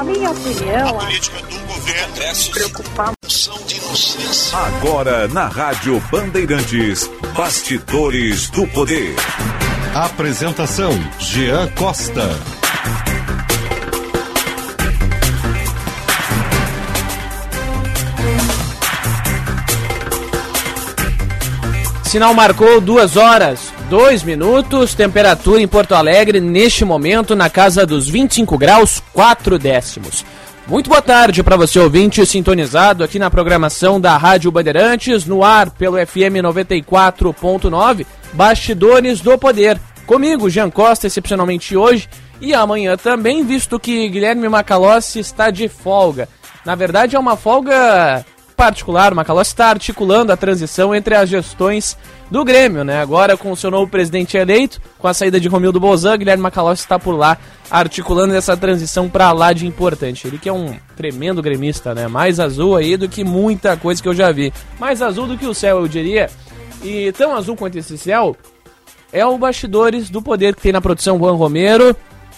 minha opinião, a política do governo se preocupar. Agora na Rádio Bandeirantes, Bastidores do Poder. Apresentação: Jean Costa. Sinal marcou 2 horas, 2 minutos, temperatura em Porto Alegre neste momento na casa dos 25 graus, 4 décimos. Muito boa tarde para você ouvinte sintonizado aqui na programação da Rádio Bandeirantes, no ar pelo FM 94.9, Bastidores do Poder. Comigo, Jean Costa, excepcionalmente hoje e amanhã também, visto que Guilherme Macalossi está de folga. Na verdade é uma folga particular, o Macalossi está articulando a transição entre as gestões do Grêmio, né? Agora com o seu novo presidente eleito, com a saída de Romildo Bolzan, Guilherme Macalossi está por lá articulando essa transição para lá de importante. Ele que é um tremendo gremista, né? Mais azul aí do que muita coisa que eu já vi. Mais azul do que o céu, eu diria. E tão azul quanto esse céu é o Bastidores do Poder que tem na produção Juan Romero,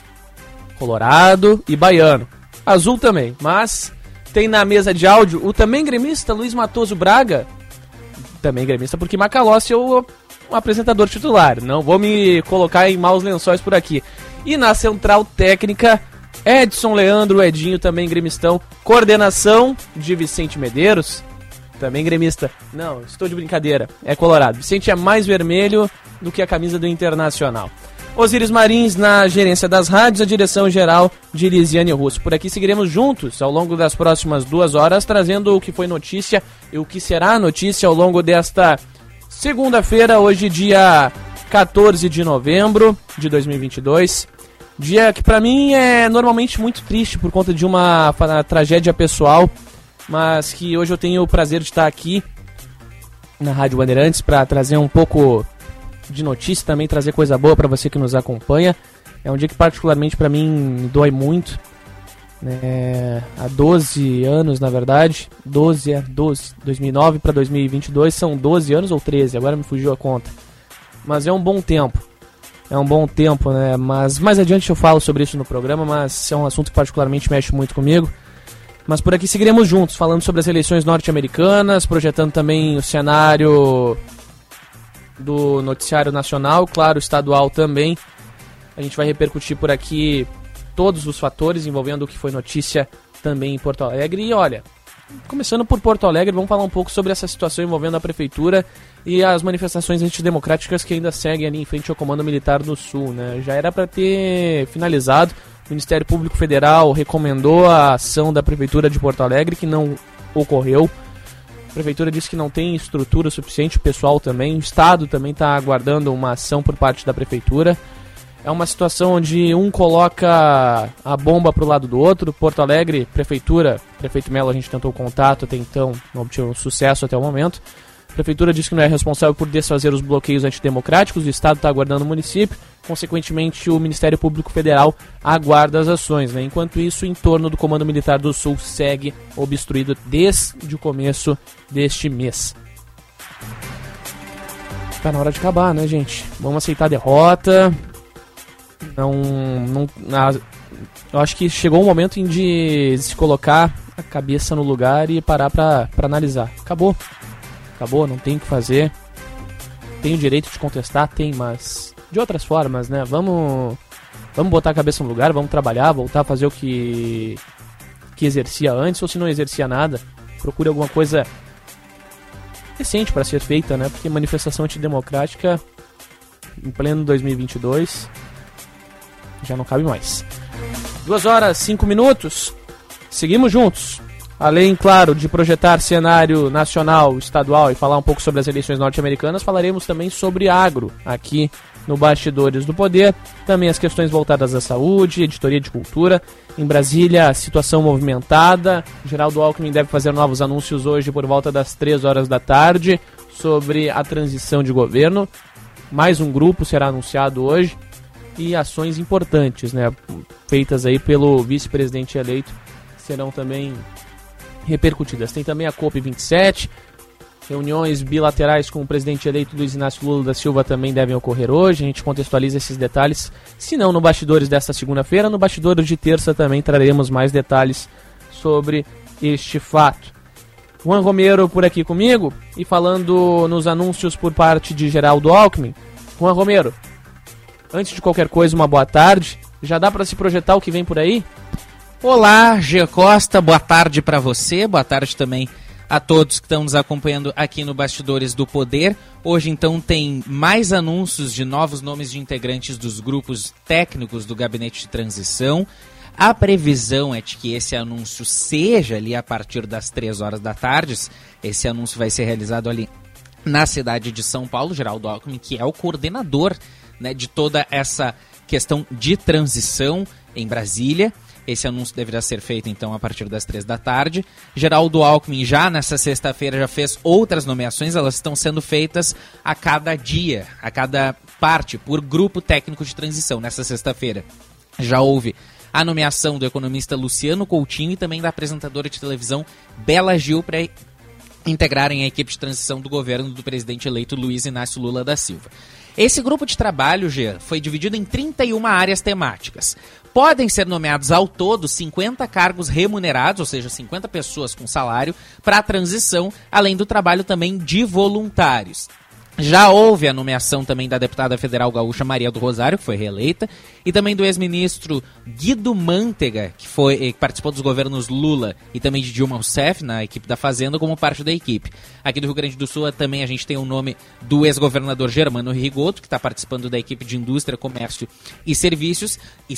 colorado e baiano. Azul também, mas tem na mesa de áudio o também gremista Luiz Matoso Braga, também gremista porque Macalossi é o apresentador titular, não vou me colocar em maus lençóis por aqui. E na central técnica, Edson Leandro, Edinho, também gremistão, coordenação de Vicente Medeiros, também gremista. Não, estou de brincadeira, é colorado. Vicente é mais vermelho do que a camisa do Internacional. Osíris Marins na gerência das rádios, a direção geral de Lisiane Russo. Por aqui seguiremos juntos ao longo das próximas 2 horas, trazendo o que foi notícia e o que será notícia ao longo desta segunda-feira, hoje dia 14 de novembro de 2022. Dia que pra mim é normalmente muito triste por conta de uma tragédia pessoal, mas que hoje eu tenho o prazer de estar aqui na Rádio Bandeirantes para trazer um pouco de notícia, também trazer coisa boa para você que nos acompanha. É um dia que particularmente para mim dói muito, né? Há 12 anos, na verdade, 2009 para 2022 são 12 anos ou 13, agora me fugiu a conta. Mas é um bom tempo, né? Mas mais adiante eu falo sobre isso no programa, mas é um assunto que particularmente mexe muito comigo. Mas por aqui seguiremos juntos, falando sobre as eleições norte-americanas, projetando também o cenário do noticiário nacional, claro, estadual também. A gente vai repercutir por aqui todos os fatores envolvendo o que foi notícia também em Porto Alegre. E olha, começando por Porto Alegre, vamos falar um pouco sobre essa situação envolvendo a Prefeitura e as manifestações antidemocráticas que ainda seguem ali em frente ao Comando Militar do Sul, né? Já era para ter finalizado. O Ministério Público Federal recomendou a ação da Prefeitura de Porto Alegre, que não ocorreu. A Prefeitura disse que não tem estrutura suficiente, o pessoal também, o Estado também está aguardando uma ação por parte da Prefeitura. É uma situação onde um coloca a bomba para o lado do outro. Porto Alegre, Prefeitura, Prefeito Melo, a gente tentou contato até então, não obteve sucesso até o momento. A Prefeitura diz que não é responsável por desfazer os bloqueios antidemocráticos, o Estado está aguardando o município, consequentemente o Ministério Público Federal aguarda as ações, né? Enquanto isso, o entorno do Comando Militar do Sul segue obstruído desde o começo deste mês. Tá na hora de acabar, né, gente? Vamos aceitar a derrota. Eu acho que chegou o momento de se colocar a cabeça no lugar e parar pra analisar. Acabou, não tem o que fazer. Tem o direito de contestar, tem, mas de outras formas, né? Vamos botar a cabeça no lugar, vamos trabalhar, voltar a fazer o que exercia antes, ou se não exercia nada, procure alguma coisa decente para ser feita, né? Porque manifestação antidemocrática em pleno 2022 já não cabe mais. 2 horas, 5 minutos, seguimos juntos. Além, claro, de projetar cenário nacional, estadual e falar um pouco sobre as eleições norte-americanas, falaremos também sobre agro aqui no Bastidores do Poder. Também as questões voltadas à saúde, editoria de cultura. Em Brasília, situação movimentada. Geraldo Alckmin deve fazer novos anúncios hoje por volta das 3 horas da tarde sobre a transição de governo. Mais um grupo será anunciado hoje. E ações importantes, né, feitas aí pelo vice-presidente eleito serão também repercutidas. Tem também a COP27, Reuniões bilaterais com o presidente eleito Luiz Inácio Lula da Silva também devem ocorrer hoje. A gente contextualiza esses detalhes. Se não no Bastidores desta segunda-feira, no Bastidores de terça também traremos mais detalhes sobre este fato. Juan Romero por aqui comigo e falando nos anúncios por parte de Geraldo Alckmin. Juan Romero, antes de qualquer coisa, uma boa tarde. Já dá para se projetar o que vem por aí? Olá, Gia Costa, boa tarde para você, boa tarde também a todos que estão nos acompanhando aqui no Bastidores do Poder. Hoje, então, tem mais anúncios de novos nomes de integrantes dos grupos técnicos do Gabinete de Transição. A previsão é de que esse anúncio seja ali a partir das 3 horas da tarde. Esse anúncio vai ser realizado ali na cidade de São Paulo. Geraldo Alckmin, que é o coordenador, né, de toda essa questão de transição em Brasília. Esse anúncio deverá ser feito, então, a partir das 3 da tarde. Geraldo Alckmin, já nessa sexta-feira, já fez outras nomeações. Elas estão sendo feitas a cada dia, a cada parte, por grupo técnico de transição. Nessa sexta-feira já houve a nomeação do economista Luciano Coutinho e também da apresentadora de televisão Bela Gil para integrarem a equipe de transição do governo do presidente eleito Luiz Inácio Lula da Silva. Esse grupo de trabalho, Jean, foi dividido em 31 áreas temáticas. Podem ser nomeados ao todo 50 cargos remunerados, ou seja, 50 pessoas com salário, para a transição, além do trabalho também de voluntários. Já houve a nomeação também da deputada federal gaúcha Maria do Rosário, que foi reeleita, e também do ex-ministro Guido Mantega, que participou dos governos Lula e também de Dilma Rousseff na equipe da Fazenda como parte da equipe. Aqui do Rio Grande do Sul também a gente tem o nome do ex-governador Germano Rigoto, que está participando da equipe de Indústria, Comércio e Serviços.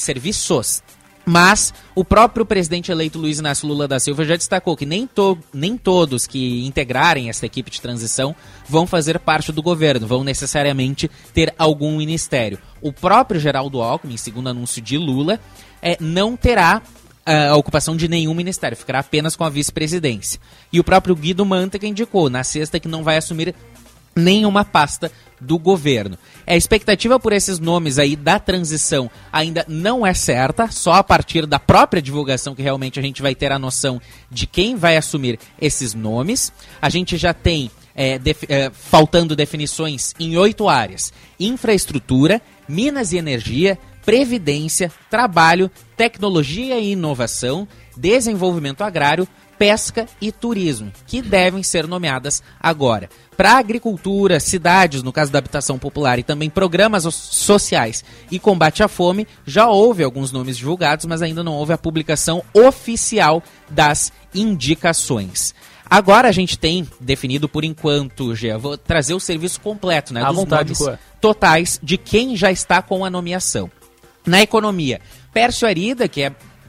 Mas o próprio presidente eleito Luiz Inácio Lula da Silva já destacou que nem todos que integrarem essa equipe de transição vão fazer parte do governo, vão necessariamente ter algum ministério. O próprio Geraldo Alckmin, segundo anúncio de Lula, não terá a ocupação de nenhum ministério, ficará apenas com a vice-presidência. E o próprio Guido Mantega indicou na sexta que não vai assumir nenhuma pasta do governo. A expectativa por esses nomes aí da transição ainda não é certa, só a partir da própria divulgação que realmente a gente vai ter a noção de quem vai assumir esses nomes. A gente já tem faltando definições em 8 áreas: infraestrutura, minas e energia, previdência, trabalho, tecnologia e inovação, desenvolvimento agrário, pesca e turismo, que devem ser nomeadas agora. Para agricultura, cidades, no caso da habitação popular, e também programas sociais e combate à fome, já houve alguns nomes divulgados, mas ainda não houve a publicação oficial das indicações. Agora a gente tem definido por enquanto, Gê, vou trazer o serviço completo, né, dos nomes totais de quem já está com a nomeação. Na economia, Pércio Arida, que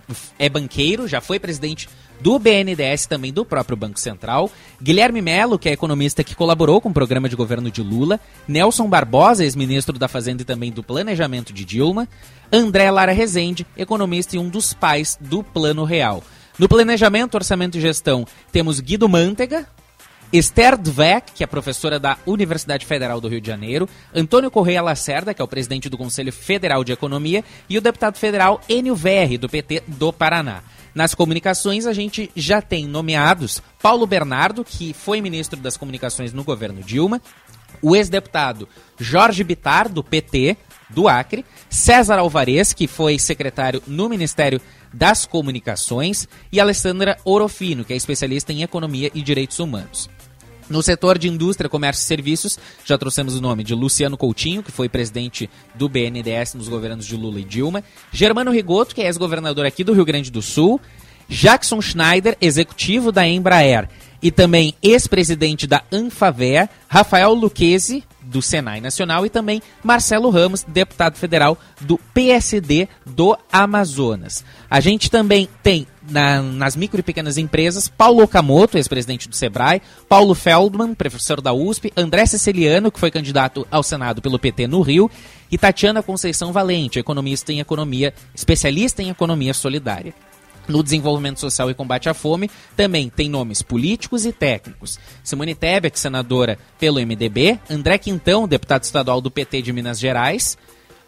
é banqueiro, já foi presidente do BNDES, também do próprio Banco Central. Guilherme Melo, que é economista que colaborou com o programa de governo de Lula. Nelson Barbosa, ex-ministro da Fazenda e também do Planejamento de Dilma. André Lara Rezende, economista e um dos pais do Plano Real. No Planejamento, Orçamento e Gestão, temos Guido Mantega, Esther Dweck, que é professora da Universidade Federal do Rio de Janeiro, Antônio Correia Lacerda, que é o presidente do Conselho Federal de Economia, e o deputado federal Enio Verri, do PT do Paraná. Nas comunicações, a gente já tem nomeados Paulo Bernardo, que foi ministro das Comunicações no governo Dilma, o ex-deputado Jorge Bittar, do PT do Acre, César Alvarez, que foi secretário no Ministério das Comunicações, e Alessandra Orofino, que é especialista em Economia e Direitos Humanos. No setor de indústria, comércio e serviços, já trouxemos o nome de Luciano Coutinho, que foi presidente do BNDES nos governos de Lula e Dilma, Germano Rigoto, que é ex-governador aqui do Rio Grande do Sul, Jackson Schneider, executivo da Embraer e também ex-presidente da Anfavea, Rafael Lucchesi, do Senai Nacional, e também Marcelo Ramos, deputado federal do PSD do Amazonas. A gente também tem nas micro e pequenas empresas Paulo Okamoto, ex-presidente do Sebrae, Paulo Feldman, professor da USP, André Ceciliano, que foi candidato ao Senado pelo PT no Rio, e Tatiana Conceição Valente, economista em economia, especialista em economia solidária. No desenvolvimento social e combate à fome, também tem nomes políticos e técnicos. Simone Tebet, senadora pelo MDB, André Quintão, deputado estadual do PT de Minas Gerais,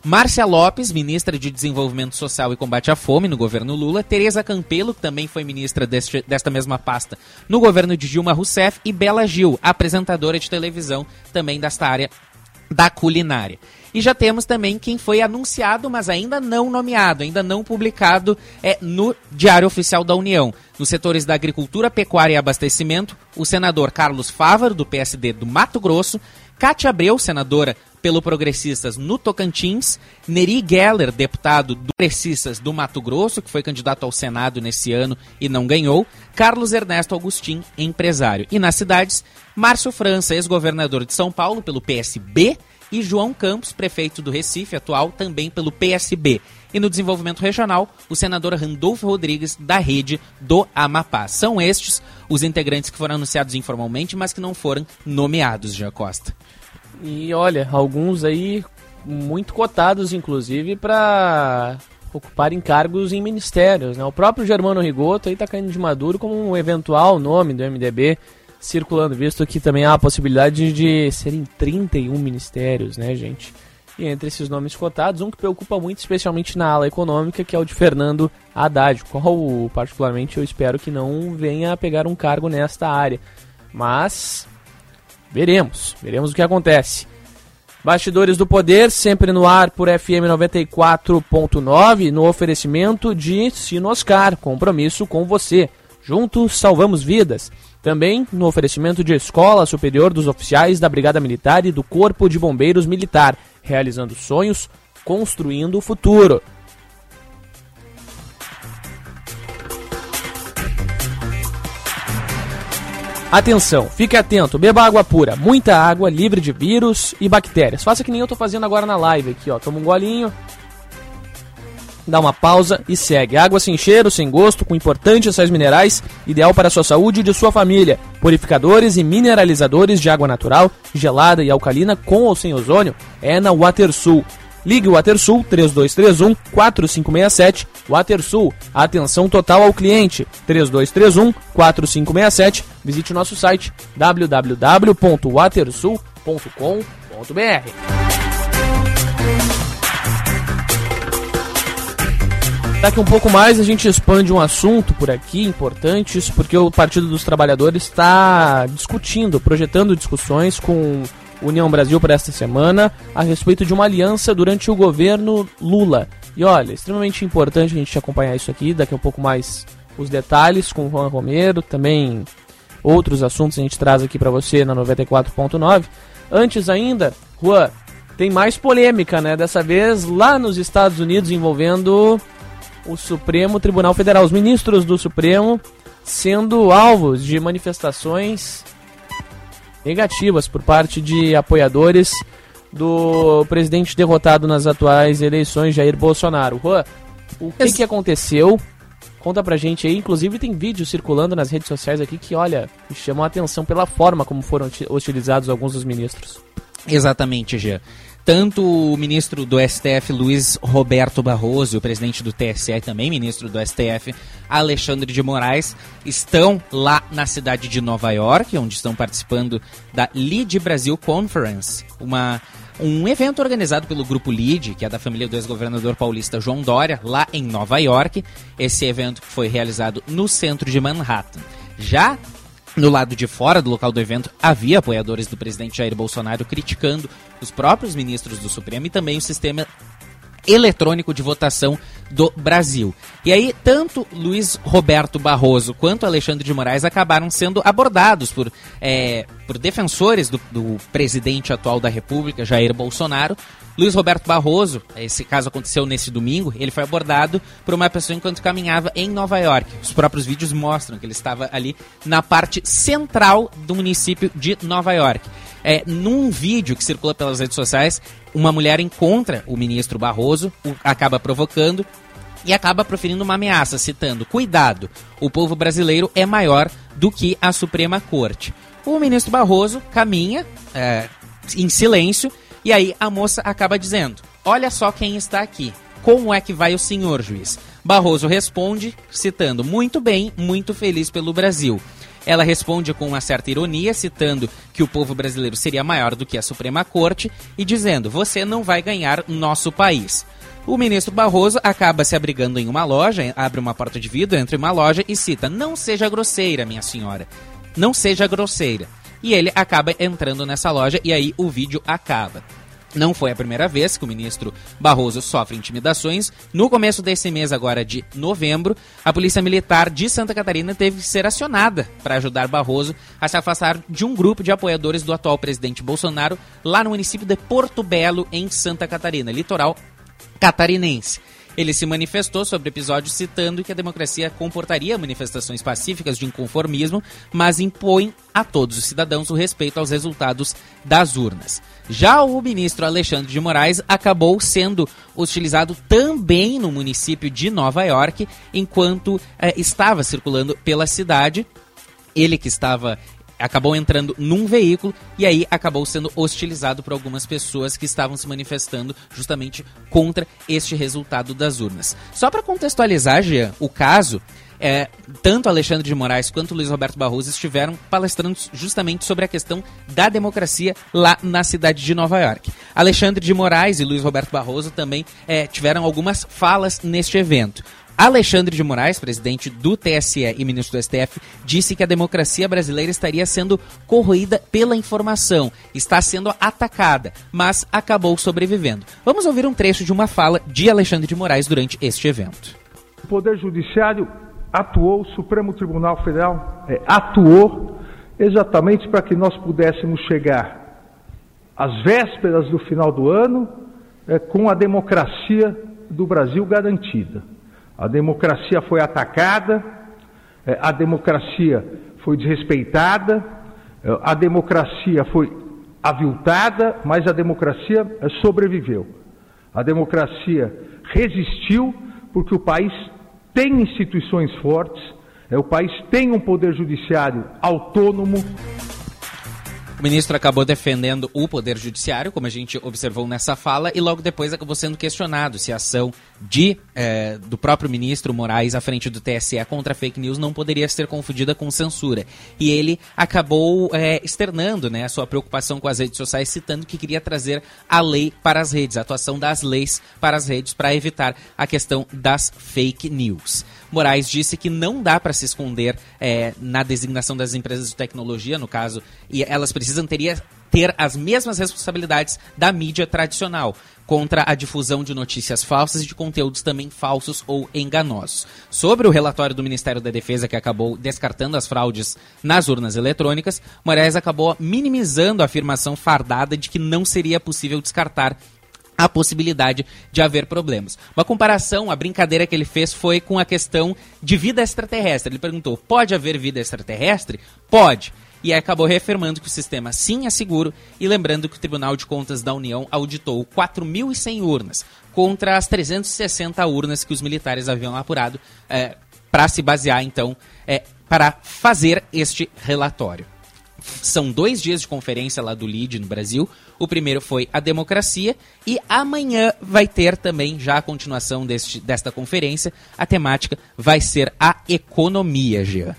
Márcia Lopes, ministra de Desenvolvimento Social e Combate à Fome no governo Lula, Tereza Campelo, que também foi ministra desta mesma pasta no governo de Dilma Rousseff, e Bela Gil, apresentadora de televisão também desta área da culinária. E já temos também quem foi anunciado, mas ainda não nomeado, ainda não publicado no Diário Oficial da União. Nos setores da agricultura, pecuária e abastecimento, o senador Carlos Fávaro, do PSD do Mato Grosso, Cátia Abreu, senadora pelo Progressistas no Tocantins, Neri Geller, deputado do Progressistas do Mato Grosso, que foi candidato ao Senado nesse ano e não ganhou, Carlos Ernesto Agostinho, empresário. E nas cidades, Márcio França, ex-governador de São Paulo pelo PSB, e João Campos, prefeito do Recife, atual também pelo PSB. E no desenvolvimento regional, o senador Randolfo Rodrigues, da Rede do Amapá. São estes os integrantes que foram anunciados informalmente, mas que não foram nomeados, Jean Costa. E olha, alguns aí muito cotados, inclusive, para ocuparem cargos em ministérios, né? O próprio Germano Rigoto aí está caindo de maduro como um eventual nome do MDB circulando, visto que também há a possibilidade de serem 31 ministérios, né, gente? E entre esses nomes cotados, um que preocupa muito, especialmente na ala econômica, que é o de Fernando Haddad, qual particularmente eu espero que não venha a pegar um cargo nesta área. Mas veremos o que acontece. Bastidores do Poder, sempre no ar por FM 94.9, no oferecimento de Sinoscar, compromisso com você. Juntos salvamos vidas. Também no oferecimento de Escola Superior dos Oficiais da Brigada Militar e do Corpo de Bombeiros Militar, realizando sonhos, construindo o futuro. Atenção, fique atento, beba água pura, muita água, livre de vírus e bactérias. Faça que nem eu tô fazendo agora na live aqui, ó. Toma um golinho, dá uma pausa e segue. Água sem cheiro, sem gosto, com importantes sais minerais, ideal para a sua saúde e de sua família. Purificadores e mineralizadores de água natural, gelada e alcalina, com ou sem ozônio, é na WaterSul. Ligue o WaterSul 3231-4567. WaterSul, atenção total ao cliente. 3231-4567. Visite o nosso site www.watersul.com.br. Daqui um pouco mais a gente expande um assunto por aqui, importante, isso porque o Partido dos Trabalhadores está discutindo, projetando discussões com União Brasil para esta semana a respeito de uma aliança durante o governo Lula. E olha, é extremamente importante a gente acompanhar isso aqui, daqui a pouco mais os detalhes com o Juan Romero, também outros assuntos a gente traz aqui para você na 94.9. Antes ainda, Juan, tem mais polêmica, né? Dessa vez lá nos Estados Unidos envolvendo o Supremo Tribunal Federal, os ministros do Supremo sendo alvos de manifestações negativas por parte de apoiadores do presidente derrotado nas atuais eleições, Jair Bolsonaro. Juan, o que aconteceu? Conta pra gente aí, inclusive tem vídeos circulando nas redes sociais aqui que, olha, me chamam a atenção pela forma como foram hostilizados alguns dos ministros. Exatamente, Jean. Tanto o ministro do STF, Luiz Roberto Barroso, e o presidente do TSE, também ministro do STF, Alexandre de Moraes, estão lá na cidade de Nova York, onde estão participando da Lead Brasil Conference, um evento organizado pelo Grupo Lead, que é da família do ex-governador paulista João Dória, lá em Nova York. Esse evento que foi realizado no centro de Manhattan. Já no lado de fora do local do evento, havia apoiadores do presidente Jair Bolsonaro criticando os próprios ministros do Supremo e também o sistema eletrônico de votação do Brasil. E aí, tanto Luiz Roberto Barroso quanto Alexandre de Moraes acabaram sendo abordados por defensores do presidente atual da República, Jair Bolsonaro. Luiz Roberto Barroso, esse caso aconteceu nesse domingo, ele foi abordado por uma pessoa enquanto caminhava em Nova York. Os próprios vídeos mostram que ele estava ali na parte central do município de Nova York. Num vídeo que circula pelas redes sociais, uma mulher encontra o ministro Barroso, acaba provocando e acaba proferindo uma ameaça, citando: "Cuidado, o povo brasileiro é maior do que a Suprema Corte." O ministro Barroso caminha em silêncio. E aí a moça acaba dizendo: "Olha só quem está aqui. Como é que vai o senhor juiz?" Barroso responde, citando: "Muito bem, muito feliz pelo Brasil." Ela responde com uma certa ironia, citando que o povo brasileiro seria maior do que a Suprema Corte e dizendo: você não vai ganhar nosso país. O ministro Barroso acaba se abrigando em uma loja, abre uma porta de vidro, entra em uma loja e cita: não seja grosseira, minha senhora, não seja grosseira. E ele acaba entrando nessa loja e aí o vídeo acaba. Não foi a primeira vez que o ministro Barroso sofre intimidações. No começo desse mês, agora de novembro, a Polícia Militar de Santa Catarina teve que ser acionada para ajudar Barroso a se afastar de um grupo de apoiadores do atual presidente Bolsonaro lá no município de Porto Belo, em Santa Catarina, litoral catarinense. Ele se manifestou sobre o episódio citando que a democracia comportaria manifestações pacíficas de inconformismo, mas impõe a todos os cidadãos o respeito aos resultados das urnas. Já o ministro Alexandre de Moraes acabou sendo hostilizado também no município de Nova York, enquanto estava circulando pela cidade. Ele que acabou entrando num veículo e aí acabou sendo hostilizado por algumas pessoas que estavam se manifestando justamente contra este resultado das urnas. Só para contextualizar, Jean, o caso, tanto Alexandre de Moraes quanto Luiz Roberto Barroso estiveram palestrando justamente sobre a questão da democracia lá na cidade de Nova York. Alexandre de Moraes e Luiz Roberto Barroso também tiveram algumas falas neste evento. Alexandre de Moraes, presidente do TSE e ministro do STF, disse que a democracia brasileira estaria sendo corroída pela informação, está sendo atacada, mas acabou sobrevivendo. Vamos ouvir um trecho de uma fala de Alexandre de Moraes durante este evento. O Poder Judiciário atuou, o Supremo Tribunal Federal atuou exatamente para que nós pudéssemos chegar às vésperas do final do ano com a democracia do Brasil garantida. A democracia foi atacada, a democracia foi desrespeitada, a democracia foi aviltada, mas a democracia sobreviveu. A democracia resistiu porque o país tem instituições fortes, o país tem um poder judiciário autônomo. O ministro acabou defendendo o Poder Judiciário, como a gente observou nessa fala, e logo depois acabou sendo questionado se a ação do próprio ministro Moraes à frente do TSE contra fake news não poderia ser confundida com censura. E ele acabou externando, a sua preocupação com as redes sociais, citando que queria trazer a lei para as redes, a atuação das leis para as redes para evitar a questão das fake news. Moraes disse que não dá para se esconder na designação das empresas de tecnologia, no caso, e elas precisam ter as mesmas responsabilidades da mídia tradicional contra a difusão de notícias falsas e de conteúdos também falsos ou enganosos. Sobre o relatório do Ministério da Defesa, que acabou descartando as fraudes nas urnas eletrônicas, Moraes acabou minimizando a afirmação fardada de que não seria possível descartar a possibilidade de haver problemas. Uma comparação, a brincadeira que ele fez foi com a questão de vida extraterrestre. Ele perguntou: pode haver vida extraterrestre? Pode. E acabou reafirmando que o sistema sim é seguro e lembrando que o Tribunal de Contas da União auditou 4.100 urnas contra as 360 urnas que os militares haviam apurado para se basear, então, para fazer este relatório. São 2 dias de conferência lá do LIDE no Brasil. O primeiro foi a democracia e amanhã vai ter também já a continuação desta conferência. A temática vai ser a economia, Jean.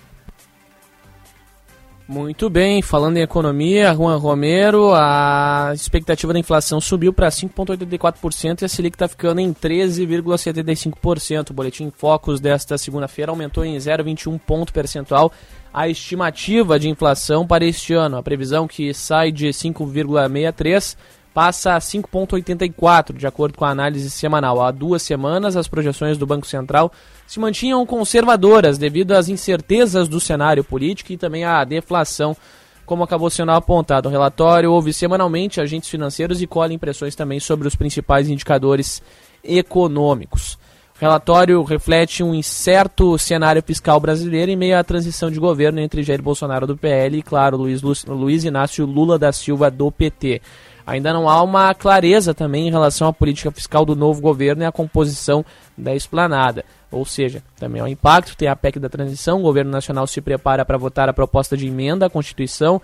Muito bem, falando em economia, Juan Romero, a expectativa da inflação subiu para 5,84% e a Selic está ficando em 13,75%. O boletim Focus desta segunda-feira aumentou em 0,21 ponto percentual a estimativa de inflação para este ano. A previsão, que sai de 5,63%, passa a 5,84%, de acordo com a análise semanal. Há 2 semanas, as projeções do Banco Central se mantinham conservadoras devido às incertezas do cenário político e também à deflação, como acabou sendo apontado. O relatório ouve semanalmente agentes financeiros e colhe impressões também sobre os principais indicadores econômicos. O relatório reflete um incerto cenário fiscal brasileiro em meio à transição de governo entre Jair Bolsonaro do PL e, claro, Luiz Inácio Lula da Silva do PT. Ainda não há uma clareza também em relação à política fiscal do novo governo e à composição da esplanada. Ou seja, também há um impacto, tem a PEC da transição, o governo nacional se prepara para votar a proposta de emenda à Constituição,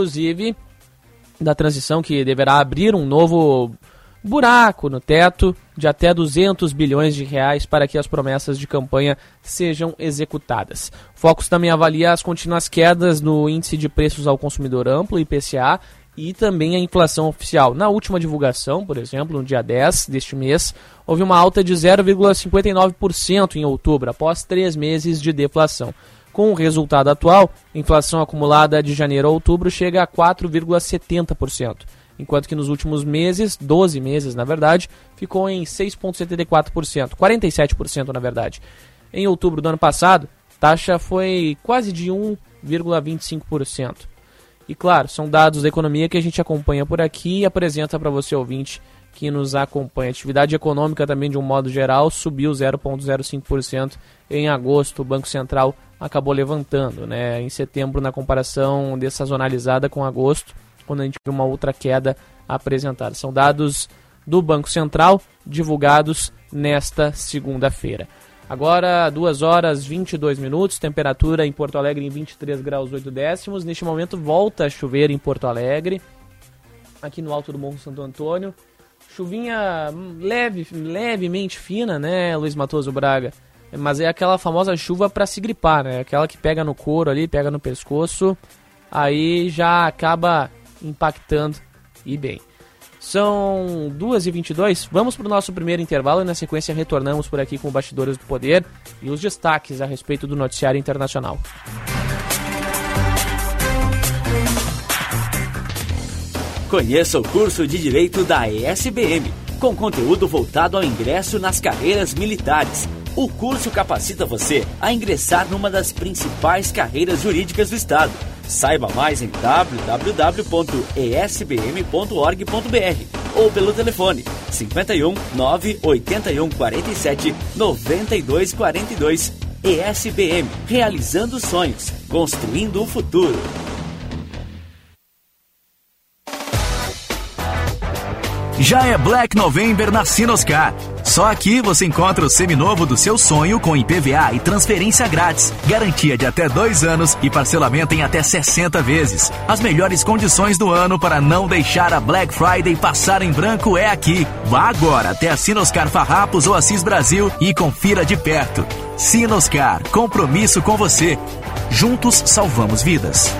inclusive da transição, que deverá abrir um novo buraco no teto de até 200 bilhões de reais para que as promessas de campanha sejam executadas. Focus também avalia as contínuas quedas no índice de preços ao consumidor amplo, IPCA, e também a inflação oficial. Na última divulgação, por exemplo, no dia 10 deste mês, houve uma alta de 0,59% em outubro, após 3 meses de deflação. Com o resultado atual, a inflação acumulada de janeiro a outubro chega a 4,70%, enquanto que nos últimos meses, 12 meses na verdade, ficou em 6,74%, 47% na verdade. Em outubro do ano passado, a taxa foi quase de 1,25%. E claro, são dados da economia que a gente acompanha por aqui e apresenta para você, ouvinte, que nos acompanha. A atividade econômica também, de um modo geral, subiu 0,05% em agosto. O Banco Central acabou levantando, né? Em setembro, na comparação dessazonalizada com agosto, quando a gente viu uma outra queda apresentada. São dados do Banco Central divulgados nesta segunda-feira. Agora, 2 horas 22 minutos, temperatura em Porto Alegre em 23 graus 8 décimos. Neste momento volta a chover em Porto Alegre, aqui no alto do Morro Santo Antônio. Chuvinha levemente fina, né, Luiz Matoso Braga? Mas é aquela famosa chuva para se gripar, né? Aquela que pega no couro ali, pega no pescoço, aí já acaba impactando e bem. São 2h22, vamos para o nosso primeiro intervalo e na sequência retornamos por aqui com o Bastidores do Poder e os destaques a respeito do noticiário internacional. Conheça o curso de Direito da ESBM, com conteúdo voltado ao ingresso nas carreiras militares. O curso capacita você a ingressar numa das principais carreiras jurídicas do Estado. Saiba mais em www.esbm.org.br ou pelo telefone 51 981 47 92 42. ESBM, realizando sonhos, construindo o futuro. Já é Black November na Sinoscar. Só aqui você encontra o seminovo do seu sonho com IPVA e transferência grátis. Garantia de até 2 anos e parcelamento em até 60 vezes. As melhores condições do ano para não deixar a Black Friday passar em branco é aqui. Vá agora até a Sinoscar Farrapos ou Assis Brasil e confira de perto. Sinoscar, compromisso com você. Juntos salvamos vidas.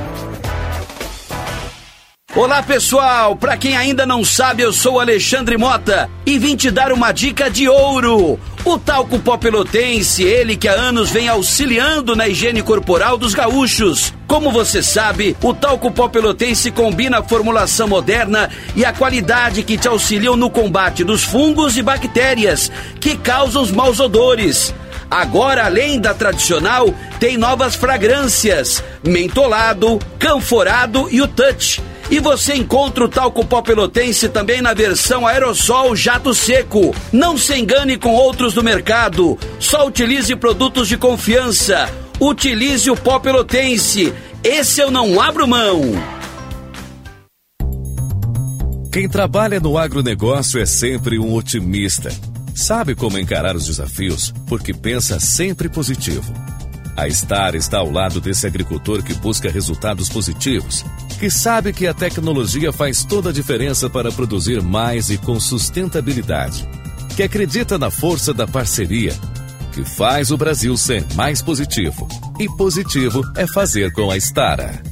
Olá pessoal, pra quem ainda não sabe, eu sou o Alexandre Mota e vim te dar uma dica de ouro. O talco pó pelotense, ele que há anos vem auxiliando na higiene corporal dos gaúchos. Como você sabe, o talco pó pelotense combina a formulação moderna e a qualidade que te auxiliam no combate dos fungos e bactérias que causam os maus odores. Agora, além da tradicional, tem novas fragrâncias, mentolado, canforado e o touch. E você encontra o talco pó pelotense também na versão aerossol jato seco. Não se engane com outros do mercado. Só utilize produtos de confiança. Utilize o pó pelotense. Esse eu não abro mão. Quem trabalha no agronegócio é sempre um otimista. Sabe como encarar os desafios, porque pensa sempre positivo. A Star está ao lado desse agricultor que busca resultados positivos, que sabe que a tecnologia faz toda a diferença para produzir mais e com sustentabilidade, que acredita na força da parceria, que faz o Brasil ser mais positivo. E positivo é fazer com a Star.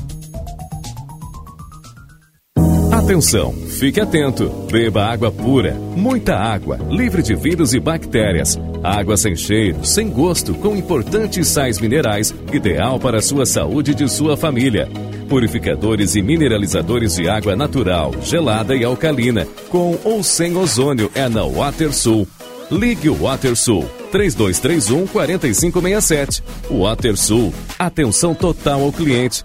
Atenção, fique atento, beba água pura, muita água, livre de vírus e bactérias. Água sem cheiro, sem gosto, com importantes sais minerais, ideal para a sua saúde e de sua família. Purificadores e mineralizadores de água natural, gelada e alcalina, com ou sem ozônio é na WaterSul. Ligue o WaterSul, 3231-4567. WaterSul, atenção total ao cliente,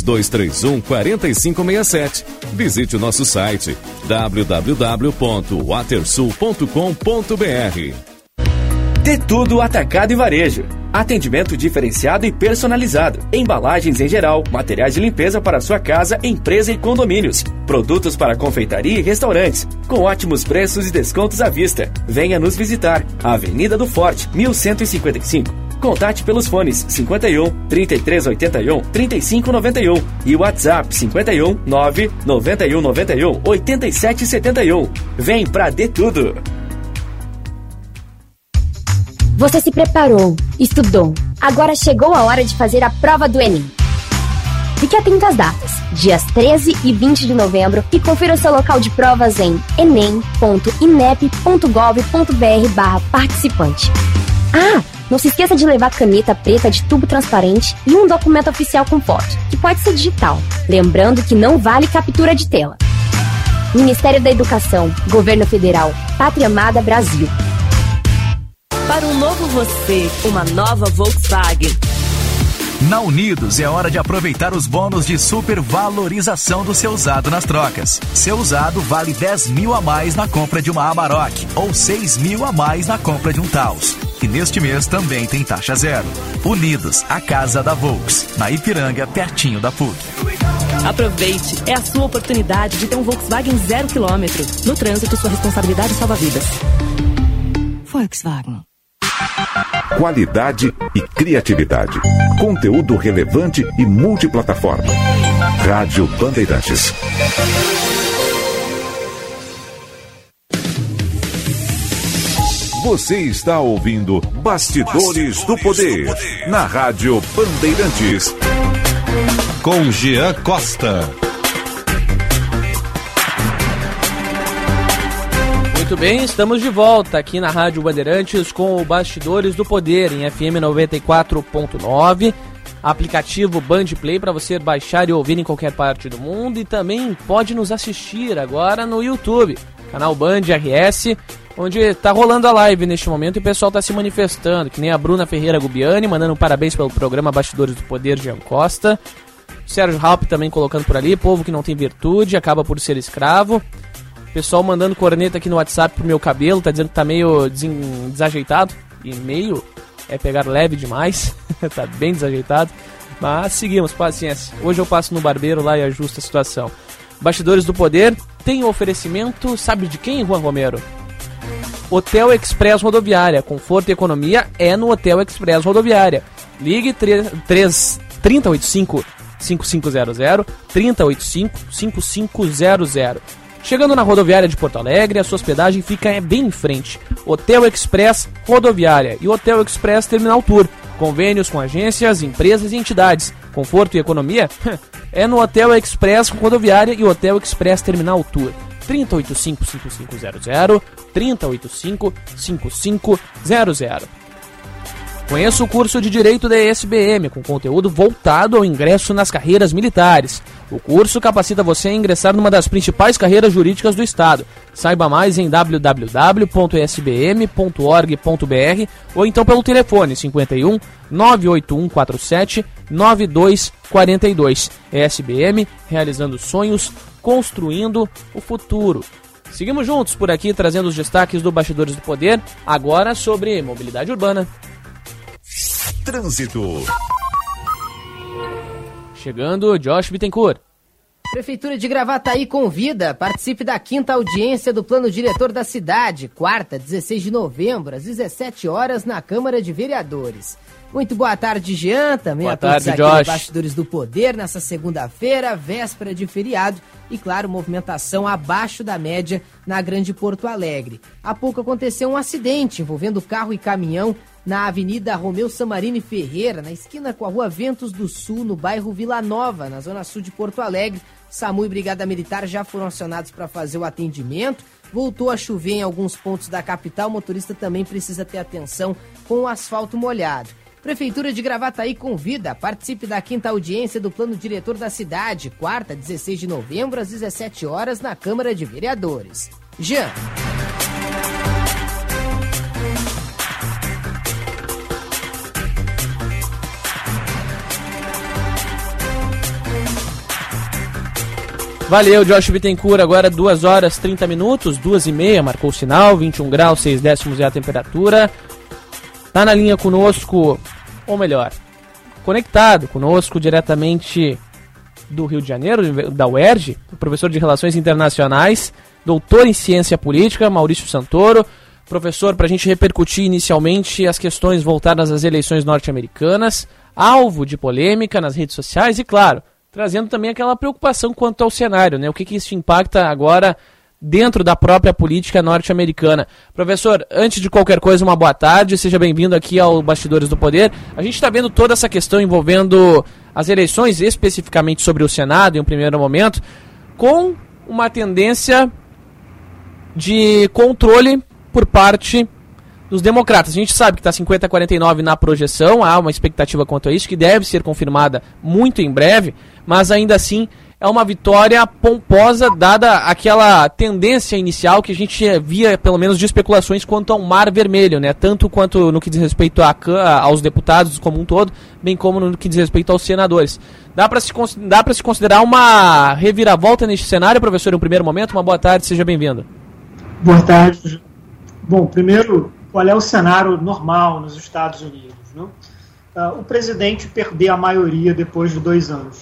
3231-4567. Visite o nosso site, www.watersul.com.br. De tudo atacado e varejo. Atendimento diferenciado e personalizado. Embalagens em geral, materiais de limpeza para sua casa, empresa e condomínios. Produtos para confeitaria e restaurantes, com ótimos preços e descontos à vista. Venha nos visitar. Avenida do Forte, 1155. Contate pelos fones 51 3381 3591 e WhatsApp 51 9 91 91 8771. Vem pra De Tudo. Você se preparou, estudou. Agora chegou a hora de fazer a prova do Enem. Fique atento às datas, dias 13 e 20 de novembro, e confira o seu local de provas em enem.inep.gov.br/participante. Ah, não se esqueça de levar caneta preta de tubo transparente e um documento oficial com foto, que pode ser digital. Lembrando que não vale captura de tela. Ministério da Educação, Governo Federal, Pátria Amada Brasil. Para um novo você, uma nova Volkswagen. Na Unidos é hora de aproveitar os bônus de supervalorização do seu usado nas trocas. Seu usado vale 10 mil a mais na compra de uma Amarok ou 6 mil a mais na compra de um Taos. E neste mês também tem taxa zero. Unidos, a casa da Volks, na Ipiranga, pertinho da PUC. Aproveite, é a sua oportunidade de ter um Volkswagen 0 km. No trânsito, sua responsabilidade salva vidas. Volkswagen. Qualidade e criatividade. Conteúdo relevante e multiplataforma. Rádio Bandeirantes. Você está ouvindo Bastidores do Poder, na Rádio Bandeirantes. Com Jean Costa. Muito bem, estamos de volta aqui na Rádio Bandeirantes com o Bastidores do Poder em FM 94.9, aplicativo Bandplay para você baixar e ouvir em qualquer parte do mundo, e também pode nos assistir agora no YouTube, canal Band RS, onde está rolando a live neste momento e o pessoal está se manifestando, que nem a Bruna Ferreira Gubiani, mandando parabéns pelo programa Bastidores do Poder, Jean Costa, o Sérgio Raup também colocando por ali, povo que não tem virtude, acaba por ser escravo. Pessoal mandando corneta aqui no WhatsApp pro meu cabelo, tá dizendo que tá meio desajeitado. E meio é pegar leve demais, tá bem desajeitado. Mas seguimos, paciência. Hoje eu passo no barbeiro lá e ajusto a situação. Bastidores do Poder tem um oferecimento, sabe de quem, Juan Romero? Hotel Express Rodoviária. Conforto e economia é no Hotel Express Rodoviária. Ligue 3085 5500, 3085 5500. Chegando na rodoviária de Porto Alegre, a sua hospedagem fica bem em frente. Hotel Express Rodoviária e Hotel Express Terminal Tour. Convênios com agências, empresas e entidades. Conforto e economia é no Hotel Express Rodoviária e Hotel Express Terminal Tour. 3085-5500, 3085-5500. Conheça o curso de Direito da ESBM, com conteúdo voltado ao ingresso nas carreiras militares. O curso capacita você a ingressar numa das principais carreiras jurídicas do Estado. Saiba mais em www.sbm.org.br ou então pelo telefone 51 98147 9242. ESBM, realizando sonhos, construindo o futuro. Seguimos juntos por aqui, trazendo os destaques do Bastidores do Poder, agora sobre mobilidade urbana. Trânsito. Chegando, Josh Bittencourt. Prefeitura de Gravataí convida, participe da 5ª audiência do Plano Diretor da cidade, quarta, 16 de novembro, às 17 horas, na Câmara de Vereadores. Muito boa tarde, Jean, também boa a todos tarde, aqui Josh. no Bastidores do Poder, nessa segunda-feira, véspera de feriado, e claro, movimentação abaixo da média na Grande Porto Alegre. Há pouco aconteceu um acidente envolvendo carro e caminhão na Avenida Romeu Samarini Ferreira, na esquina com a Rua Ventos do Sul, no bairro Vila Nova, na zona sul de Porto Alegre. SAMU e Brigada Militar já foram acionados para fazer o atendimento. Voltou a chover em alguns pontos da capital, o motorista também precisa ter atenção com o asfalto molhado. Prefeitura de Gravataí convida, participe da 5ª audiência do Plano Diretor da cidade, quarta, 16 de novembro, às 17 horas, na Câmara de Vereadores. Jean. Valeu, Josh Bittencourt. Agora 2 horas 30 minutos, 2h30, marcou o sinal, 21 graus, 6 décimos é a temperatura. Tá na linha conosco, ou melhor, conectado conosco diretamente do Rio de Janeiro, da UERJ, o professor de Relações Internacionais, doutor em Ciência Política, Maurício Santoro. Professor, para a gente repercutir inicialmente as questões voltadas às eleições norte-americanas, alvo de polêmica nas redes sociais e, claro, trazendo também aquela preocupação quanto ao cenário, né? O que isso impacta agora dentro da própria política norte-americana. Professor, antes de qualquer coisa, uma boa tarde, seja bem-vindo aqui ao Bastidores do Poder. A gente está vendo toda essa questão envolvendo as eleições, especificamente sobre o Senado, em um primeiro momento, com uma tendência de controle por parte dos democratas. A gente sabe que está 50-49 na projeção, há uma expectativa quanto a isso, que deve ser confirmada muito em breve, mas ainda assim é uma vitória pomposa, dada aquela tendência inicial que a gente via, pelo menos, de especulações quanto ao Mar Vermelho, né? Tanto quanto no que diz respeito aos deputados como um todo, bem como no que diz respeito aos senadores. Dá para se considerar uma reviravolta neste cenário, professor, em um primeiro momento? Uma boa tarde, seja bem-vindo. Boa tarde. Bom, primeiro, qual é o cenário normal nos Estados Unidos, né? O presidente perder a maioria depois de 2 anos.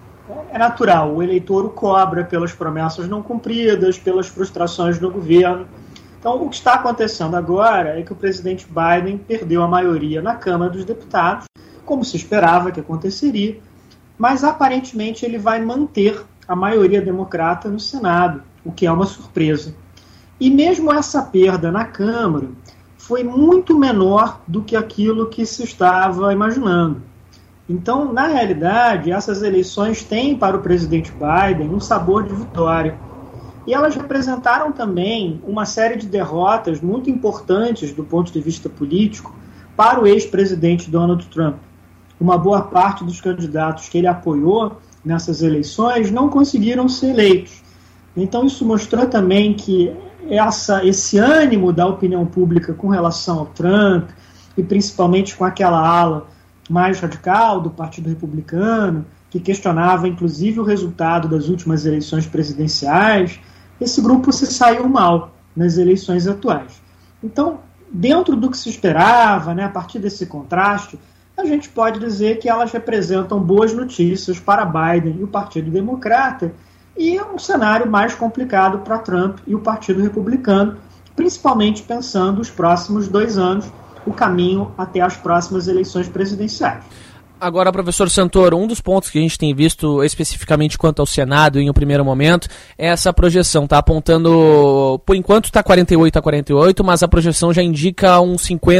É natural, o eleitor o cobra pelas promessas não cumpridas, pelas frustrações no governo. Então, o que está acontecendo agora é que o presidente Biden perdeu a maioria na Câmara dos Deputados, como se esperava que aconteceria, mas aparentemente ele vai manter a maioria democrata no Senado, o que é uma surpresa. E mesmo essa perda na Câmara foi muito menor do que aquilo que se estava imaginando. Então, na realidade, essas eleições têm para o presidente Biden um sabor de vitória. E elas representaram também uma série de derrotas muito importantes do ponto de vista político para o ex-presidente Donald Trump. Uma boa parte dos candidatos que ele apoiou nessas eleições não conseguiram ser eleitos. Então, isso mostrou também que esse ânimo da opinião pública com relação ao Trump, e principalmente com aquela ala mais radical do Partido Republicano, que questionava inclusive o resultado das últimas eleições presidenciais, esse grupo se saiu mal nas eleições atuais. Então, dentro do que se esperava, né, a partir desse contraste, a gente pode dizer que elas representam boas notícias para Biden e o Partido Democrata, e um cenário mais complicado para Trump e o Partido Republicano, principalmente pensando os próximos 2 anos, o caminho até as próximas eleições presidenciais. Agora, professor Santoro, um dos pontos que a gente tem visto especificamente quanto ao Senado em um primeiro momento é essa projeção. Está apontando, por enquanto está 48-48, mas a projeção já indica um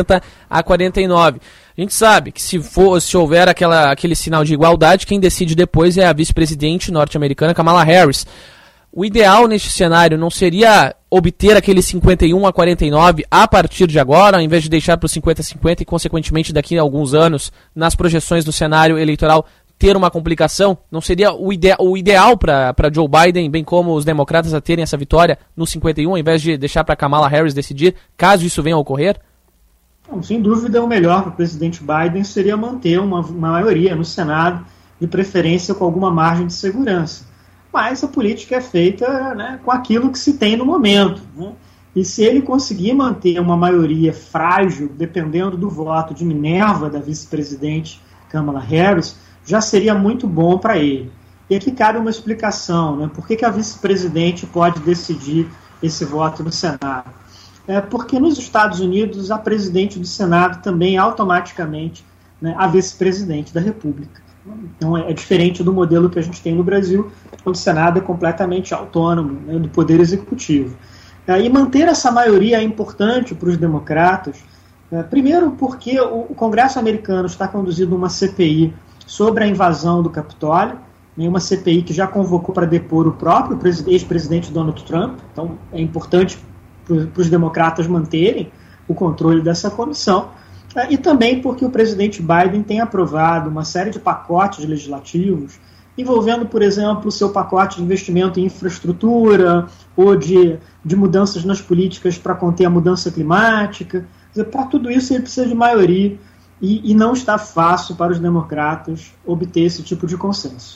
50-49. A gente sabe que se houver aquele sinal de igualdade, quem decide depois é a vice-presidente norte-americana Kamala Harris. O ideal neste cenário não seria obter aquele 51-49 a partir de agora, ao invés de deixar para o 50-50 e, consequentemente, daqui a alguns anos, nas projeções do cenário eleitoral, ter uma complicação? Não seria o ideal para Joe Biden, bem como os democratas, a terem essa vitória no 51, ao invés de deixar para Kamala Harris decidir, caso isso venha a ocorrer? Não, sem dúvida, o melhor para o presidente Biden seria manter uma maioria no Senado, de preferência com alguma margem de segurança. Mas a política é feita, né, com aquilo que se tem no momento, né? E se ele conseguir manter uma maioria frágil, dependendo do voto de Minerva da vice-presidente Kamala Harris, já seria muito bom para ele. E aqui cabe uma explicação, né? Por que a vice-presidente pode decidir esse voto no Senado? Porque nos Estados Unidos a presidente do Senado também automaticamente, né, a vice-presidente da República. Então é diferente do modelo que a gente tem no Brasil, onde o Senado é completamente autônomo, né, do Poder Executivo. E manter essa maioria é importante para os democratas, primeiro porque o Congresso americano está conduzindo uma CPI sobre a invasão do Capitólio, né, uma CPI que já convocou para depor o próprio ex-presidente Donald Trump, então é importante para os democratas manterem o controle dessa comissão. E também porque o presidente Biden tem aprovado uma série de pacotes legislativos envolvendo, por exemplo, o seu pacote de investimento em infraestrutura ou de mudanças nas políticas para conter a mudança climática. Para tudo isso ele precisa de maioria e não está fácil para os democratas obter esse tipo de consenso.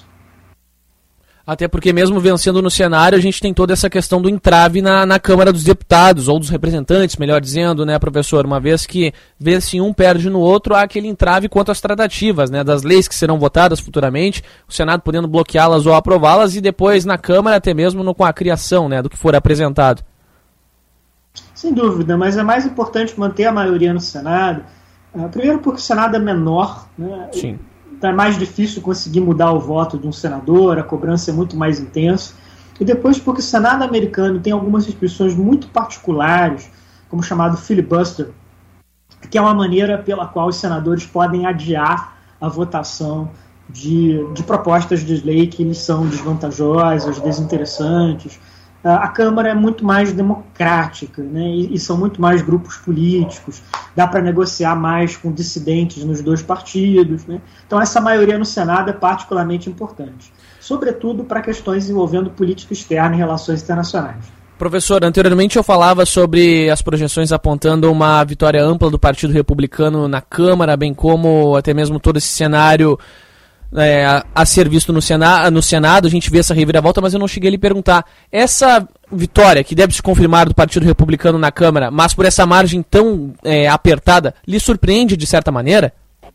Até porque mesmo vencendo no cenário, a gente tem toda essa questão do entrave na Câmara dos Deputados, ou dos representantes, melhor dizendo, né, professor? Uma vez que vence um, perde no outro, há aquele entrave quanto às tratativas, né, das leis que serão votadas futuramente, o Senado podendo bloqueá-las ou aprová-las, e depois na Câmara até mesmo com a criação, né, do que for apresentado. Sem dúvida, mas é mais importante manter a maioria no Senado, primeiro porque o Senado é menor, né? Sim. Então é mais difícil conseguir mudar o voto de um senador, a cobrança é muito mais intensa. e depois porque o Senado americano tem algumas instituições muito particulares, como o chamado filibuster, que é uma maneira pela qual os senadores podem adiar a votação de propostas de lei que lhes são desvantajosas, desinteressantes. A Câmara é muito mais democrática, né, e são muito mais grupos políticos, dá para negociar mais com dissidentes nos dois partidos, né? Então essa maioria no Senado é particularmente importante, sobretudo para questões envolvendo política externa e relações internacionais. Professor, anteriormente eu falava sobre as projeções apontando uma vitória ampla do Partido Republicano na Câmara, bem como até mesmo todo esse cenário a ser visto no Senado, a gente vê essa reviravolta, mas eu não cheguei a lhe perguntar, essa vitória que deve se confirmar do Partido Republicano na Câmara, mas por essa margem tão apertada, lhe surpreende de certa maneira?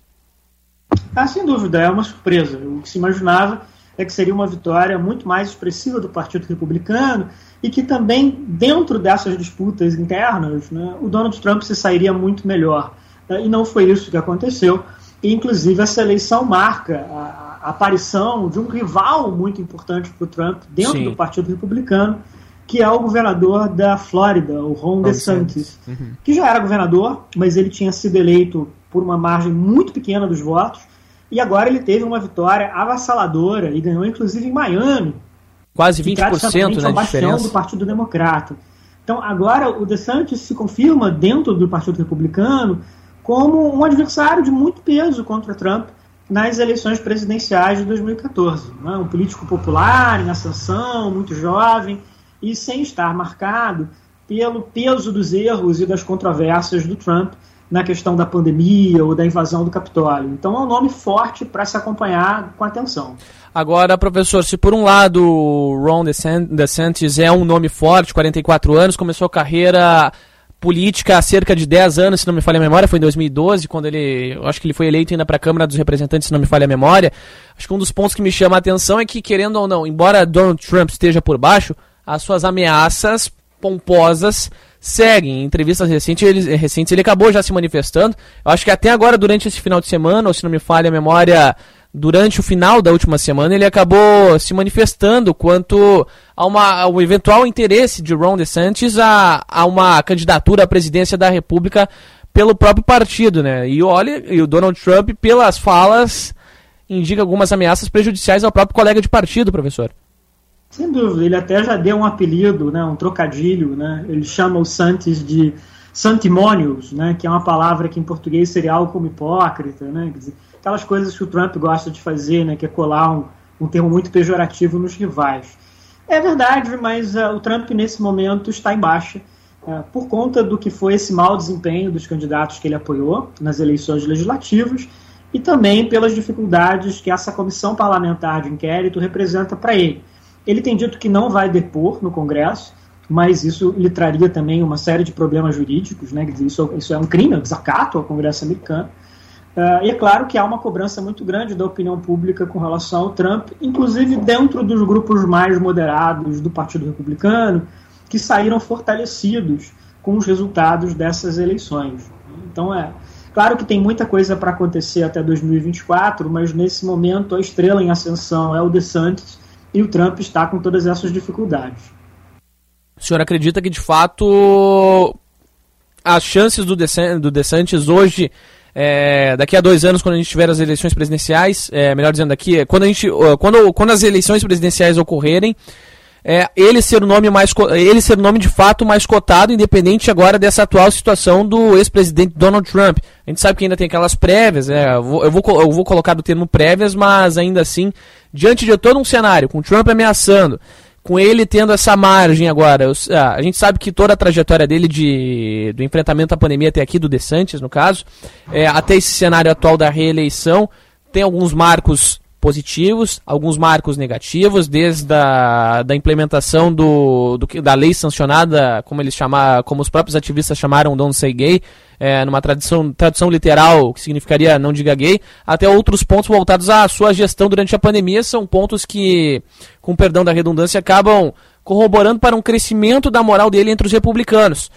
Sem dúvida, é uma surpresa. O que se imaginava é que seria uma vitória muito mais expressiva do Partido Republicano e que também, dentro dessas disputas internas, né, o Donald Trump se sairia muito melhor. E não foi isso que aconteceu. E, inclusive, essa eleição marca a aparição de um rival muito importante para o Trump dentro do Partido Republicano, que é o governador da Flórida, o Ron DeSantis, que já era governador, mas ele tinha sido eleito por uma margem muito pequena dos votos, e agora ele teve uma vitória avassaladora e ganhou, inclusive, em Miami. Quase 20%, né, de diferença do Partido Democrata. Então, agora o DeSantis se confirma dentro do Partido Republicano como um adversário de muito peso contra Trump nas eleições presidenciais de 2014. Né? Um político popular, em ascensão, muito jovem, e sem estar marcado pelo peso dos erros e das controvérsias do Trump na questão da pandemia ou da invasão do Capitólio. Então é um nome forte para se acompanhar com atenção. Agora, professor, se por um lado o Ron DeSantis é um nome forte, 44 anos, começou a carreira política há cerca de 10 anos, se não me falha a memória, foi em 2012, quando eu acho que ele foi eleito ainda para a Câmara dos Representantes, se não me falha a memória. Acho que um dos pontos que me chama a atenção é que, querendo ou não, embora Donald Trump esteja por baixo, as suas ameaças pomposas seguem. Em entrevistas recentes ele acabou já se manifestando. Eu acho que até agora, durante esse final de semana, ou se não me falha a memória, durante o final da última semana, ele acabou se manifestando quanto ao eventual interesse de Ron DeSantis a uma candidatura à presidência da República pelo próprio partido, né? E o Donald Trump, pelas falas, indica algumas ameaças prejudiciais ao próprio colega de partido, professor. Sem dúvida, ele até já deu um apelido, né, um trocadilho, né? Ele chama o Santis de Santimonious, né, que é uma palavra que em português seria algo como hipócrita, né? Quer dizer, aquelas coisas que o Trump gosta de fazer, né, que é colar um termo muito pejorativo nos rivais. É verdade, mas o Trump nesse momento está em baixa por conta do que foi esse mau desempenho dos candidatos que ele apoiou nas eleições legislativas e também pelas dificuldades que essa comissão parlamentar de inquérito representa para ele. Ele tem dito que não vai depor no Congresso, mas isso lhe traria também uma série de problemas jurídicos, né? Quer dizer, isso é um crime, um desacato ao Congresso americano. E é claro que há uma cobrança muito grande da opinião pública com relação ao Trump, inclusive dentro dos grupos mais moderados do Partido Republicano, que saíram fortalecidos com os resultados dessas eleições. Então, claro que tem muita coisa para acontecer até 2024, mas nesse momento a estrela em ascensão é o DeSantis, e o Trump está com todas essas dificuldades. O senhor acredita que, de fato, as chances do DeSantis hoje, daqui a 2 anos, quando a gente tiver as eleições presidenciais, melhor dizendo, quando as eleições presidenciais ocorrerem, ele ser o nome de fato mais cotado, independente agora dessa atual situação do ex-presidente Donald Trump? A gente sabe que ainda tem aquelas prévias, eu vou colocar do termo prévias, mas ainda assim, diante de todo um cenário, com Trump ameaçando, com ele tendo essa margem agora, a gente sabe que toda a trajetória dele do enfrentamento à pandemia até aqui, do DeSantis no caso, até esse cenário atual da reeleição, tem alguns marcos positivos, alguns marcos negativos, desde da implementação da lei sancionada, como os próprios ativistas chamaram, Don't Say Gay, numa tradução literal, que significaria não diga gay, até outros pontos voltados à sua gestão durante a pandemia, são pontos que, com perdão da redundância, acabam corroborando para um crescimento da moral dele entre os republicanos.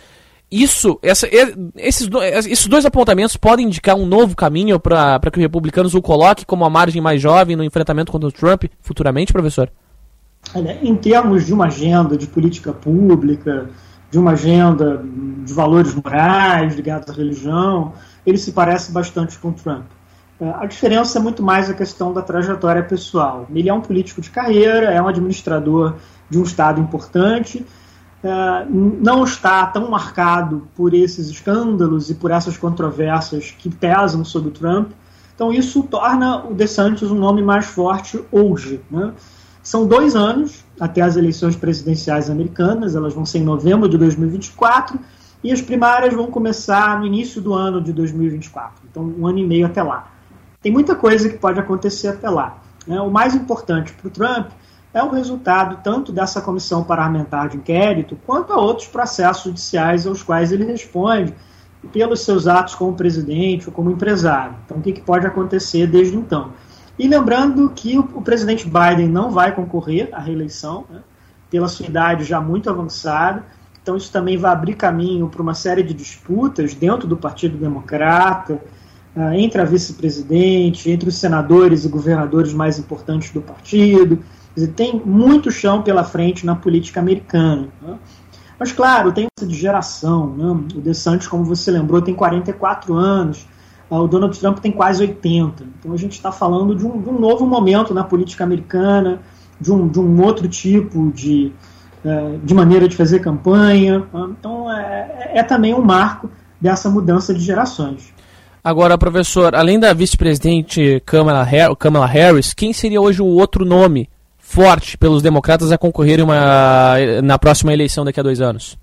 Esses dois apontamentos podem indicar um novo caminho para que os republicanos o coloquem como a margem mais jovem no enfrentamento contra o Trump futuramente, professor? em termos de uma agenda de política pública, de uma agenda de valores morais ligados à religião, ele se parece bastante com Trump. A diferença é muito mais a questão da trajetória pessoal. Ele é um político de carreira, é um administrador de um estado importante, não está tão marcado por esses escândalos e por essas controvérsias que pesam sobre o Trump. Então isso torna o DeSantis um nome mais forte hoje, né? São 2 anos até as eleições presidenciais americanas, elas vão ser em novembro de 2024, e as primárias vão começar no início do ano de 2024, então 1 ano e meio até lá. Tem muita coisa que pode acontecer até lá, né? O mais importante para o Trump é o resultado tanto dessa comissão parlamentar de inquérito, quanto a outros processos judiciais aos quais ele responde pelos seus atos como presidente ou como empresário. Então, o que pode acontecer desde então? E lembrando que o presidente Biden não vai concorrer à reeleição, né, pela sua idade já muito avançada, então isso também vai abrir caminho para uma série de disputas dentro do Partido Democrata, entre a vice-presidente, entre os senadores e governadores mais importantes do partido. Quer dizer, tem muito chão pela frente na política americana, né? Mas, claro, tem essa de geração, né? O DeSantis, como você lembrou, tem 44 anos, o Donald Trump tem quase 80. Então a gente está falando de um novo momento na política americana, de um outro tipo de maneira de fazer campanha. Então é também um marco dessa mudança de gerações. Agora, professor, além da vice-presidente Kamala Harris, quem seria hoje o outro nome forte pelos democratas a concorrerem na próxima eleição daqui a 2 anos?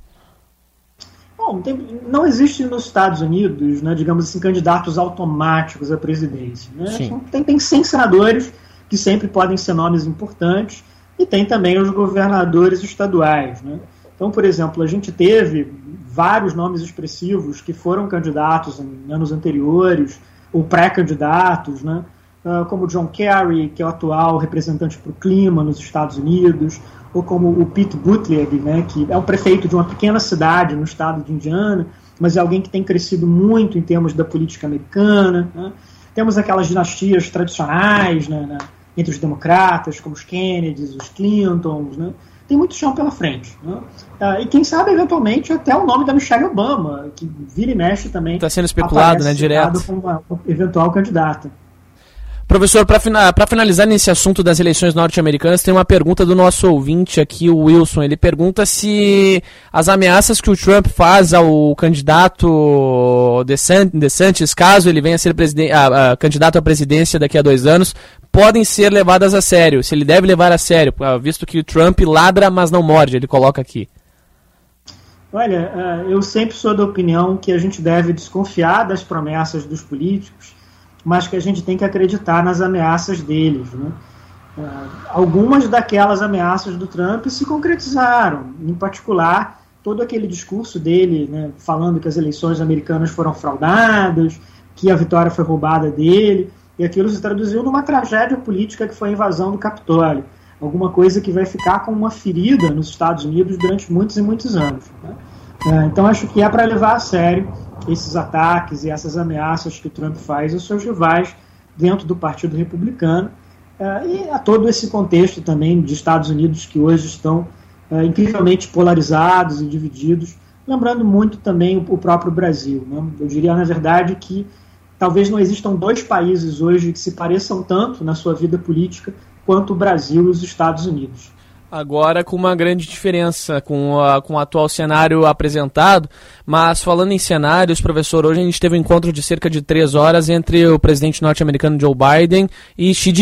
Bom, não existe nos Estados Unidos, né, digamos assim, candidatos automáticos à presidência, né? Tem 100 senadores que sempre podem ser nomes importantes, e tem também os governadores estaduais, né? Então, por exemplo, a gente teve vários nomes expressivos que foram candidatos em anos anteriores, ou pré-candidatos, né? Como John Kerry, que é o atual representante para o clima nos Estados Unidos, ou como o Pete Buttigieg, né, que é o prefeito de uma pequena cidade no estado de Indiana, mas é alguém que tem crescido muito em termos da política americana, né? Temos aquelas dinastias tradicionais, né, entre os democratas, como os Kennedys, os Clintons, né? Tem muito chão pela frente, né? E quem sabe, eventualmente, até o nome da Michelle Obama, que vira e mexe também. Está sendo especulado, né, direto. Como uma eventual candidata. Professor, para finalizar nesse assunto das eleições norte-americanas, tem uma pergunta do nosso ouvinte aqui, o Wilson. Ele pergunta se as ameaças que o Trump faz ao candidato DeSantis, caso ele venha a ser candidato à presidência daqui a 2 anos, podem ser levadas a sério, se ele deve levar a sério, visto que o Trump ladra, mas não morde, ele coloca aqui. Olha, eu sempre sou da opinião que a gente deve desconfiar das promessas dos políticos, mas que a gente tem que acreditar nas ameaças deles, né? Algumas daquelas ameaças do Trump se concretizaram, em particular todo aquele discurso dele, né, falando que as eleições americanas foram fraudadas, que a vitória foi roubada dele, e aquilo se traduziu numa tragédia política que foi a invasão do Capitólio, alguma coisa que vai ficar com uma ferida nos Estados Unidos durante muitos e muitos anos, né? Então acho que é para levar a sério esses ataques e essas ameaças que o Trump faz aos seus rivais dentro do Partido Republicano, e a todo esse contexto também de Estados Unidos que hoje estão incrivelmente polarizados e divididos, lembrando muito também o próprio Brasil, né? Eu diria, na verdade, que talvez não existam 2 países hoje que se pareçam tanto na sua vida política quanto o Brasil e os Estados Unidos. Agora com uma grande diferença com o atual cenário apresentado, mas falando em cenários, professor, hoje a gente teve um encontro de cerca de 3 horas entre o presidente norte-americano Joe Biden e Xi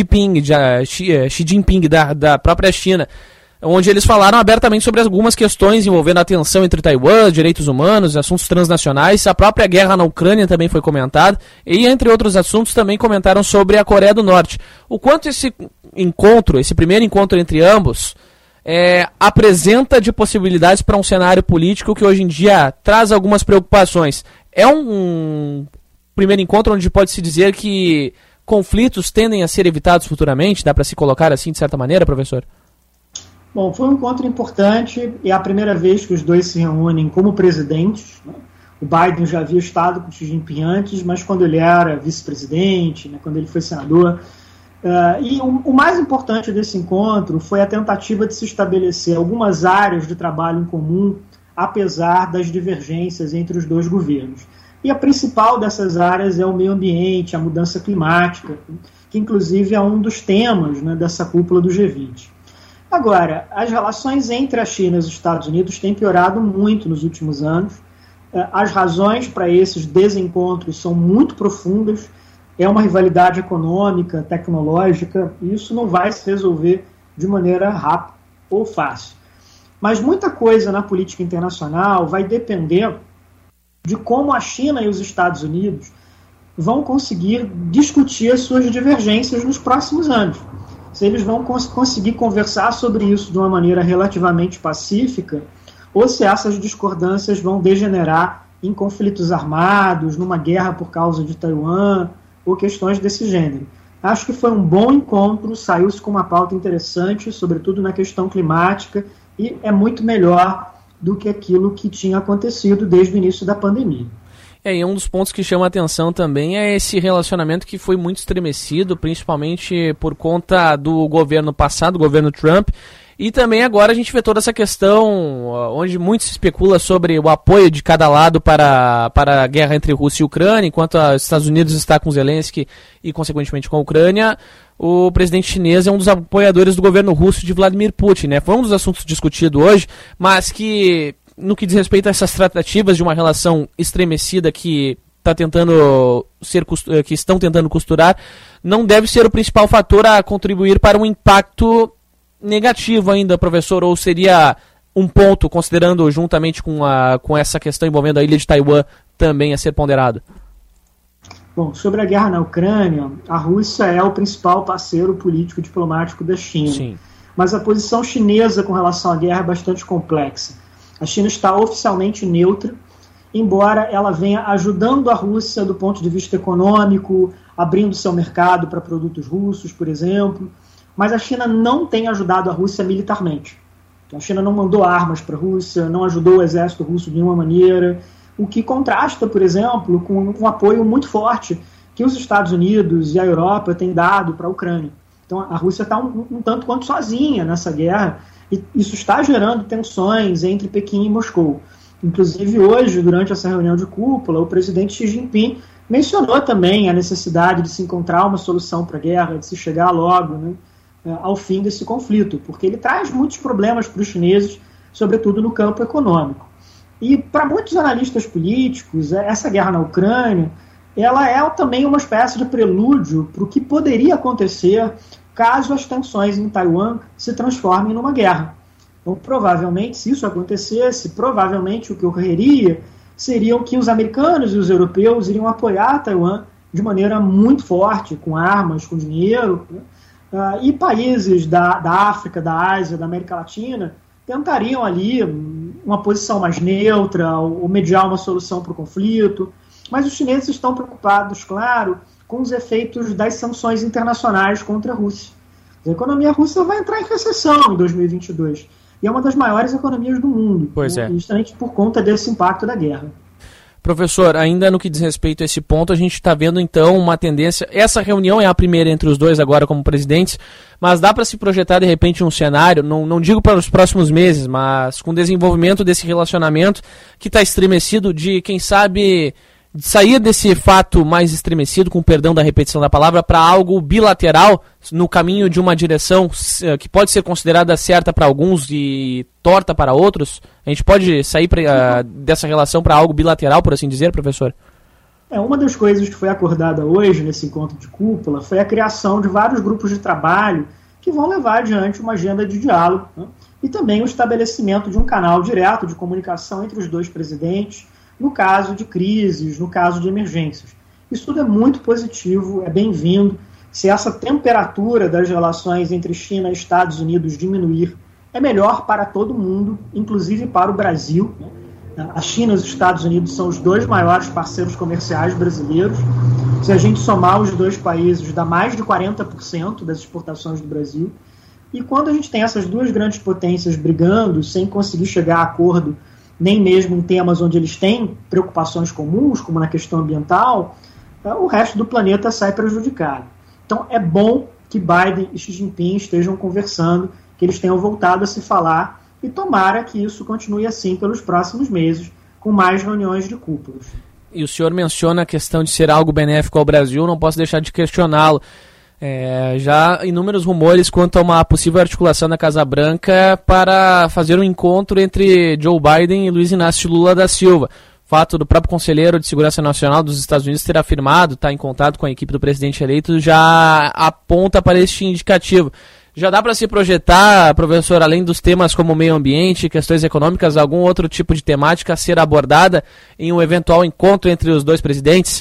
Jinping da própria China, onde eles falaram abertamente sobre algumas questões envolvendo a tensão entre Taiwan, direitos humanos, assuntos transnacionais, a própria guerra na Ucrânia também foi comentada, e entre outros assuntos também comentaram sobre a Coreia do Norte. O quanto esse primeiro encontro entre ambos, apresenta de possibilidades para um cenário político que hoje em dia traz algumas preocupações. É um primeiro encontro onde pode-se dizer que conflitos tendem a ser evitados futuramente? Dá para se colocar assim de certa maneira, professor? Bom, foi um encontro importante, é a primeira vez que os dois se reúnem como presidentes, né? O Biden já havia estado com o Xi Jinping antes, mas quando ele era vice-presidente, né, quando ele foi senador, E o mais importante desse encontro foi a tentativa de se estabelecer algumas áreas de trabalho em comum, apesar das divergências entre os dois governos. E a principal dessas áreas é o meio ambiente, a mudança climática, que inclusive é um dos temas, né, dessa cúpula do G20. Agora, as relações entre a China e os Estados Unidos têm piorado muito nos últimos anos. As razões para esses desencontros são muito profundas. É uma rivalidade econômica, tecnológica, e isso não vai se resolver de maneira rápida ou fácil. Mas muita coisa na política internacional vai depender de como a China e os Estados Unidos vão conseguir discutir as suas divergências nos próximos anos. Se eles vão conseguir conversar sobre isso de uma maneira relativamente pacífica, ou se essas discordâncias vão degenerar em conflitos armados, numa guerra por causa de Taiwan, ou questões desse gênero. Acho que foi um bom encontro, saiu-se com uma pauta interessante, sobretudo na questão climática, e é muito melhor do que aquilo que tinha acontecido desde o início da pandemia. E um dos pontos que chama a atenção também é esse relacionamento que foi muito estremecido, principalmente por conta do governo passado, o governo Trump, e também agora a gente vê toda essa questão onde muito se especula sobre o apoio de cada lado para a guerra entre Rússia e Ucrânia, enquanto os Estados Unidos está com Zelensky e, consequentemente, com a Ucrânia. O presidente chinês é um dos apoiadores do governo russo de Vladimir Putin, né? Foi um dos assuntos discutidos hoje, mas que, no que diz respeito a essas tratativas de uma relação estremecida que estão tentando costurar, não deve ser o principal fator a contribuir para um impacto negativo ainda, professor, ou seria um ponto, considerando juntamente com essa questão envolvendo a ilha de Taiwan, também a ser ponderado? Bom, sobre a guerra na Ucrânia, a Rússia é o principal parceiro político e diplomático da China. Sim. Mas a posição chinesa com relação à guerra é bastante complexa. A China está oficialmente neutra, embora ela venha ajudando a Rússia do ponto de vista econômico, abrindo seu mercado para produtos russos, por exemplo. Mas a China não tem ajudado a Rússia militarmente. A China não mandou armas para a Rússia, não ajudou o exército russo de nenhuma maneira, o que contrasta, por exemplo, com um apoio muito forte que os Estados Unidos e a Europa têm dado para a Ucrânia. Então a Rússia está um tanto quanto sozinha nessa guerra, e isso está gerando tensões entre Pequim e Moscou. Inclusive hoje, durante essa reunião de cúpula, o presidente Xi Jinping mencionou também a necessidade de se encontrar uma solução para a guerra, de se chegar logo, né, ao fim desse conflito, porque ele traz muitos problemas para os chineses, sobretudo no campo econômico. E para muitos analistas políticos, essa guerra na Ucrânia, ela é também uma espécie de prelúdio para o que poderia acontecer caso as tensões em Taiwan se transformem numa guerra. Então, provavelmente, se isso acontecesse, provavelmente o que ocorreria seriam que os americanos e os europeus iriam apoiar Taiwan de maneira muito forte, com armas, com dinheiro, né? E países da África, da Ásia, da América Latina tentariam ali uma posição mais neutra ou mediar uma solução para o conflito. Mas os chineses estão preocupados, claro, com os efeitos das sanções internacionais contra a Rússia. A economia russa vai entrar em recessão em 2022. E é uma das maiores economias do mundo. Pois é. Justamente por conta desse impacto da guerra. Professor, ainda no que diz respeito a esse ponto, a gente está vendo então uma tendência. Essa reunião é a primeira entre os dois agora como presidentes, mas dá para se projetar de repente um cenário, não digo para os próximos meses, mas com o desenvolvimento desse relacionamento que está estremecido, de quem sabe sair desse fato mais estremecido, com perdão da repetição da palavra, para algo bilateral no caminho de uma direção que pode ser considerada certa para alguns e torta para outros? A gente pode sair dessa relação para algo bilateral, por assim dizer, professor? Uma das coisas que foi acordada hoje nesse encontro de cúpula foi a criação de vários grupos de trabalho que vão levar adiante uma agenda de diálogo, né? E também o estabelecimento de um canal direto de comunicação entre os dois presidentes, no caso de crises, no caso de emergências. Isso tudo é muito positivo, é bem-vindo. Se essa temperatura das relações entre China e Estados Unidos diminuir, é melhor para todo mundo, inclusive para o Brasil. A China e os Estados Unidos são os dois maiores parceiros comerciais brasileiros. Se a gente somar os dois países, dá mais de 40% das exportações do Brasil. E quando a gente tem essas duas grandes potências brigando, sem conseguir chegar a acordo nem mesmo em temas onde eles têm preocupações comuns, como na questão ambiental, o resto do planeta sai prejudicado. Então é bom que Biden e Xi Jinping estejam conversando, que eles tenham voltado a se falar, e tomara que isso continue assim pelos próximos meses, com mais reuniões de cúpulas. E o senhor menciona a questão de ser algo benéfico ao Brasil, não posso deixar de questioná-lo. Já inúmeros rumores quanto a uma possível articulação da Casa Branca para fazer um encontro entre Joe Biden e Luiz Inácio Lula da Silva. O fato do próprio Conselheiro de Segurança Nacional dos Estados Unidos ter afirmado, estar em contato com a equipe do presidente eleito, já aponta para este indicativo. Já dá para se projetar, professor, além dos temas como meio ambiente, questões econômicas, algum outro tipo de temática a ser abordada em um eventual encontro entre os dois presidentes?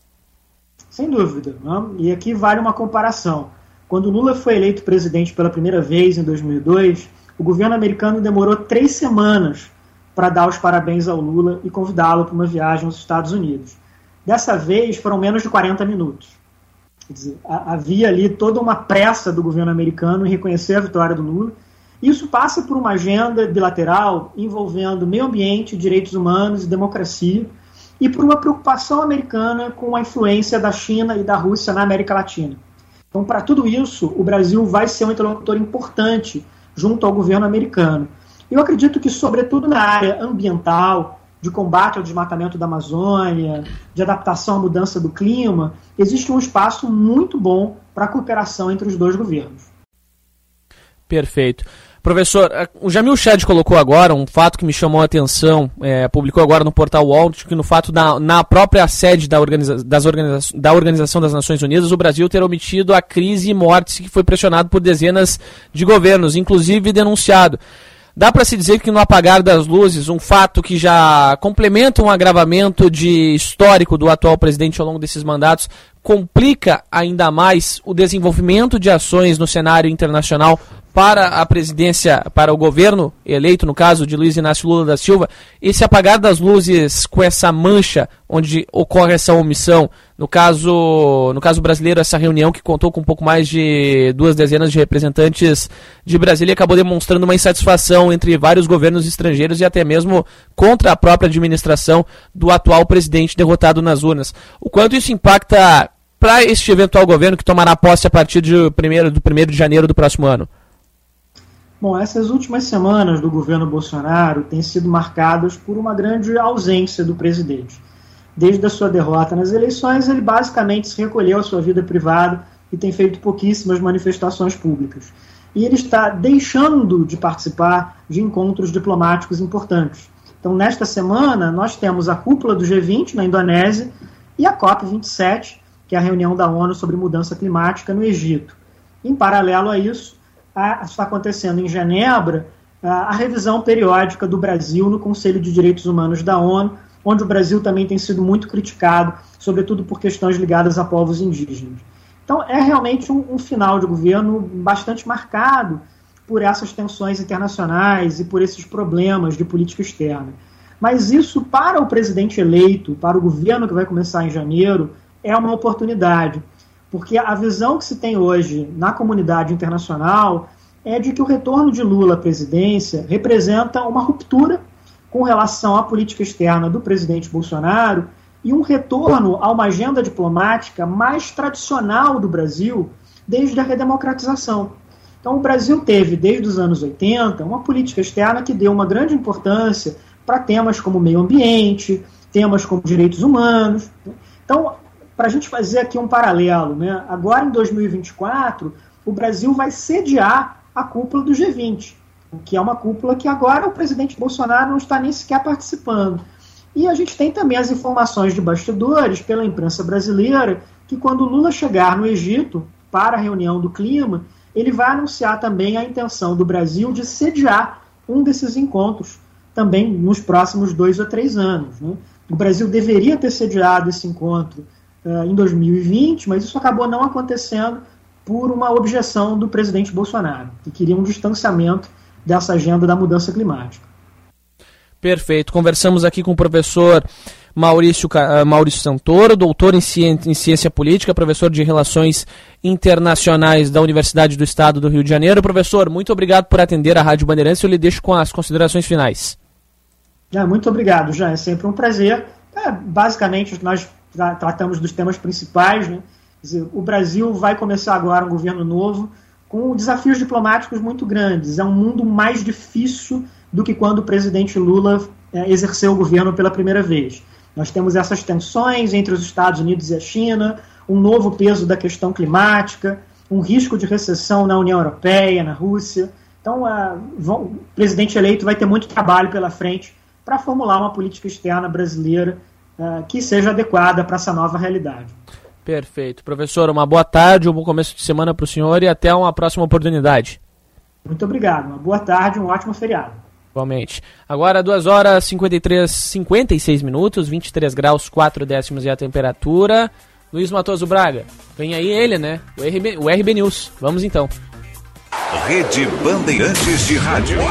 Sem dúvida, né? E aqui vale uma comparação. Quando Lula foi eleito presidente pela primeira vez, em 2002, o governo americano demorou 3 semanas para dar os parabéns ao Lula e convidá-lo para uma viagem aos Estados Unidos. Dessa vez, foram menos de 40 minutos. Quer dizer, havia ali toda uma pressa do governo americano em reconhecer a vitória do Lula. Isso passa por uma agenda bilateral envolvendo meio ambiente, direitos humanos e democracia, e por uma preocupação americana com a influência da China e da Rússia na América Latina. Então, para tudo isso, o Brasil vai ser um interlocutor importante junto ao governo americano. Eu acredito que, sobretudo na área ambiental, de combate ao desmatamento da Amazônia, de adaptação à mudança do clima, existe um espaço muito bom para a cooperação entre os dois governos. Perfeito. Professor, o Jamil Chad colocou agora um fato que me chamou a atenção, publicou agora no portal UOL, que no fato na própria sede da Organização das Nações Unidas, o Brasil ter omitido a crise e mortes que foi pressionado por dezenas de governos, inclusive denunciado. Dá para se dizer que no apagar das luzes, um fato que já complementa um agravamento de histórico do atual presidente ao longo desses mandatos, complica ainda mais o desenvolvimento de ações no cenário internacional para a presidência, para o governo eleito, no caso de Luiz Inácio Lula da Silva. Esse apagar das luzes com essa mancha onde ocorre essa omissão, no caso brasileiro, essa reunião que contou com um pouco mais de 2 dezenas de representantes de Brasília, acabou demonstrando uma insatisfação entre vários governos estrangeiros e até mesmo contra a própria administração do atual presidente derrotado nas urnas. O quanto isso impacta para este eventual governo que tomará posse a partir do 1º de janeiro do próximo ano? Bom, essas últimas semanas do governo Bolsonaro têm sido marcadas por uma grande ausência do presidente. Desde a sua derrota nas eleições, ele basicamente se recolheu à sua vida privada e tem feito pouquíssimas manifestações públicas. E ele está deixando de participar de encontros diplomáticos importantes. Então, nesta semana, nós temos a cúpula do G20 na Indonésia e a COP27, que é a reunião da ONU sobre mudança climática no Egito. Em paralelo a isso, está acontecendo em Genebra a revisão periódica do Brasil no Conselho de Direitos Humanos da ONU, onde o Brasil também tem sido muito criticado, sobretudo por questões ligadas a povos indígenas. Então, é realmente um final de governo bastante marcado por essas tensões internacionais e por esses problemas de política externa. Mas isso, para o presidente eleito, para o governo que vai começar em janeiro, é uma oportunidade. Porque a visão que se tem hoje na comunidade internacional é de que o retorno de Lula à presidência representa uma ruptura com relação à política externa do presidente Bolsonaro e um retorno a uma agenda diplomática mais tradicional do Brasil desde a redemocratização. Então o Brasil teve, desde os anos 80, uma política externa que deu uma grande importância para temas como meio ambiente, temas como direitos humanos. Então, para a gente fazer aqui um paralelo, né? Agora em 2024, o Brasil vai sediar a cúpula do G20, que é uma cúpula que agora o presidente Bolsonaro não está nem sequer participando. E a gente tem também as informações de bastidores pela imprensa brasileira que quando Lula chegar no Egito para a reunião do clima, ele vai anunciar também a intenção do Brasil de sediar um desses encontros também nos próximos 2 ou 3 anos, né? O Brasil deveria ter sediado esse encontro em 2020, mas isso acabou não acontecendo por uma objeção do presidente Bolsonaro, que queria um distanciamento dessa agenda da mudança climática. Perfeito. Conversamos aqui com o professor Maurício Santoro, doutor em ciência política, professor de Relações Internacionais da Universidade do Estado do Rio de Janeiro. Professor, muito obrigado por atender a Rádio Bandeirantes. Eu lhe deixo com as considerações finais. Muito obrigado, Jean. É sempre um prazer. Basicamente, nós tratamos dos temas principais, né? Quer dizer, o Brasil vai começar agora um governo novo com desafios diplomáticos muito grandes. É um mundo mais difícil do que quando o presidente Lula exerceu o governo pela primeira vez. Nós temos essas tensões entre os Estados Unidos e a China, um novo peso da questão climática, um risco de recessão na União Europeia, na Rússia. Então, o presidente eleito vai ter muito trabalho pela frente para formular uma política externa brasileira que seja adequada para essa nova realidade. Perfeito. Professor, uma boa tarde, um bom começo de semana para o senhor e até uma próxima oportunidade. Muito obrigado. Uma boa tarde, um ótimo feriado. Igualmente. Agora 2h56 minutos, 23 graus, 4 décimos e a temperatura. Luiz Matoso Braga, vem aí ele, né? O RB News. Vamos então. Rede Bandeirantes de Rádio.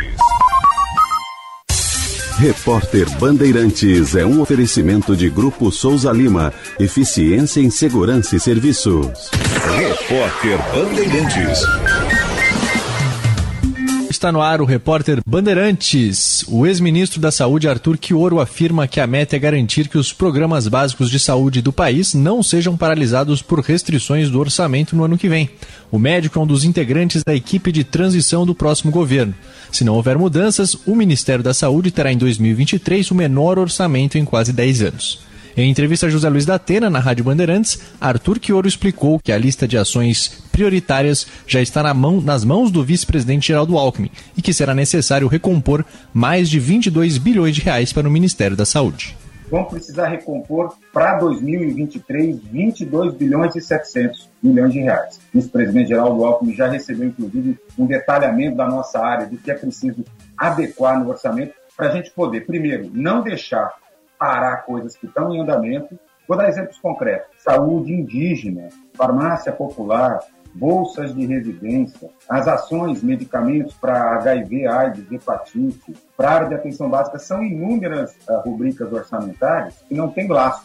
Repórter Bandeirantes é um oferecimento de Grupo Souza Lima. Eficiência em Segurança e Serviços. Repórter Bandeirantes. Está no ar o Repórter Bandeirantes. O ex-ministro da Saúde, Arthur Quioro, afirma que a meta é garantir que os programas básicos de saúde do país não sejam paralisados por restrições do orçamento no ano que vem. O médico é um dos integrantes da equipe de transição do próximo governo. Se não houver mudanças, o Ministério da Saúde terá em 2023 o menor orçamento em quase 10 anos. Em entrevista a José Luiz da Atena, na Rádio Bandeirantes, Arthur Quioro explicou que a lista de ações prioritárias já está nas mãos do vice-presidente Geraldo Alckmin e que será necessário recompor mais de 22 bilhões de reais para o Ministério da Saúde. Vão precisar recompor para 2023 22 bilhões e 700 milhões de reais. O vice-presidente Geraldo Alckmin já recebeu, inclusive, um detalhamento da nossa área do que é preciso adequar no orçamento para a gente poder, primeiro, não deixar parar coisas que estão em andamento. Vou dar exemplos concretos. Saúde indígena, farmácia popular, bolsas de residência, as ações, medicamentos para HIV, AIDS, hepatite, para a área de atenção básica, são inúmeras rubricas orçamentárias que não têm lastro.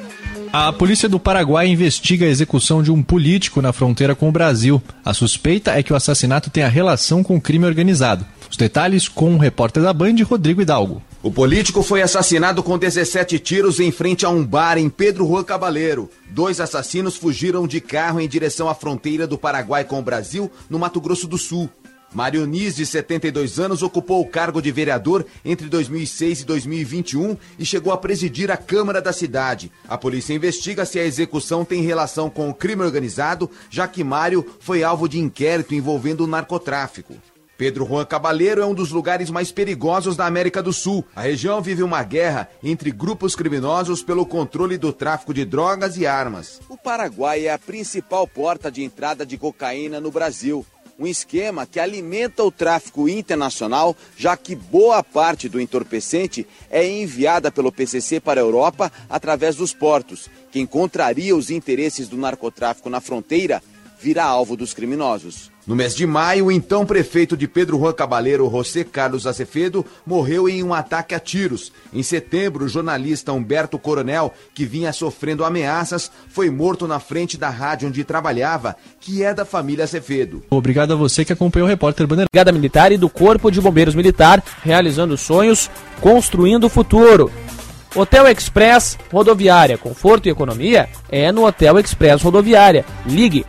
A polícia do Paraguai investiga a execução de um político na fronteira com o Brasil. A suspeita é que o assassinato tenha relação com o crime organizado. Os detalhes com o repórter da Band, Rodrigo Hidalgo. O político foi assassinado com 17 tiros em frente a um bar em Pedro Juan Cabaleiro. 2 assassinos fugiram de carro em direção à fronteira do Paraguai com o Brasil, no Mato Grosso do Sul. Mário Nis, de 72 anos, ocupou o cargo de vereador entre 2006 e 2021 e chegou a presidir a Câmara da cidade. A polícia investiga se a execução tem relação com o crime organizado, já que Mário foi alvo de inquérito envolvendo o narcotráfico. Pedro Juan Cabaleiro é um dos lugares mais perigosos da América do Sul. A região vive uma guerra entre grupos criminosos pelo controle do tráfico de drogas e armas. O Paraguai é a principal porta de entrada de cocaína no Brasil. Um esquema que alimenta o tráfico internacional, já que boa parte do entorpecente é enviada pelo PCC para a Europa através dos portos. Quem contraria os interesses do narcotráfico na fronteira vira alvo dos criminosos. No mês de maio, o então prefeito de Pedro Juan Cabaleiro, José Carlos Azevedo, morreu em um ataque a tiros. Em setembro, o jornalista Humberto Coronel, que vinha sofrendo ameaças, foi morto na frente da rádio onde trabalhava, que é da família Azevedo. Obrigado a você que acompanhou o Repórter Bandeirantes. Brigada Militar e do Corpo de Bombeiros Militar, realizando sonhos, construindo o futuro. Hotel Express Rodoviária, conforto e economia é no Hotel Express Rodoviária. Ligue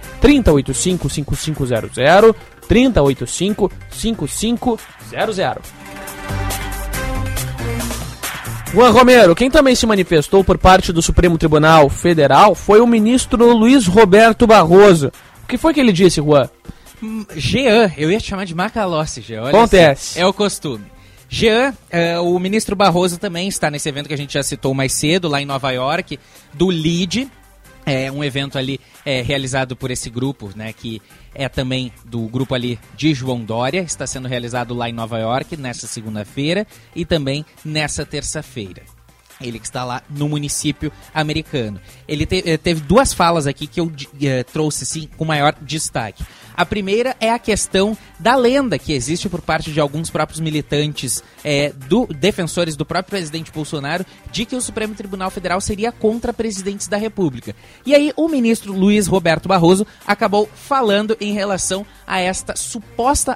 3085-5500, 3085-5500. Juan Romero, quem também se manifestou por parte do Supremo Tribunal Federal foi o ministro Luiz Roberto Barroso. O que foi que ele disse, Juan? Jean, eu ia te chamar de Macalossi, Jean. Acontece. É o costume. Jean, o ministro Barroso também está nesse evento que a gente já citou mais cedo, lá em Nova York, do LEAD. É um evento ali realizado por esse grupo, né, que é também do grupo ali de João Dória. Está sendo realizado lá em Nova York, nessa segunda-feira e também nessa terça-feira. Ele que está lá no município americano. Ele teve 2 falas aqui que eu trouxe assim, com maior destaque. A primeira é a questão da lenda que existe por parte de alguns próprios militantes defensores do próprio presidente Bolsonaro de que o Supremo Tribunal Federal seria contra presidentes da República. E aí o ministro Luiz Roberto Barroso acabou falando em relação a esta suposta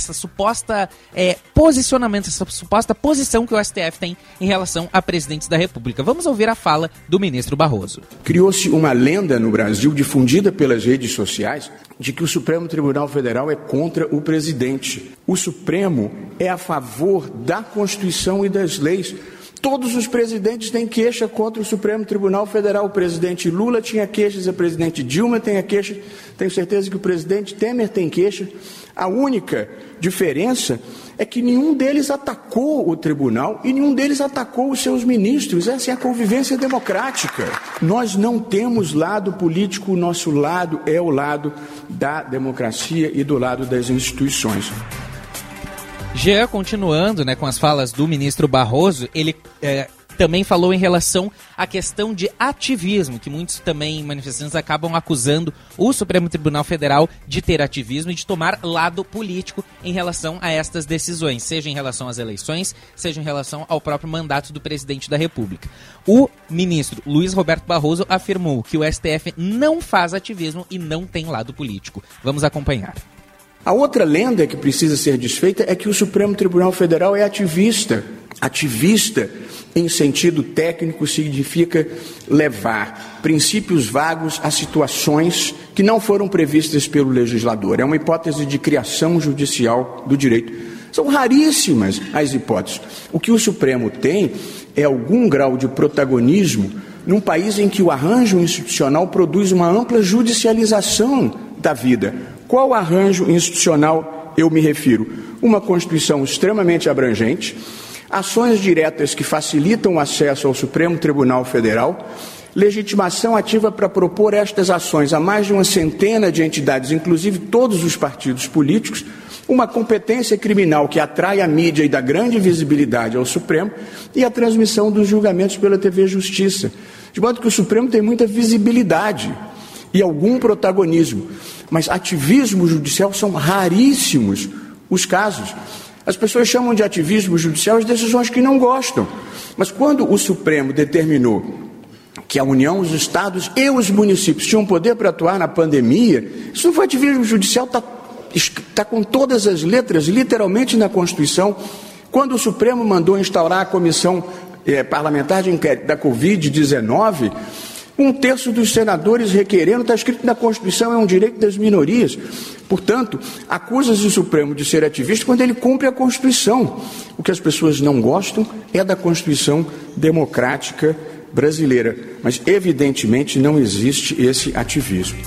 posicionamento, essa suposta posição que o STF tem em relação a presidentes da República. Vamos ouvir a fala do ministro Barroso. Criou-se uma lenda no Brasil, difundida pelas redes sociais, de que o Supremo Tribunal Federal é contra o presidente. O Supremo é a favor da Constituição e das leis. Todos os presidentes têm queixa contra o Supremo Tribunal Federal. O presidente Lula tinha queixas, a presidente Dilma tem a queixa, tenho certeza que o presidente Temer tem queixa. A única diferença é que nenhum deles atacou o tribunal e nenhum deles atacou os seus ministros. Essa é a convivência democrática. Nós não temos lado político, o nosso lado é o lado da democracia e do lado das instituições. Jean, continuando, com as falas do ministro Barroso, ele também falou em relação à questão de ativismo, que muitos também manifestantes acabam acusando o Supremo Tribunal Federal de ter ativismo e de tomar lado político em relação a estas decisões, seja em relação às eleições, seja em relação ao próprio mandato do presidente da República. O ministro Luiz Roberto Barroso afirmou que o STF não faz ativismo e não tem lado político. Vamos acompanhar. A outra lenda que precisa ser desfeita é que o Supremo Tribunal Federal é ativista. Ativista, em sentido técnico, significa levar princípios vagos a situações que não foram previstas pelo legislador. É uma hipótese de criação judicial do direito. São raríssimas as hipóteses. O que o Supremo tem é algum grau de protagonismo num país em que o arranjo institucional produz uma ampla judicialização da vida. Qual arranjo institucional eu me refiro? Uma Constituição extremamente abrangente, ações diretas que facilitam o acesso ao Supremo Tribunal Federal, legitimação ativa para propor estas ações a mais de uma centena de entidades, inclusive todos os partidos políticos, uma competência criminal que atrai a mídia e dá grande visibilidade ao Supremo e a transmissão dos julgamentos pela TV Justiça. De modo que o Supremo tem muita visibilidade e algum protagonismo, mas ativismo judicial são raríssimos os casos. As pessoas chamam de ativismo judicial as decisões que não gostam, mas quando o Supremo determinou que a União, os estados e os municípios tinham poder para atuar na pandemia, isso não foi ativismo judicial, está com todas as letras, literalmente na Constituição. Quando o Supremo mandou instaurar a comissão parlamentar de inquérito da Covid-19, 1/3 dos senadores requerendo, está escrito na Constituição, é um direito das minorias. Portanto, acusa-se o Supremo de ser ativista quando ele cumpre a Constituição. O que as pessoas não gostam é da Constituição democrática brasileira. Mas, evidentemente, não existe esse ativismo.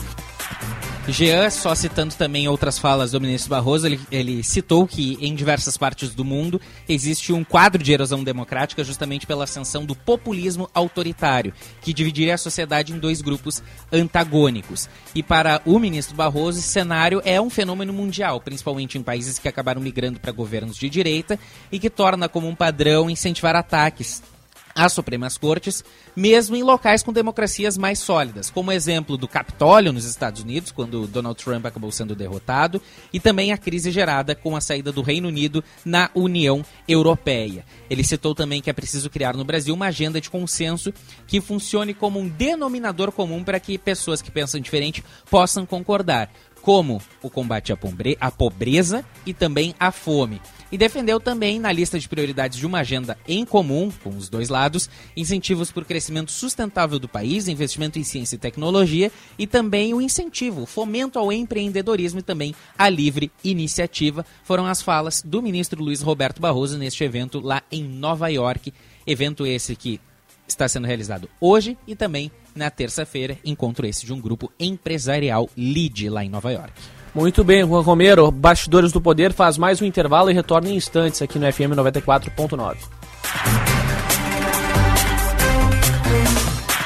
Jean, só citando também outras falas do ministro Barroso, ele citou que em diversas partes do mundo existe um quadro de erosão democrática justamente pela ascensão do populismo autoritário, que dividiria a sociedade em dois grupos antagônicos. E para o ministro Barroso, esse cenário é um fenômeno mundial, principalmente em países que acabaram migrando para governos de direita e que torna como um padrão incentivar ataques às Supremas Cortes, mesmo em locais com democracias mais sólidas, como exemplo do Capitólio nos Estados Unidos, quando Donald Trump acabou sendo derrotado, e também a crise gerada com a saída do Reino Unido na União Europeia. Ele citou também que é preciso criar no Brasil uma agenda de consenso que funcione como um denominador comum para que pessoas que pensam diferente possam concordar, como o combate à pobreza e também à fome. E defendeu também, na lista de prioridades de uma agenda em comum, com os dois lados, incentivos por crescimento sustentável do país, investimento em ciência e tecnologia e também o incentivo, o fomento ao empreendedorismo e também à livre iniciativa. Foram as falas do ministro Luiz Roberto Barroso neste evento lá em Nova York. Evento esse que está sendo realizado hoje e também na terça-feira, encontro esse de um grupo empresarial LEAD lá em Nova York. Muito bem, Juan Romero, Bastidores do Poder faz mais um intervalo e retorna em instantes aqui no FM 94.9.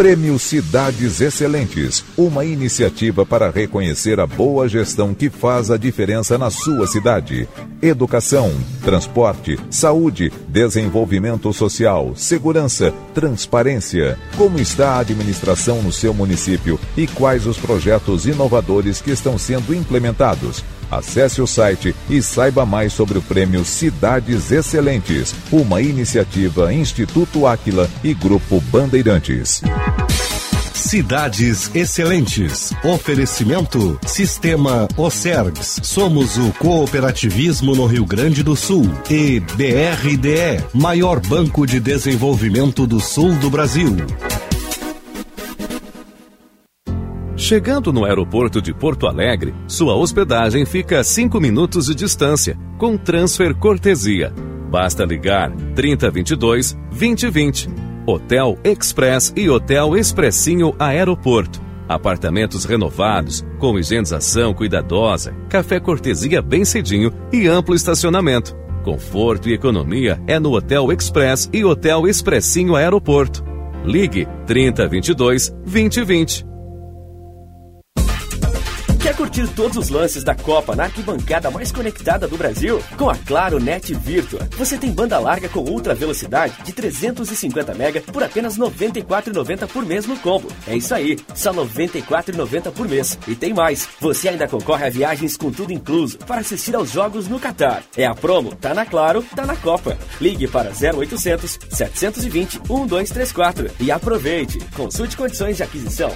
Prêmio Cidades Excelentes, uma iniciativa para reconhecer a boa gestão que faz a diferença na sua cidade. Educação, transporte, saúde, desenvolvimento social, segurança, transparência. Como está a administração no seu município e quais os projetos inovadores que estão sendo implementados? Acesse o site e saiba mais sobre o Prêmio Cidades Excelentes, uma iniciativa Instituto Áquila e Grupo Bandeirantes. Cidades Excelentes. Oferecimento Sistema Ocergs. Somos o cooperativismo no Rio Grande do Sul. E BRDE, maior banco de desenvolvimento do sul do Brasil. Chegando no aeroporto de Porto Alegre, sua hospedagem fica a 5 minutos de distância, com transfer cortesia. Basta ligar 3022 2020. Hotel Express e Hotel Expressinho Aeroporto. Apartamentos renovados, com higienização cuidadosa, café cortesia bem cedinho e amplo estacionamento. Conforto e economia é no Hotel Express e Hotel Expressinho Aeroporto. Ligue 3022 2020. Quer curtir todos os lances da Copa na arquibancada mais conectada do Brasil? Com a Claro Net Virtua, você tem banda larga com ultra velocidade de 350 MB por apenas R$ 94,90 por mês no combo. É isso aí, só R$ 94,90 por mês. E tem mais, você ainda concorre a viagens com tudo incluso para assistir aos jogos no Catar. É a promo, tá na Claro, tá na Copa. Ligue para 0800 720 1234 e aproveite. Consulte condições de aquisição.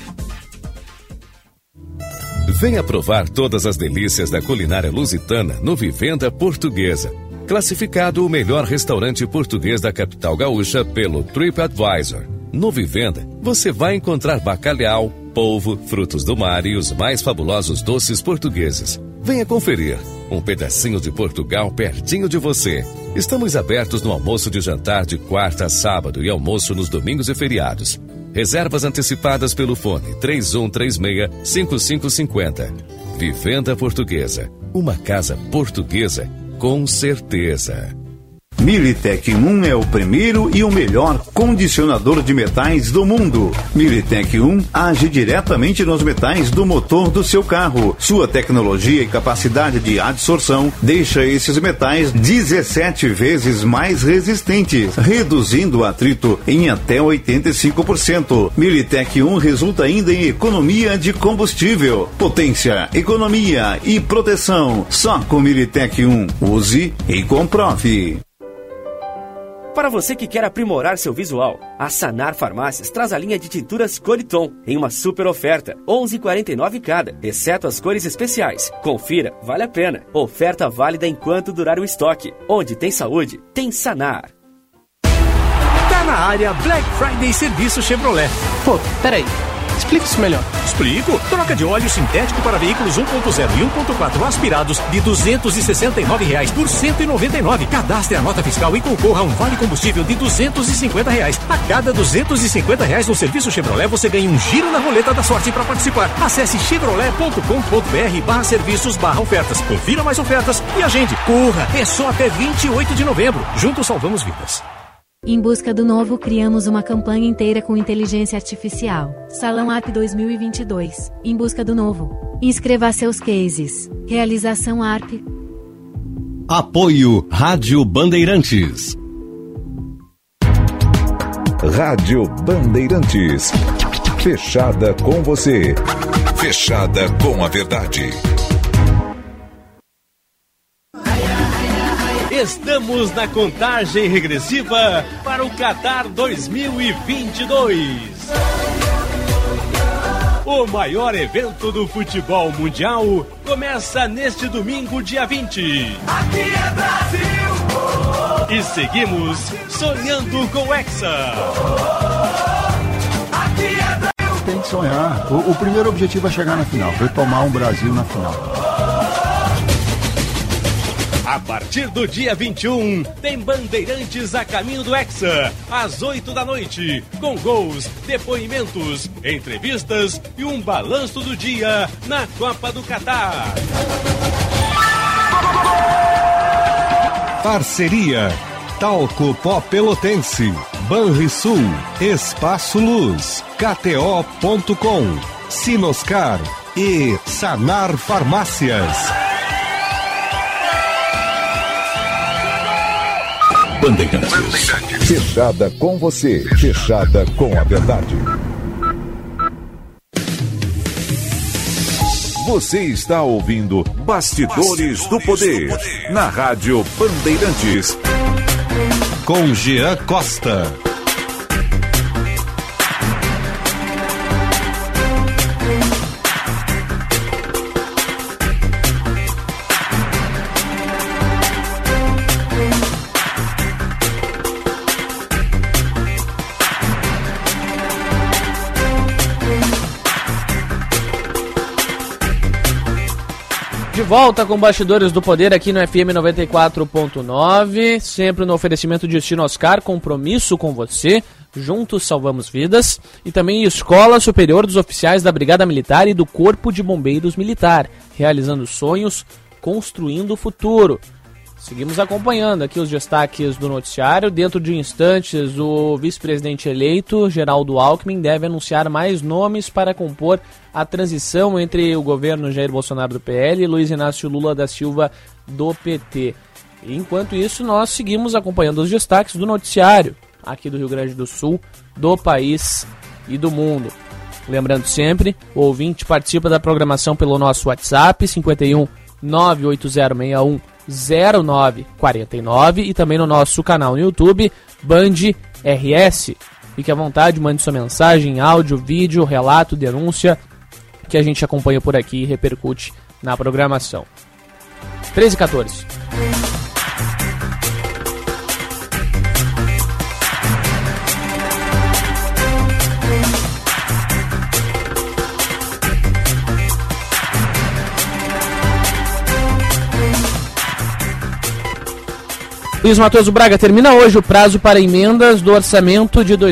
Venha provar todas as delícias da culinária lusitana no Vivenda Portuguesa. Classificado o melhor restaurante português da capital gaúcha pelo TripAdvisor. No Vivenda, você vai encontrar bacalhau, polvo, frutos do mar e os mais fabulosos doces portugueses. Venha conferir. Um pedacinho de Portugal pertinho de você. Estamos abertos no almoço de jantar de quarta a sábado e almoço nos domingos e feriados. Reservas antecipadas pelo fone 3136-5550. Vivenda Portuguesa. Uma casa portuguesa com certeza. Militec 1 é o primeiro e o melhor condicionador de metais do mundo. Militec 1 age diretamente nos metais do motor do seu carro. Sua tecnologia e capacidade de adsorção deixa esses metais 17 vezes mais resistentes, reduzindo o atrito em até 85%. Militec 1 resulta ainda em economia de combustível, potência, economia e proteção. Só com Militec 1. Use e comprove. Para você que quer aprimorar seu visual, a Sanar Farmácias traz a linha de tinturas Coliton em uma super oferta, R$ 11,49 cada, exceto as cores especiais. Confira, vale a pena. Oferta válida enquanto durar o estoque. Onde tem saúde, tem Sanar. Tá na área Black Friday Serviço Chevrolet. Pô, peraí. Explica isso melhor. Explico. Troca de óleo sintético para veículos 1.0 e 1.4 aspirados de R$ 269 por R$ 199. Cadastre a nota fiscal e concorra a um vale combustível de R$ 250. A cada R$ 250 no serviço Chevrolet você ganha um giro na roleta da sorte para participar. Acesse chevrolet.com.br/serviços/ofertas. Confira mais ofertas e agende. Corra! É só até 28 de novembro. Juntos salvamos vidas. Em busca do novo, criamos uma campanha inteira com inteligência artificial. Salão ARP 2022. Em busca do novo. Inscreva seus cases. Realização ARP. Apoio Rádio Bandeirantes. Rádio Bandeirantes. Fechada com você. Fechada com a verdade. Estamos na contagem regressiva para o Qatar 2022. O maior evento do futebol mundial começa neste domingo, dia 20. Aqui é Brasil! E seguimos sonhando com o Hexa. Aqui é Brasil! Tem que sonhar. O primeiro objetivo é chegar na final, retomar um Brasil na final. A partir do dia 21, tem Bandeirantes a caminho do Hexa, às 8 da noite, com gols, depoimentos, entrevistas e um balanço do dia na Copa do Catar. Parceria Talco Pó Pelotense, Banrisul, Espaço Luz, KTO.com, Sinoscar e Sanar Farmácias. Bandeirantes. Fechada com você, fechada com a verdade. Você está ouvindo Bastidores do Poder, na Rádio Bandeirantes. Com Jean Costa. De volta com Bastidores do Poder aqui no FM 94.9, sempre no oferecimento de Sinoscar, compromisso com você, juntos salvamos vidas, e também Escola Superior dos Oficiais da Brigada Militar e do Corpo de Bombeiros Militar, realizando sonhos, construindo o futuro. Seguimos acompanhando aqui os destaques do noticiário. Dentro de instantes, o vice-presidente eleito, Geraldo Alckmin, deve anunciar mais nomes para compor a transição entre o governo Jair Bolsonaro do PL e Luiz Inácio Lula da Silva do PT. Enquanto isso, nós seguimos acompanhando os destaques do noticiário aqui do Rio Grande do Sul, do país e do mundo. Lembrando sempre, o ouvinte participa da programação pelo nosso WhatsApp, 51 98061 0949, e também no nosso canal no YouTube, Band RS. Fique à vontade, mande sua mensagem, áudio, vídeo, relato, denúncia, que a gente acompanha por aqui e repercute na programação. 13h14. Luiz Matoso Braga, termina hoje o prazo para emendas do orçamento de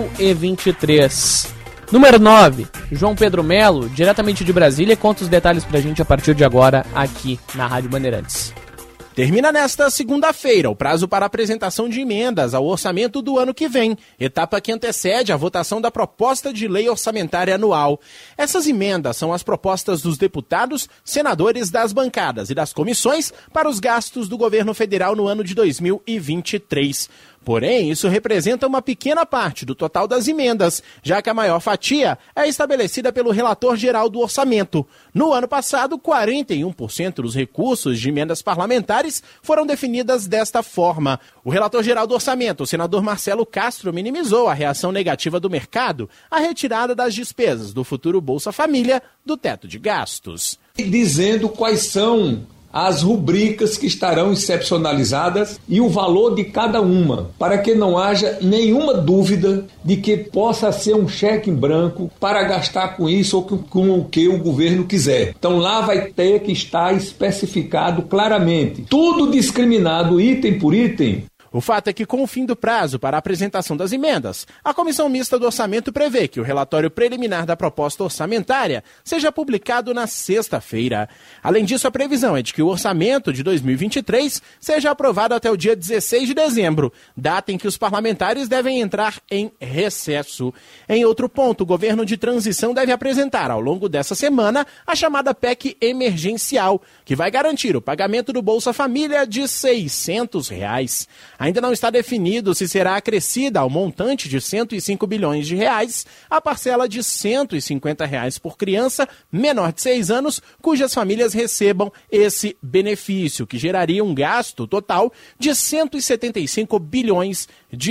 2023. Número 9, João Pedro Melo, diretamente de Brasília, conta os detalhes pra gente a partir de agora aqui na Rádio Bandeirantes. Termina nesta segunda-feira o prazo para apresentação de emendas ao orçamento do ano que vem, etapa que antecede a votação da proposta de lei orçamentária anual. Essas emendas são as propostas dos deputados, senadores das bancadas e das comissões para os gastos do governo federal no ano de 2023. Porém, isso representa uma pequena parte do total das emendas, já que a maior fatia é estabelecida pelo relator geral do orçamento. No ano passado, 41% dos recursos de emendas parlamentares foram definidas desta forma. O relator geral do orçamento, o senador Marcelo Castro, minimizou a reação negativa do mercado à retirada das despesas do futuro Bolsa Família do teto de gastos. Dizendo quais são as rubricas que estarão excepcionalizadas e o valor de cada uma, para que não haja nenhuma dúvida de que possa ser um cheque em branco para gastar com isso ou com o que o governo quiser. Então lá vai ter que estar especificado claramente, tudo discriminado item por item. O fato é que, com o fim do prazo para a apresentação das emendas, a Comissão Mista do Orçamento prevê que o relatório preliminar da proposta orçamentária seja publicado na sexta-feira. Além disso, a previsão é de que o orçamento de 2023 seja aprovado até o dia 16 de dezembro, data em que os parlamentares devem entrar em recesso. Em outro ponto, o governo de transição deve apresentar, ao longo dessa semana, a chamada PEC emergencial, que vai garantir o pagamento do Bolsa Família de R$ 600. Ainda não está definido se será acrescida ao montante de R$ 105 bilhões a parcela de R$ 150 por criança menor de 6 anos, cujas famílias recebam esse benefício, que geraria um gasto total de R$ 175 bilhões.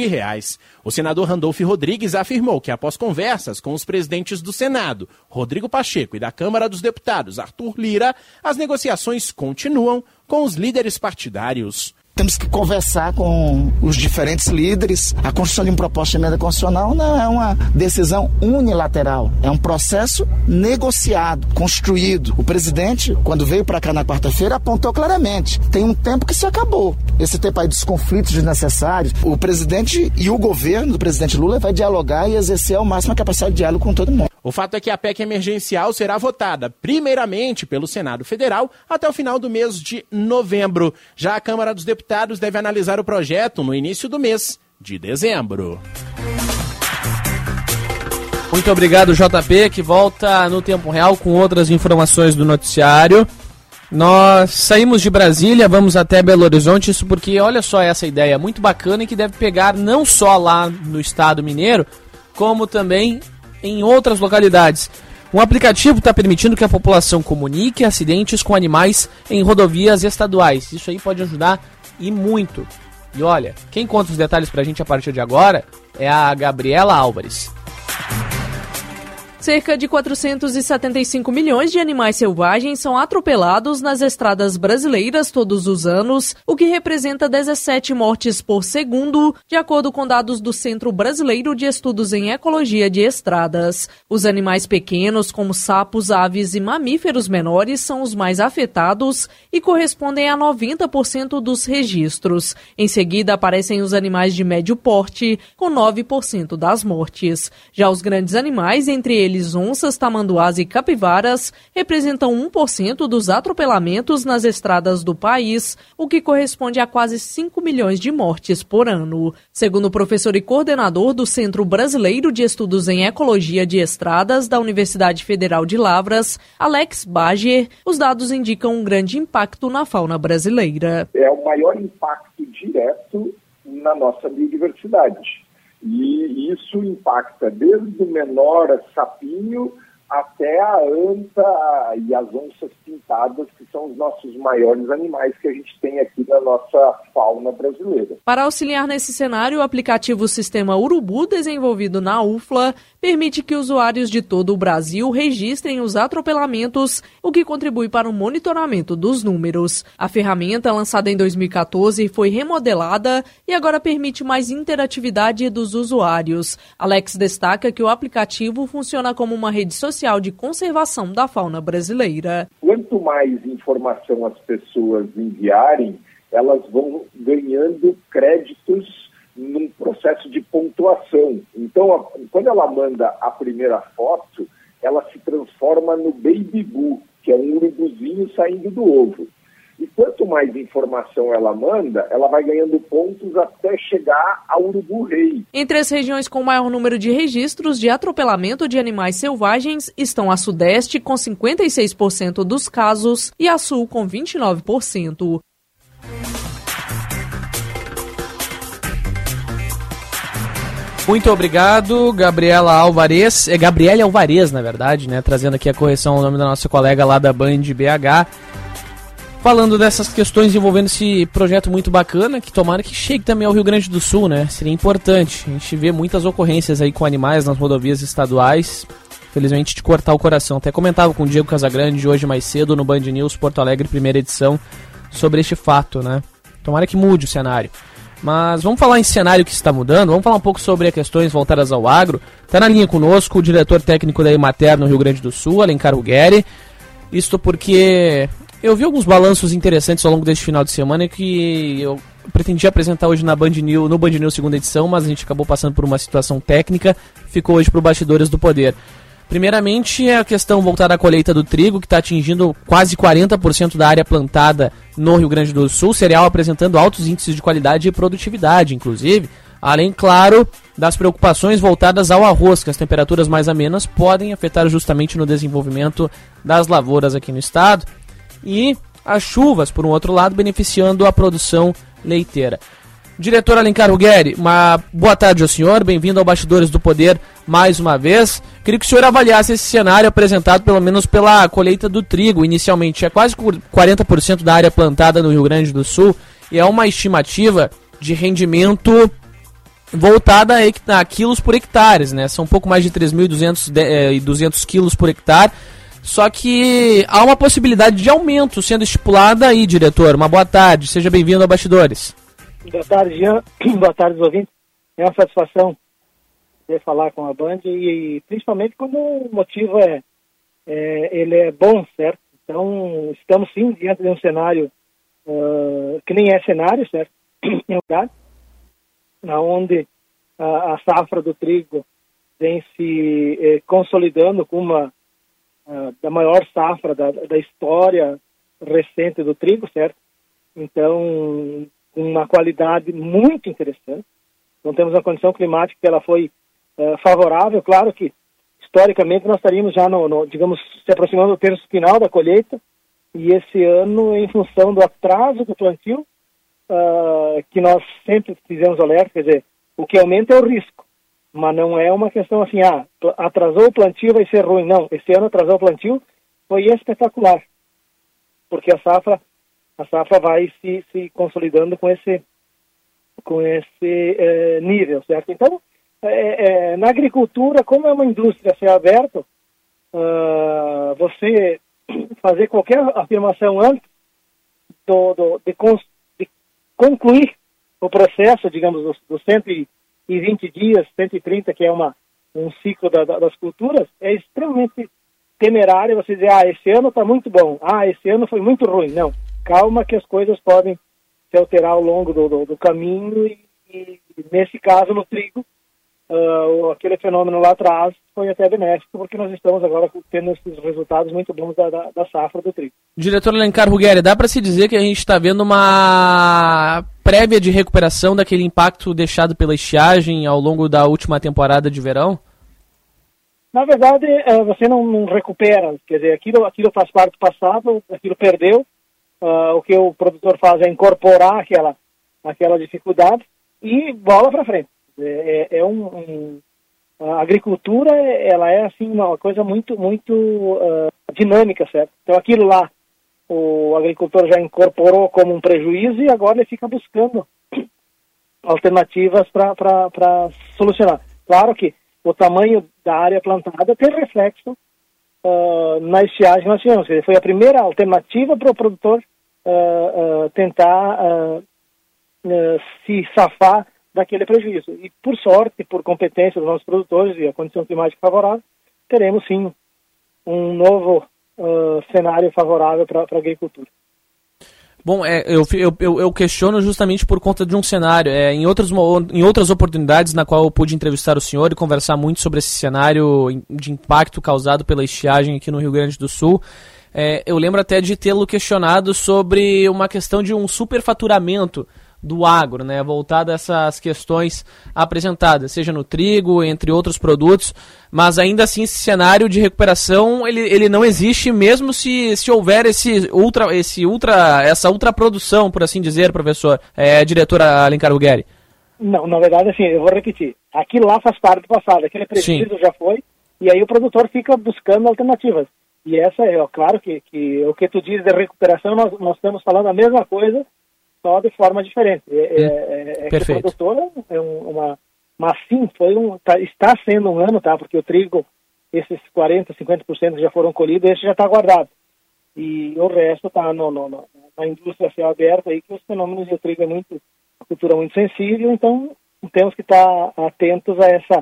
O senador Randolfo Rodrigues afirmou que, após conversas com os presidentes do Senado, Rodrigo Pacheco, e da Câmara dos Deputados, Arthur Lira, as negociações continuam com os líderes partidários. Temos que conversar com os diferentes líderes. A construção de uma proposta de emenda constitucional não é uma decisão unilateral, é um processo negociado, construído. O presidente, quando veio para cá na quarta-feira, apontou claramente, tem um tempo que se acabou. Esse tempo aí dos conflitos desnecessários, o presidente e o governo do presidente Lula vai dialogar e exercer ao máximo a capacidade de diálogo com todo mundo. O fato é que a PEC emergencial será votada primeiramente pelo Senado Federal até o final do mês de novembro. Já a Câmara dos Deputados deve analisar o projeto no início do mês de dezembro. Muito obrigado, JP, que volta no tempo real com outras informações do noticiário. Nós saímos de Brasília, vamos até Belo Horizonte, isso porque, olha só essa ideia muito bacana e que deve pegar não só lá no estado mineiro, como também em outras localidades. Um aplicativo está permitindo que a população comunique acidentes com animais em rodovias estaduais. Isso aí pode ajudar e muito. E olha, quem conta os detalhes pra gente a partir de agora é a Gabriela Álvares. Cerca de 475 milhões de animais selvagens são atropelados nas estradas brasileiras todos os anos, o que representa 17 mortes por segundo, de acordo com dados do Centro Brasileiro de Estudos em Ecologia de Estradas. Os animais pequenos, como sapos, aves e mamíferos menores, são os mais afetados e correspondem a 90% dos registros. Em seguida, aparecem os animais de médio porte, com 9% das mortes. Já os grandes animais, entre eles onças, tamanduás e capivaras, representam 1% dos atropelamentos nas estradas do país, o que corresponde a quase 5 milhões de mortes por ano. Segundo o professor e coordenador do Centro Brasileiro de Estudos em Ecologia de Estradas da Universidade Federal de Lavras, Alex Bager, os dados indicam um grande impacto na fauna brasileira. É o maior impacto direto na nossa biodiversidade. E isso impacta desde o menor sapinho até a anta e as onças pintadas, que são os nossos maiores animais que a gente tem aqui na nossa fauna brasileira. Para auxiliar nesse cenário, o aplicativo Sistema Urubu, desenvolvido na UFLA, permite que usuários de todo o Brasil registrem os atropelamentos, o que contribui para o monitoramento dos números. A ferramenta, lançada em 2014, foi remodelada e agora permite mais interatividade dos usuários. Alex destaca que o aplicativo funciona como uma rede social de conservação da fauna brasileira. Quanto mais informação as pessoas enviarem, elas vão ganhando créditos num processo de pontuação. Então, quando ela manda a primeira foto, ela se transforma no Baby Boo, que é um urubuzinho saindo do ovo. E quanto mais informação ela manda, ela vai ganhando pontos até chegar ao urubu rei. Entre as regiões com maior número de registros de atropelamento de animais selvagens estão a Sudeste, com 56% dos casos, e a Sul, com 29%. Muito obrigado, Gabriela Álvares. É Gabriela Álvares, na verdade, né? Trazendo aqui a correção ao nome da nossa colega lá da Band BH. Falando dessas questões envolvendo esse projeto muito bacana, que tomara que chegue também ao Rio Grande do Sul, né? Seria importante. A gente vê muitas ocorrências aí com animais nas rodovias estaduais. Felizmente, de cortar o coração. Até comentava com o Diego Casagrande hoje mais cedo no Band News Porto Alegre, primeira edição, sobre este fato, né? Tomara que mude o cenário. Mas vamos falar em cenário que está mudando, vamos falar um pouco sobre as questões voltadas ao agro. Está na linha conosco o diretor técnico da Emater no Rio Grande do Sul, Alencar Ruggeri. Isto porque eu vi alguns balanços interessantes ao longo deste final de semana que eu pretendia apresentar hoje no Band News segunda edição, mas a gente acabou passando por uma situação técnica, ficou hoje para o Bastidores do Poder. Primeiramente, é a questão voltada à colheita do trigo, que está atingindo quase 40% da área plantada no Rio Grande do Sul, cereal apresentando altos índices de qualidade e produtividade, inclusive, além, claro, das preocupações voltadas ao arroz, que as temperaturas mais amenas podem afetar justamente no desenvolvimento das lavouras aqui no estado, e as chuvas, por um outro lado, beneficiando a produção leiteira. Diretor Alencar Ruggeri, uma boa tarde ao senhor, bem-vindo ao Bastidores do Poder mais uma vez. Queria que o senhor avaliasse esse cenário apresentado pelo menos pela colheita do trigo. Inicialmente é quase 40% da área plantada no Rio Grande do Sul e é uma estimativa de rendimento voltada a quilos por hectares, né? São um pouco mais de 3.200 quilos por hectare. Só que há uma possibilidade de aumento sendo estipulada aí, diretor. Uma boa tarde, seja bem-vindo ao Bastidores. Boa tarde, Jean. Boa tarde, ouvintes. É uma satisfação poder falar com a Band e principalmente quando o motivo ele é bom, certo? Então, estamos sim diante de um cenário que nem é cenário, certo? Em lugar, onde a safra do trigo vem se consolidando com uma da maior safra da história recente do trigo, certo? Então, com uma qualidade muito interessante, Então temos uma condição climática que ela foi favorável. Claro que historicamente nós estaríamos já digamos, se aproximando do terço final da colheita, e esse ano, em função do atraso do plantio, que nós sempre fizemos alerta, quer dizer, o que aumenta é o risco, mas não é uma questão assim, atrasou o plantio, vai ser ruim. Não, esse ano atrasou o plantio, foi espetacular, porque a safra vai se consolidando com esse nível, certo? Então, na agricultura, como é uma indústria a céu aberto, você fazer qualquer afirmação antes de concluir o processo, digamos, dos 120 dias, 130, que é um ciclo das culturas, é extremamente temerário você dizer, esse ano está muito bom, esse ano foi muito ruim. Não, calma que as coisas podem se alterar ao longo do caminho e nesse caso, no trigo, aquele fenômeno lá atrás foi até benéfico, porque nós estamos agora tendo esses resultados muito bons da safra do trigo. Diretor Alencar Ruggeri, dá para se dizer que a gente está vendo uma prévia de recuperação daquele impacto deixado pela estiagem ao longo da última temporada de verão? Na verdade, você não recupera, quer dizer, aquilo faz parte do passado, aquilo perdeu, o que o produtor faz é incorporar aquela dificuldade e bola para frente. A agricultura, ela é assim uma coisa muito dinâmica, certo? Então aquilo lá o agricultor já incorporou como um prejuízo e agora ele fica buscando alternativas para solucionar. Claro que o tamanho da área plantada tem reflexo na estiagem que nós tivemos. Quer dizer, foi a primeira alternativa para o produtor tentar se safar daquele prejuízo. E por sorte, por competência dos nossos produtores e a condição climática favorável, teremos sim um novo cenário favorável para a agricultura. Bom, eu questiono justamente por conta de um cenário. Em outras oportunidades na qual eu pude entrevistar o senhor e conversar muito sobre esse cenário de impacto causado pela estiagem aqui no Rio Grande do Sul, eu lembro até de tê-lo questionado sobre uma questão de um superfaturamento do agro, né, voltado a essas questões apresentadas, seja no trigo, entre outros produtos, mas ainda assim esse cenário de recuperação, ele não existe mesmo se houver essa ultraprodução, por assim dizer, professor, diretora Alencar Ruggeri. Não, na verdade, assim, eu vou repetir, aquilo lá faz parte do passado, aquele prejuízo já foi, e aí o produtor fica buscando alternativas. E essa é, claro que o que tu diz de recuperação, nós estamos falando a mesma coisa, só de forma diferente. Que o produtor mas sim, está sendo um ano, tá? Porque o trigo, esses 40%, 50% já foram colhidos, esse já está guardado. E o resto está na indústria a céu aberto aí, que os fenômenos do trigo é uma cultura muito sensível, então temos que estar atentos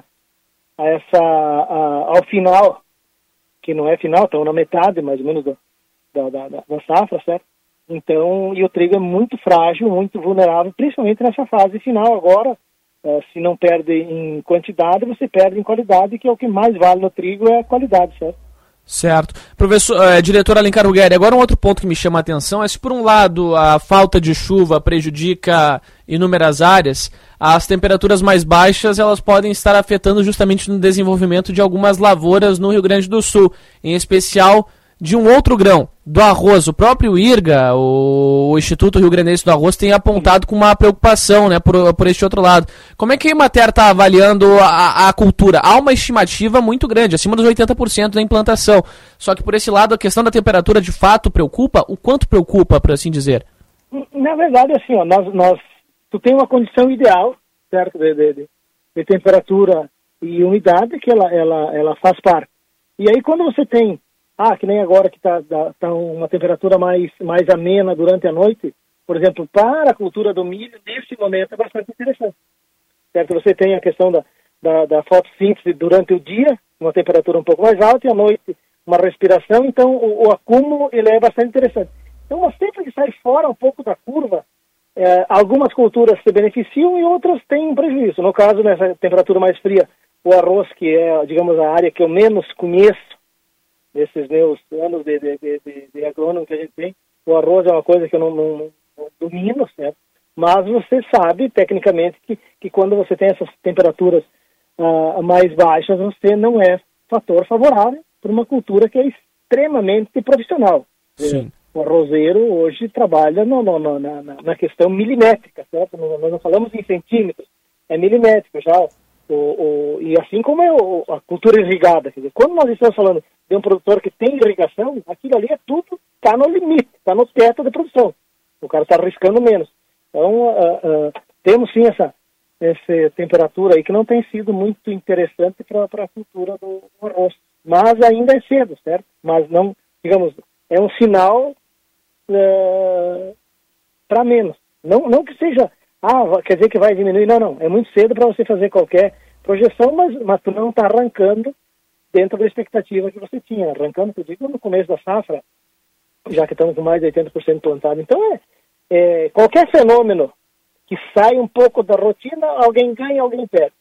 ao final, que não é final, estão na metade mais ou menos da safra, certo? Então, e o trigo é muito frágil, muito vulnerável, principalmente nessa fase final agora. Se não perde em quantidade, você perde em qualidade, que é o que mais vale no trigo, é a qualidade, certo? Certo. Professor, diretor Alencar Ruggeri, agora um outro ponto que me chama a atenção é se, por um lado, a falta de chuva prejudica inúmeras áreas, as temperaturas mais baixas elas podem estar afetando justamente no desenvolvimento de algumas lavouras no Rio Grande do Sul, em especial de um outro grão, do arroz. O próprio IRGA, o Instituto Rio Grandense do Arroz, tem apontado com uma preocupação, né, por este outro lado. Como é que a Emater está avaliando a cultura? Há uma estimativa muito grande, acima dos 80% da implantação. Só que por esse lado, a questão da temperatura de fato preocupa? O quanto preocupa, por assim dizer? Na verdade, assim, tu tem uma condição ideal, certo, de temperatura e umidade, que ela faz parte. E aí, quando você tem que nem agora que está uma temperatura mais amena durante a noite, por exemplo, para a cultura do milho, nesse momento é bastante interessante. Certo? Você tem a questão da fotossíntese durante o dia, uma temperatura um pouco mais alta, e à noite uma respiração, então o acúmulo ele é bastante interessante. Então, mas sempre que sai fora um pouco da curva, algumas culturas se beneficiam e outras têm prejuízo. No caso, nessa temperatura mais fria, o arroz, que é, digamos, a área que eu menos conheço, nesses meus anos de agrônomo que a gente tem, o arroz é uma coisa que eu não domino, certo? Mas você sabe, tecnicamente, que quando você tem essas temperaturas mais baixas, você não é fator favorável para uma cultura que é extremamente profissional. Sim. O arrozeiro hoje trabalha na questão milimétrica, certo? Nós não falamos em centímetros, é milimétrico já. E assim como é a cultura irrigada. Quer dizer, quando nós estamos falando de um produtor que tem irrigação, aquilo ali é tudo, está no limite, está no teto de produção. O cara está arriscando menos. Então, temos sim essa temperatura aí que não tem sido muito interessante para a cultura do arroz. Mas ainda é cedo, certo? Mas não, digamos, é um sinal para menos. Não que seja, quer dizer que vai diminuir. Não. É muito cedo para você fazer qualquer projeção, mas tu não está arrancando dentro da expectativa que você tinha. Arrancando, eu digo, no começo da safra, já que estamos com mais de 80% plantado. Então, qualquer fenômeno que sai um pouco da rotina, alguém ganha, alguém perde.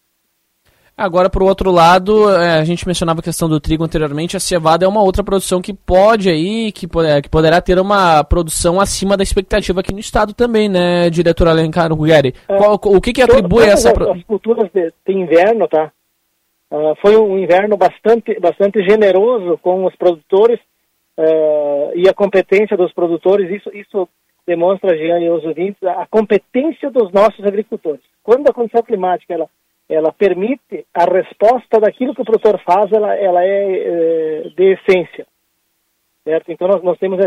Agora, por outro lado, a gente mencionava a questão do trigo anteriormente, a cevada é uma outra produção que pode aí, que poderá ter uma produção acima da expectativa aqui no estado também, né, diretor Alencar Ruggeri? O que atribui essa... As culturas de inverno, tá? Foi um inverno bastante generoso com os produtores e a competência dos produtores, isso demonstra, Jean e os ouvintes, a competência dos nossos agricultores. Quando a condição climática ela permite a resposta daquilo que o produtor faz, ela é de essência, certo? Então nós temos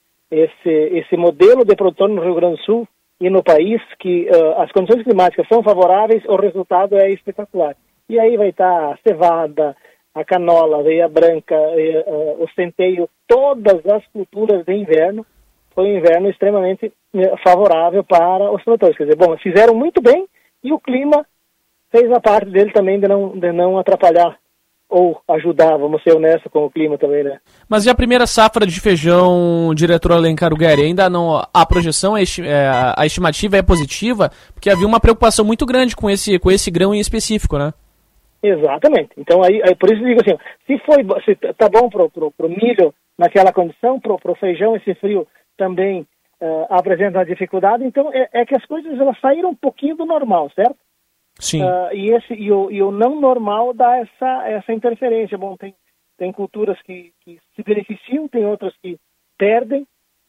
esse modelo de produtor no Rio Grande do Sul e no país que as condições climáticas são favoráveis, o resultado é espetacular. E aí vai estar a cevada, a canola, a aveia branca, o centeio, todas as culturas de inverno. Foi um inverno extremamente favorável para os produtores. Quer dizer, fizeram muito bem e o clima fez a parte dele também de não atrapalhar ou ajudar, vamos ser honestos com o clima também, né? Mas e a primeira safra de feijão, diretor Alencar Ruggeri? Ainda não, a projeção, a estimativa é positiva, porque havia uma preocupação muito grande com esse grão em específico, né? Exatamente. Então aí por isso eu digo assim, se tá bom pro milho naquela condição, pro feijão esse frio também apresenta uma dificuldade, então é que as coisas elas saíram um pouquinho do normal, certo? Sim. E o não normal dá essa interferência. Bom, tem culturas que se beneficiam, tem outras que perdem.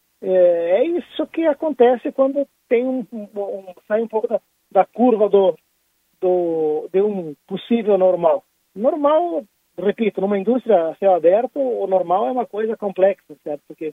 É isso que acontece quando tem sai um pouco da curva de um possível normal. Normal, repito, numa indústria a céu aberto, o normal é uma coisa complexa, certo? Porque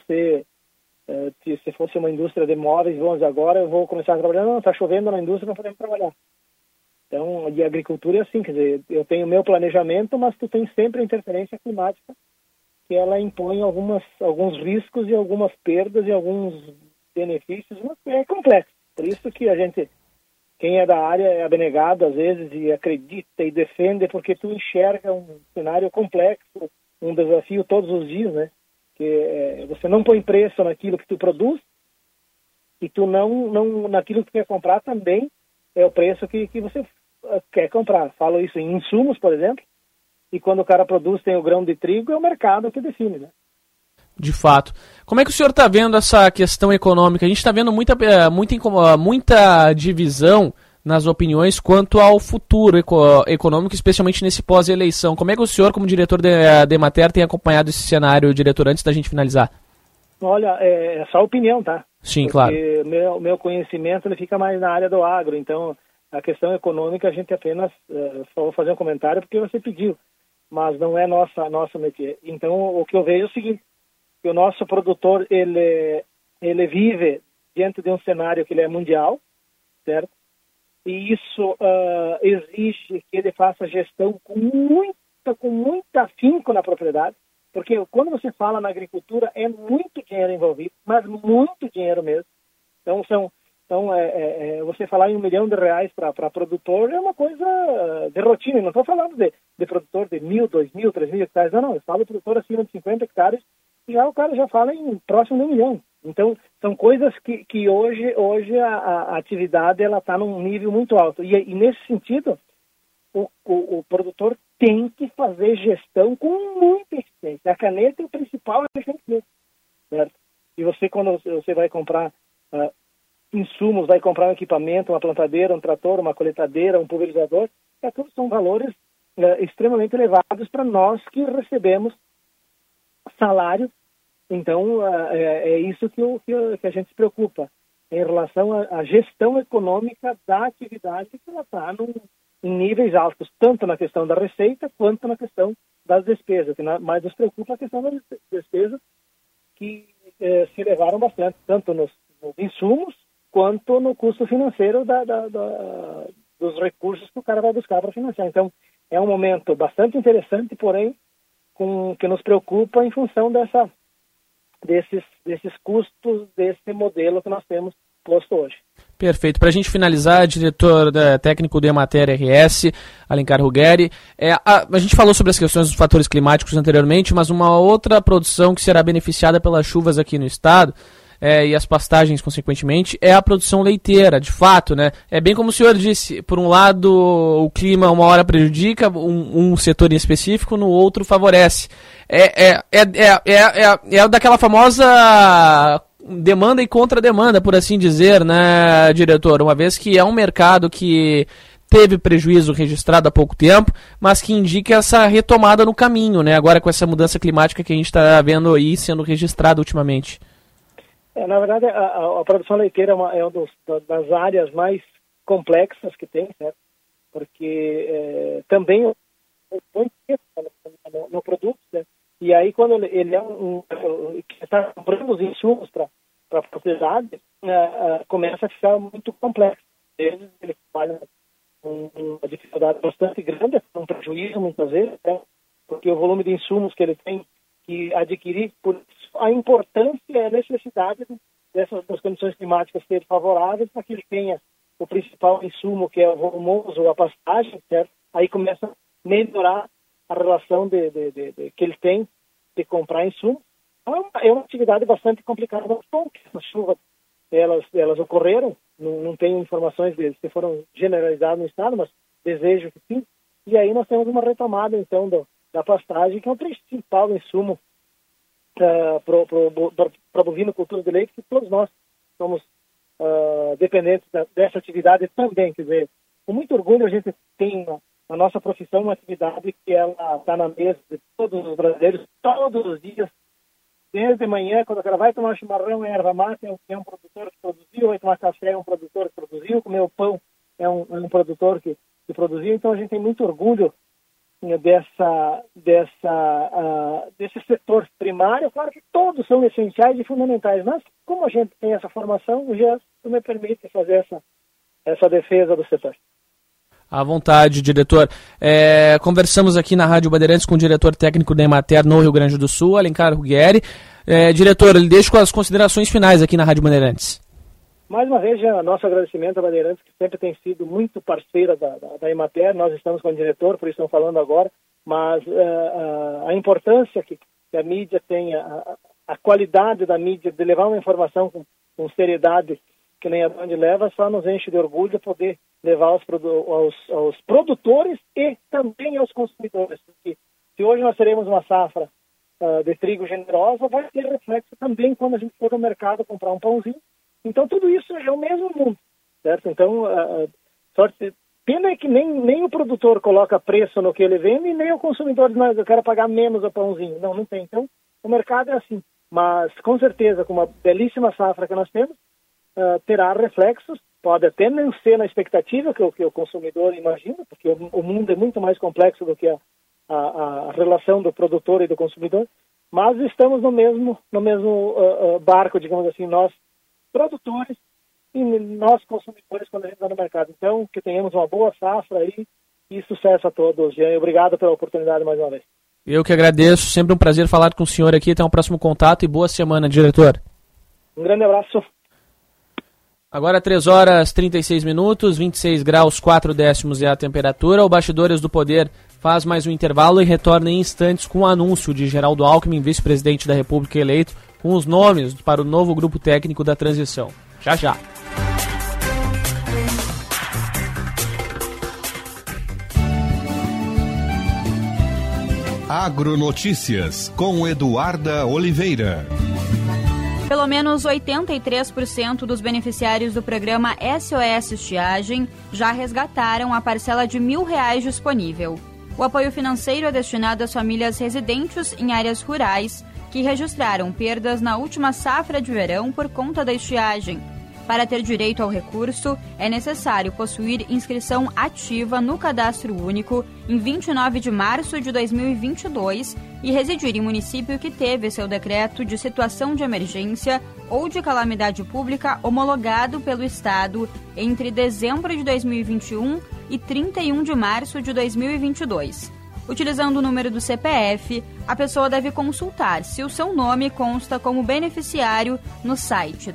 se fosse uma indústria de móveis, vamos agora, eu vou começar a trabalhar, não, está chovendo na indústria, não podemos trabalhar. Então, e a agricultura é assim, quer dizer, eu tenho meu planejamento, mas tu tem sempre a interferência climática, que ela impõe alguns riscos e algumas perdas e alguns benefícios, mas é complexo. Por isso que quem é da área é abnegado às vezes e acredita e defende, porque tu enxerga um cenário complexo, um desafio todos os dias, né? Que você não põe preço naquilo que tu produz e tu não naquilo que tu quer comprar também é o preço que você quer comprar. Falo isso em insumos, por exemplo, e quando o cara produz, tem o grão de trigo, é o mercado que define, né? De fato. Como é que o senhor está vendo essa questão econômica? A gente está vendo muita divisão nas opiniões quanto ao futuro econômico, especialmente nesse pós-eleição. Como é que o senhor, como diretor da Emater, tem acompanhado esse cenário, diretor, antes da gente finalizar? Olha, é só opinião, tá? Sim, porque claro. Meu conhecimento ele fica mais na área do agro, então a questão econômica a gente apenas só vou fazer um comentário porque você pediu, mas não é nosso métier. Então o que eu vejo é o seguinte, que o nosso produtor ele vive diante de um cenário que ele é mundial, certo? E isso exige que ele faça gestão com muito afinco na propriedade, porque quando você fala na agricultura é muito dinheiro envolvido, mas muito dinheiro mesmo. Então você falar em R$1 milhão para produtor é uma coisa de rotina. Não estou falando de produtor de 1.000, 2.000, 3.000 hectares, não. Eu falo de produtor acima de 50 hectares, já o cara já fala em próximo de 1 milhão. Então, são coisas que hoje a atividade ela está num nível muito alto. E nesse sentido, o produtor tem que fazer gestão com muita eficiência. A caneta é o principal, certo? E quando você vai comprar insumos, vai comprar um equipamento, uma plantadeira, um trator, uma coletadeira, um pulverizador, tudo são valores extremamente elevados para nós que recebemos salário. Então, é isso que a gente se preocupa, em relação à gestão econômica da atividade, que ela está em níveis altos, tanto na questão da receita, quanto na questão das despesas. Mas nos preocupa a questão das despesas, que se elevaram bastante, tanto nos insumos, quanto no custo financeiro dos recursos que o cara vai buscar para financiar. Então, é um momento bastante interessante, porém, que nos preocupa em função desses custos, desse modelo que nós temos posto hoje. Perfeito. Para a gente finalizar, diretor técnico do Emater RS, Alencar Ruggeri, a gente falou sobre as questões dos fatores climáticos anteriormente, mas uma outra produção que será beneficiada pelas chuvas aqui no estado, e as pastagens, consequentemente, é a produção leiteira, de fato, né? É bem como o senhor disse, por um lado o clima uma hora prejudica um setor em específico, no outro favorece. É daquela famosa demanda e contra-demanda, por assim dizer, né, diretor? Uma vez que é um mercado que teve prejuízo registrado há pouco tempo, mas que indica essa retomada no caminho, né? Agora com essa mudança climática que a gente está vendo aí sendo registrada ultimamente. Na verdade, a produção leiteira é uma das áreas mais complexas que tem, certo? Porque também no produto, né? E aí quando ele é que está comprando os insumos para a propriedade, começa a ficar muito complexo. Ele faz uma dificuldade bastante grande, um prejuízo muitas vezes, né? Porque o volume de insumos que ele tem que adquirir, por isso a importância e a necessidade das condições climáticas serem favoráveis para que ele tenha o principal insumo, que é o volumoso, a pastagem, certo? Aí começa a melhorar a relação que ele tem de comprar insumo. Então, é uma atividade bastante complicada. As chuvas, elas ocorreram, não tenho informações se foram generalizadas no estado, mas desejo que sim. E aí nós temos uma retomada, então, da pastagem, que é o principal insumo para a bovinocultura de leite, que todos nós somos dependentes dessa atividade também. Quer dizer, com muito orgulho a gente tem na nossa profissão uma atividade que ela está na mesa de todos os brasileiros, todos os dias, desde manhã, quando o cara vai tomar chimarrão, é erva mate, é um produtor que produziu, vai tomar café, é um produtor que produziu, comer o pão, é um produtor que produziu. Então a gente tem muito orgulho desse setor primário. Claro que todos são essenciais e fundamentais, mas como a gente tem essa formação, o GES me permite fazer essa defesa do setor. À vontade, diretor. Conversamos aqui na Rádio Bandeirantes com o diretor técnico da Emater no Rio Grande do Sul, Alencar Ruggeri. Diretor, ele deixa com as considerações finais aqui na Rádio Bandeirantes. Mais uma vez, nosso agradecimento à Bandeirantes, que sempre tem sido muito parceira da Emater. Nós estamos com o diretor, por isso estamos falando agora, mas a importância que a mídia tem, a qualidade da mídia, de levar uma informação com seriedade, que nem a Band leva, só nos enche de orgulho de poder levar aos produtores e também aos consumidores. Porque se hoje nós teremos uma safra de trigo generosa, vai ter reflexo também quando a gente for no mercado comprar um pãozinho. Então, tudo isso é o mesmo mundo, certo? Então, pena é que nem o produtor coloca preço no que ele vende e nem o consumidor diz, eu quero pagar menos o pãozinho. Não tem. Então, o mercado é assim. Mas, com certeza, com uma belíssima safra que nós temos, terá reflexos. Pode até não ser na expectativa que o consumidor imagina, porque o mundo é muito mais complexo do que a relação do produtor e do consumidor, mas estamos no mesmo barco, digamos assim, nós produtores e nós consumidores quando a gente está no mercado. Então, que tenhamos uma boa safra aí e sucesso a todos. Jean, obrigado pela oportunidade mais uma vez. Eu que agradeço, sempre um prazer falar com o senhor aqui. Até um próximo contato e boa semana, diretor. Um grande abraço. Agora 3 horas 36 minutos, 26 graus 4 décimos é a temperatura. O Bastidores do Poder faz mais um intervalo e retorna em instantes com o anúncio de Geraldo Alckmin, vice-presidente da República eleito, com os nomes para o novo grupo técnico da transição. Já. Agronotícias com Eduarda Oliveira. Pelo menos 83% dos beneficiários do programa SOS Estiagem já resgataram a parcela de R$1.000 disponível. O apoio financeiro é destinado às famílias residentes em áreas rurais que registraram perdas na última safra de verão por conta da estiagem. Para ter direito ao recurso, é necessário possuir inscrição ativa no Cadastro Único em 29 de março de 2022 e residir em município que teve seu decreto de situação de emergência ou de calamidade pública homologado pelo Estado entre dezembro de 2021 e 31 de março de 2022. Utilizando o número do CPF, a pessoa deve consultar se o seu nome consta como beneficiário no site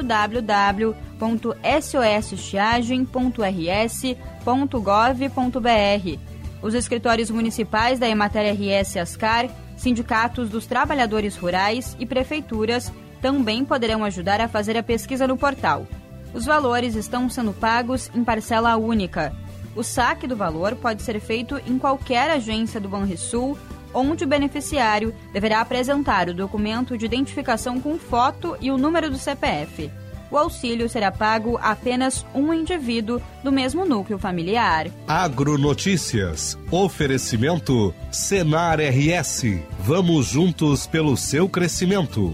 www.sosestiagem.rs.gov.br. Os escritórios municipais da Emater RS Ascar, sindicatos dos trabalhadores rurais e prefeituras também poderão ajudar a fazer a pesquisa no portal. Os valores estão sendo pagos em parcela única. O saque do valor pode ser feito em qualquer agência do Banrisul, onde o beneficiário deverá apresentar o documento de identificação com foto e o número do CPF. O auxílio será pago a apenas um indivíduo do mesmo núcleo familiar. Agronotícias. Oferecimento Senar RS. Vamos juntos pelo seu crescimento.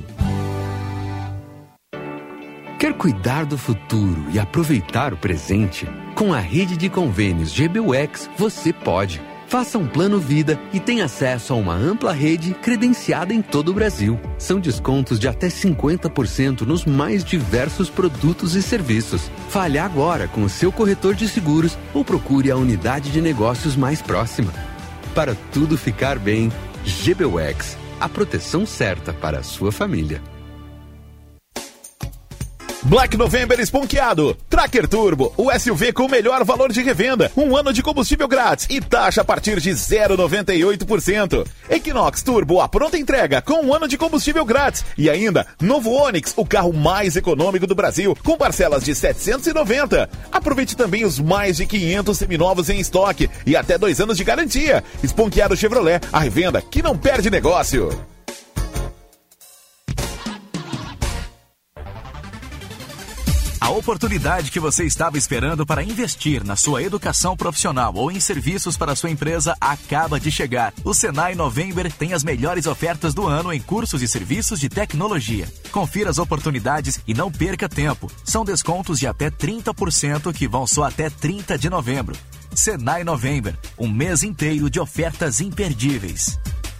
Quer cuidar do futuro e aproveitar o presente? Com a rede de convênios GBUX, você pode. Faça um plano vida e tenha acesso a uma ampla rede credenciada em todo o Brasil. São descontos de até 50% nos mais diversos produtos e serviços. Fale agora com o seu corretor de seguros ou procure a unidade de negócios mais próxima. Para tudo ficar bem, GBUX, a proteção certa para a sua família. Black November esponqueado. Tracker Turbo, o SUV com o melhor valor de revenda. 1 ano de combustível grátis e taxa a partir de 0,98%. Equinox Turbo, a pronta entrega com 1 ano de combustível grátis. E ainda, novo Onix, o carro mais econômico do Brasil, com parcelas de R$ 790. Aproveite também os mais de 500 seminovos em estoque e até 2 anos de garantia. Esponqueado Chevrolet, a revenda que não perde negócio. A oportunidade que você estava esperando para investir na sua educação profissional ou em serviços para a sua empresa acaba de chegar. O Senai November tem as melhores ofertas do ano em cursos e serviços de tecnologia. Confira as oportunidades e não perca tempo. São descontos de até 30% que vão só até 30 de novembro. Senai November, um mês inteiro de ofertas imperdíveis.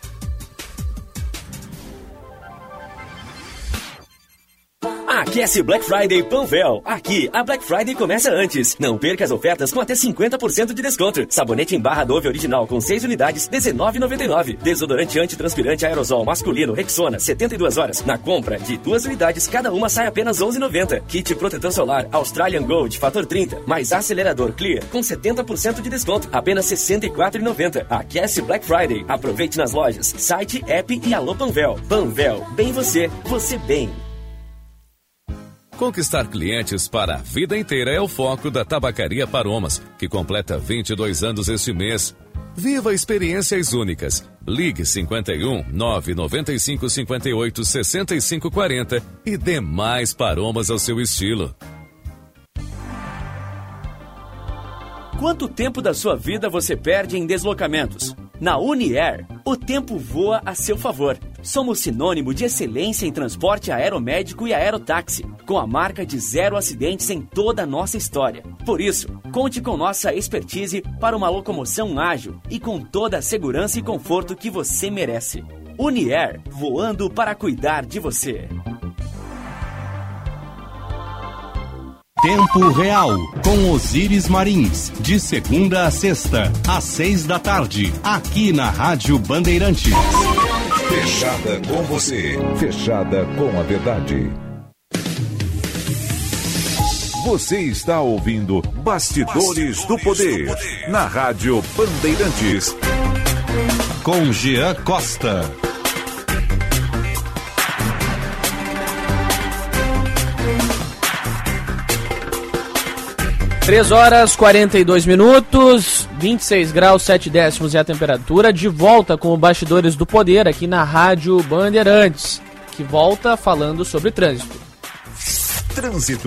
Aquece Black Friday Panvel. Aqui, a Black Friday começa antes. Não perca as ofertas com até 50% de desconto. Sabonete em barra Dove original com 6 unidades, R$19,99. Desodorante antitranspirante aerosol masculino Rexona, 72 horas. Na compra de 2 unidades, cada uma sai apenas R$11,90. Kit protetor solar Australian Gold Fator 30, mais acelerador Clear com 70% de desconto, apenas R$64,90. Aquece Black Friday. Aproveite nas lojas, site, app e alô Panvel. Panvel, bem você, você bem. Conquistar clientes para a vida inteira é o foco da Tabacaria Paromas, que completa 22 anos este mês. Viva experiências únicas. Ligue 51 995 58 65 40 e dê mais Paromas ao seu estilo. Quanto tempo da sua vida você perde em deslocamentos? Na Uniair, o tempo voa a seu favor. Somos sinônimo de excelência em transporte aeromédico e aerotáxi, com a marca de 0 acidentes em toda a nossa história. Por isso, conte com nossa expertise para uma locomoção ágil e com toda a segurança e conforto que você merece. Uniair, voando para cuidar de você. Tempo Real, com Osíris Marins, de segunda a sexta, às 6 da tarde, aqui na Rádio Bandeirantes. Fechada com você, fechada com a verdade. Você está ouvindo Bastidores do Poder, na Rádio Bandeirantes. Com Jean Costa. 3 horas 42 minutos, 26 graus 7 décimos é a temperatura. De volta com o Bastidores do Poder aqui na Rádio Bandeirantes. que volta falando sobre trânsito. Trânsito.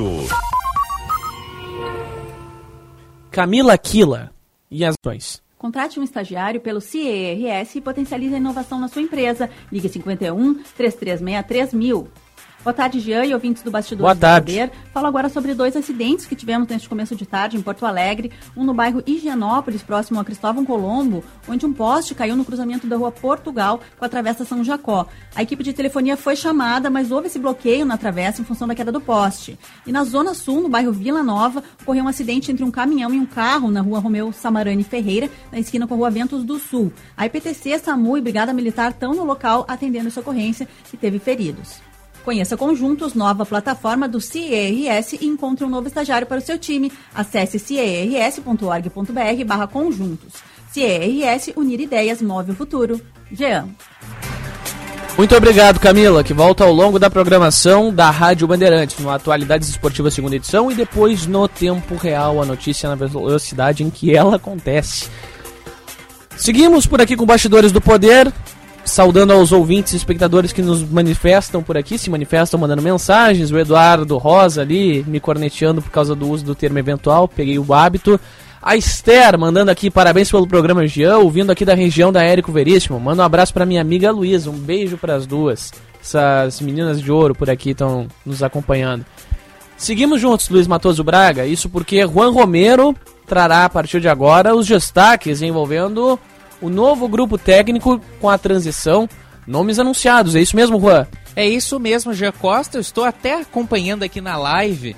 Camila Aquila e as ações. Contrate um estagiário pelo CIERS e potencialize a inovação na sua empresa. Ligue 51-3363-1000. Boa tarde, Jean e ouvintes do Bastidores do Poder. Falo agora sobre 2 acidentes que tivemos neste começo de tarde em Porto Alegre. Um no bairro Higienópolis, próximo a Cristóvão Colombo, onde um poste caiu no cruzamento da rua Portugal com a Travessa São Jacó. A equipe de telefonia foi chamada, mas houve esse bloqueio na travessa em função da queda do poste. E na Zona Sul, no bairro Vila Nova, ocorreu um acidente entre um caminhão e um carro na rua Romeu Samarani Ferreira, na esquina com a rua Ventos do Sul. A IPTC, SAMU e Brigada Militar estão no local atendendo essa ocorrência que teve feridos. Conheça Conjuntos, nova plataforma do CIERS e encontre um novo estagiário para o seu time. Acesse ciers.org.br/conjuntos. CIERS, unir ideias, move o futuro. Jean. Muito obrigado, Camila, que volta ao longo da programação da Rádio Bandeirantes, no Atualidades Esportivas segunda edição e depois no Tempo Real, a notícia na velocidade em que ela acontece. Seguimos por aqui com Bastidores do Poder, saudando aos ouvintes e espectadores que nos manifestam por aqui, se manifestam mandando mensagens. O Eduardo Rosa ali me corneteando por causa do uso do termo eventual, peguei o hábito. A Esther mandando aqui parabéns pelo programa Jean, ouvindo aqui da região da Érico Veríssimo. Manda um abraço para minha amiga Luísa, um beijo para as duas. Essas meninas de ouro por aqui estão nos acompanhando. Seguimos juntos, Luiz Matoso Braga, isso porque Juan Romero trará a partir de agora os destaques envolvendo o novo grupo técnico com a transição, nomes anunciados. É isso mesmo, Juan? É isso mesmo, Jean Costa. Eu estou até acompanhando aqui na live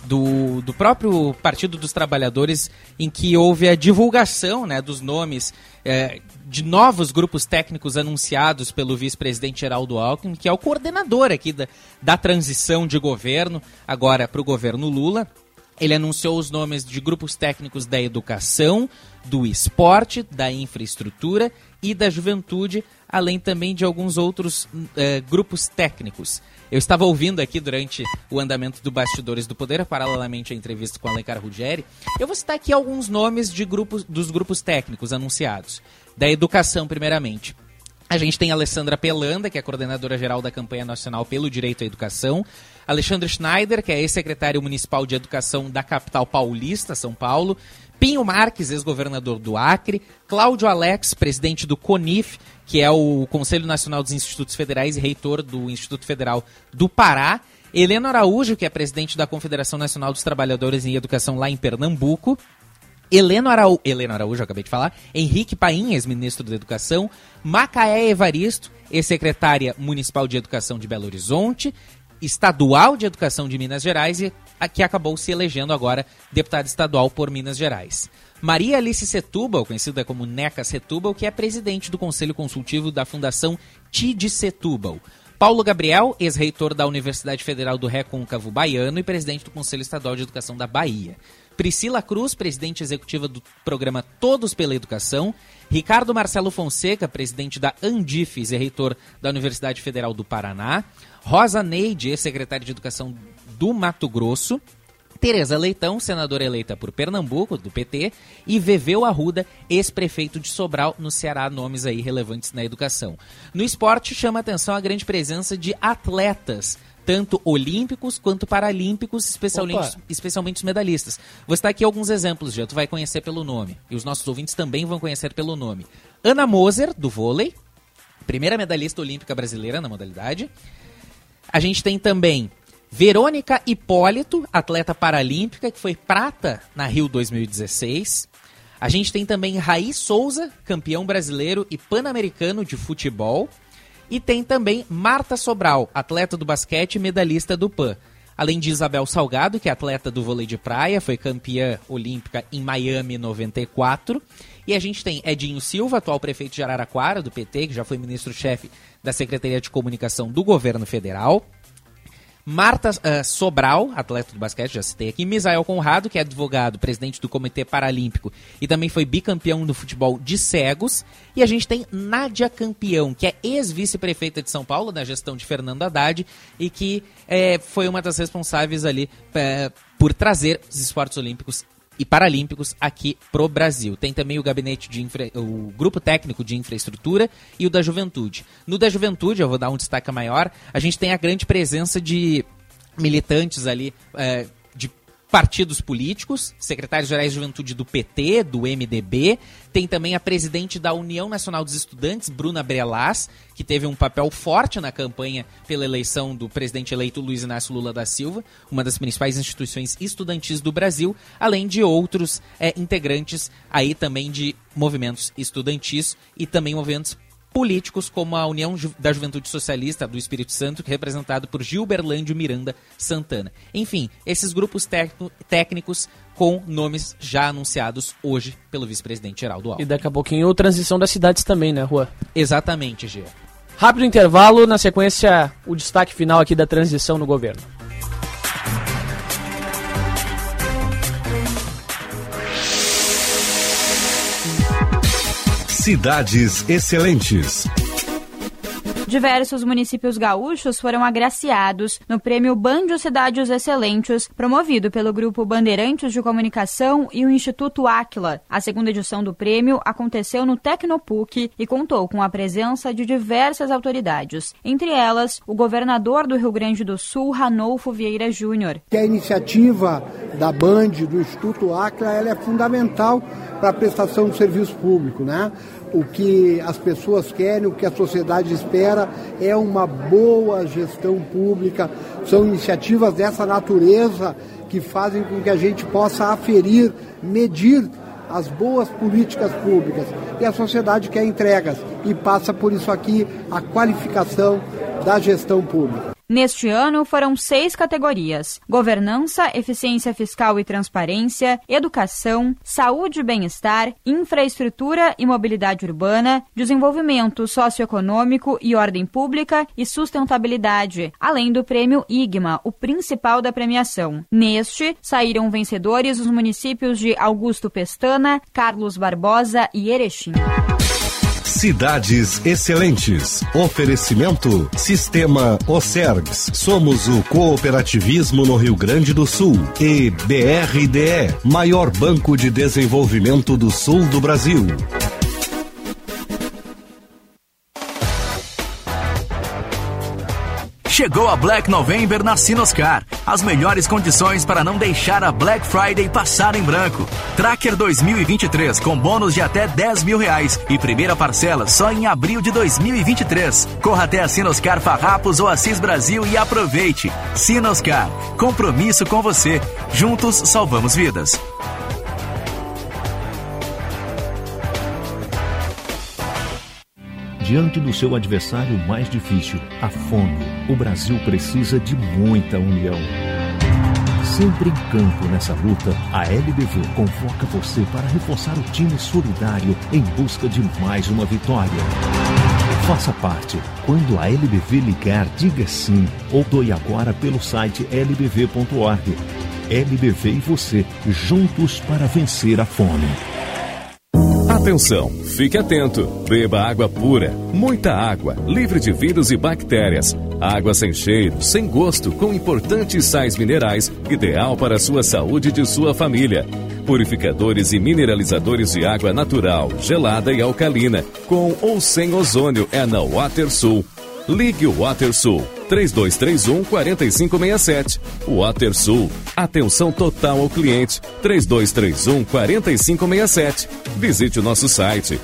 do próprio Partido dos Trabalhadores, em que houve a divulgação, né, dos nomes de novos grupos técnicos anunciados pelo vice-presidente Geraldo Alckmin, que é o coordenador aqui da transição de governo, agora para o governo Lula. Ele anunciou os nomes de grupos técnicos da educação, do esporte, da infraestrutura e da juventude, além também de alguns outros grupos técnicos. Eu estava ouvindo aqui durante o andamento do Bastidores do Poder, paralelamente à entrevista com Alencar Ruggeri. Eu vou citar aqui alguns nomes dos grupos técnicos anunciados. Da educação, primeiramente. A gente tem a Alessandra Pelanda, que é coordenadora geral da campanha nacional pelo direito à educação. Alexandre Schneider, que é ex-secretário municipal de educação da capital paulista, São Paulo. Pinho Marques, ex-governador do Acre. Cláudio Alex, presidente do CONIF, que é o Conselho Nacional dos Institutos Federais e reitor do Instituto Federal do Pará. Helena Araújo, que é presidente da Confederação Nacional dos Trabalhadores em Educação lá em Pernambuco. Helena Araújo, acabei de falar. Henrique Paim, ex-ministro da Educação. Macaé Evaristo, ex-secretária municipal de Educação de Belo Horizonte. Estadual de Educação de Minas Gerais e que acabou se elegendo agora deputada estadual por Minas Gerais. Maria Alice Setúbal, conhecida como Neca Setúbal, que é presidente do Conselho Consultivo da Fundação TID Setúbal. Paulo Gabriel, ex-reitor da Universidade Federal do Recôncavo Baiano e presidente do Conselho Estadual de Educação da Bahia. Priscila Cruz, presidente executiva do programa Todos pela Educação. Ricardo Marcelo Fonseca, presidente da Andifes e reitor da Universidade Federal do Paraná. Rosa Neide, ex-secretária de Educação do Mato Grosso. Tereza Leitão, senadora eleita por Pernambuco, do PT. E Veveu Arruda, ex-prefeito de Sobral, no Ceará, nomes aí relevantes na educação. No esporte, chama a atenção a grande presença de atletas, tanto olímpicos quanto paralímpicos, especialmente os medalhistas. Vou citar aqui alguns exemplos, já tu vai conhecer pelo nome. E os nossos ouvintes também vão conhecer pelo nome. Ana Moser, do vôlei, primeira medalhista olímpica brasileira na modalidade. A gente tem também Verônica Hipólito, atleta paralímpica, que foi prata na Rio 2016. A gente tem também Raí Souza, campeão brasileiro e pan-americano de futebol. E tem também Marta Sobral, atleta do basquete e medalhista do PAN. Além de Isabel Salgado, que é atleta do vôlei de praia, foi campeã olímpica em Miami 94. E a gente tem Edinho Silva, atual prefeito de Araraquara, do PT, que já foi ministro-chefe da Secretaria de Comunicação do Governo Federal. Marta Sobral, atleta do basquete, já citei aqui. Misael Conrado, que é advogado, presidente do Comitê Paralímpico e também foi bicampeão do futebol de cegos. E a gente tem Nádia Campeão, que é ex-vice-prefeita de São Paulo, na gestão de Fernando Haddad, e que foi uma das responsáveis ali por trazer os esportes olímpicos e paralímpicos aqui pro Brasil. Tem também o gabinete o grupo técnico de infraestrutura e o da juventude. No da juventude, eu vou dar um destaque maior, a gente tem a grande presença de militantes ali, de partidos políticos, secretários gerais de juventude do PT, do MDB, tem também a presidente da União Nacional dos Estudantes, Bruna Brelas, que teve um papel forte na campanha pela eleição do presidente eleito Luiz Inácio Lula da Silva, uma das principais instituições estudantis do Brasil, além de outros integrantes aí também de movimentos estudantis e também movimentos políticos, como a União da Juventude Socialista do Espírito Santo, representado por Gilberlândio Miranda Santana. Enfim, esses grupos técnicos com nomes já anunciados hoje pelo vice-presidente Geraldo Alckmin. E daqui a pouquinho transição das cidades também, né, Rua? Exatamente, Gê. Rápido intervalo, na sequência o destaque final aqui da transição no governo. Cidades Excelentes. Diversos municípios gaúchos foram agraciados no prêmio Bandio Cidades Excelentes, promovido pelo Grupo Bandeirantes de Comunicação e o Instituto Áquila. A segunda edição do prêmio aconteceu no Tecnopuc e contou com a presença de diversas autoridades, entre elas o governador do Rio Grande do Sul, Ranolfo Vieira Júnior. A iniciativa da Band, do Instituto Áquila, ela é fundamental para a prestação do serviço público, né? O que as pessoas querem, o que a sociedade espera é uma boa gestão pública. São iniciativas dessa natureza que fazem com que a gente possa aferir, medir as boas políticas públicas. E a sociedade quer entregas e passa por isso aqui a qualificação da gestão pública. Neste ano foram 6 categorias: governança, eficiência fiscal e transparência, educação, saúde e bem-estar, infraestrutura e mobilidade urbana, desenvolvimento socioeconômico e ordem pública e sustentabilidade, além do prêmio IGMA, o principal da premiação. Neste, saíram vencedores os municípios de Augusto Pestana, Carlos Barbosa e Erechim. Cidades Excelentes. Oferecimento Sistema OCERGS. Somos o cooperativismo no Rio Grande do Sul. E BRDE, maior banco de desenvolvimento do sul do Brasil. Chegou a Black November na Sinoscar. As melhores condições para não deixar a Black Friday passar em branco. Tracker 2023 com bônus de até R$10.000 e primeira parcela só em abril de 2023. Corra até a Sinoscar Farrapos ou Assis Brasil e aproveite. Sinoscar, compromisso com você. Juntos salvamos vidas. Diante do seu adversário mais difícil, a fome, o Brasil precisa de muita união. Sempre em campo nessa luta, a LBV convoca você para reforçar o time solidário em busca de mais uma vitória. Faça parte. Quando a LBV ligar, diga sim ou doe agora pelo site lbv.org. LBV e você, juntos para vencer a fome. Atenção, fique atento, beba água pura, muita água, livre de vírus e bactérias. Água sem cheiro, sem gosto, com importantes sais minerais, ideal para a sua saúde e de sua família. Purificadores e mineralizadores de água natural, gelada e alcalina, com ou sem ozônio é na WaterSul. Ligue o WaterSul 3231-4567. WaterSul, atenção total ao cliente 3231-4567. Visite o nosso site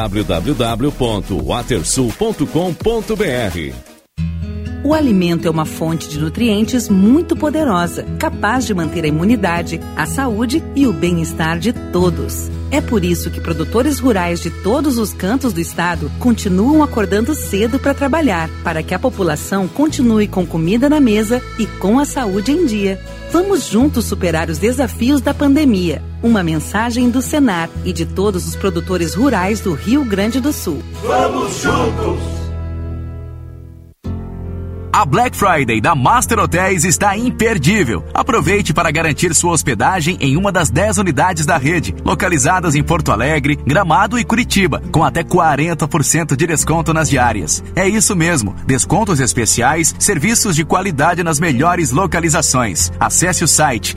www.watersul.com.br. O alimento é uma fonte de nutrientes muito poderosa, capaz de manter a imunidade, a saúde e o bem-estar de todos. É por isso que produtores rurais de todos os cantos do estado continuam acordando cedo para trabalhar, para que a população continue com comida na mesa e com a saúde em dia. Vamos juntos superar os desafios da pandemia. Uma mensagem do Senar e de todos os produtores rurais do Rio Grande do Sul. Vamos juntos! A Black Friday da Master Hotels está imperdível. Aproveite para garantir sua hospedagem em uma das 10 unidades da rede, localizadas em Porto Alegre, Gramado e Curitiba, com até 40% de desconto nas diárias. É isso mesmo, descontos especiais, serviços de qualidade nas melhores localizações. Acesse o site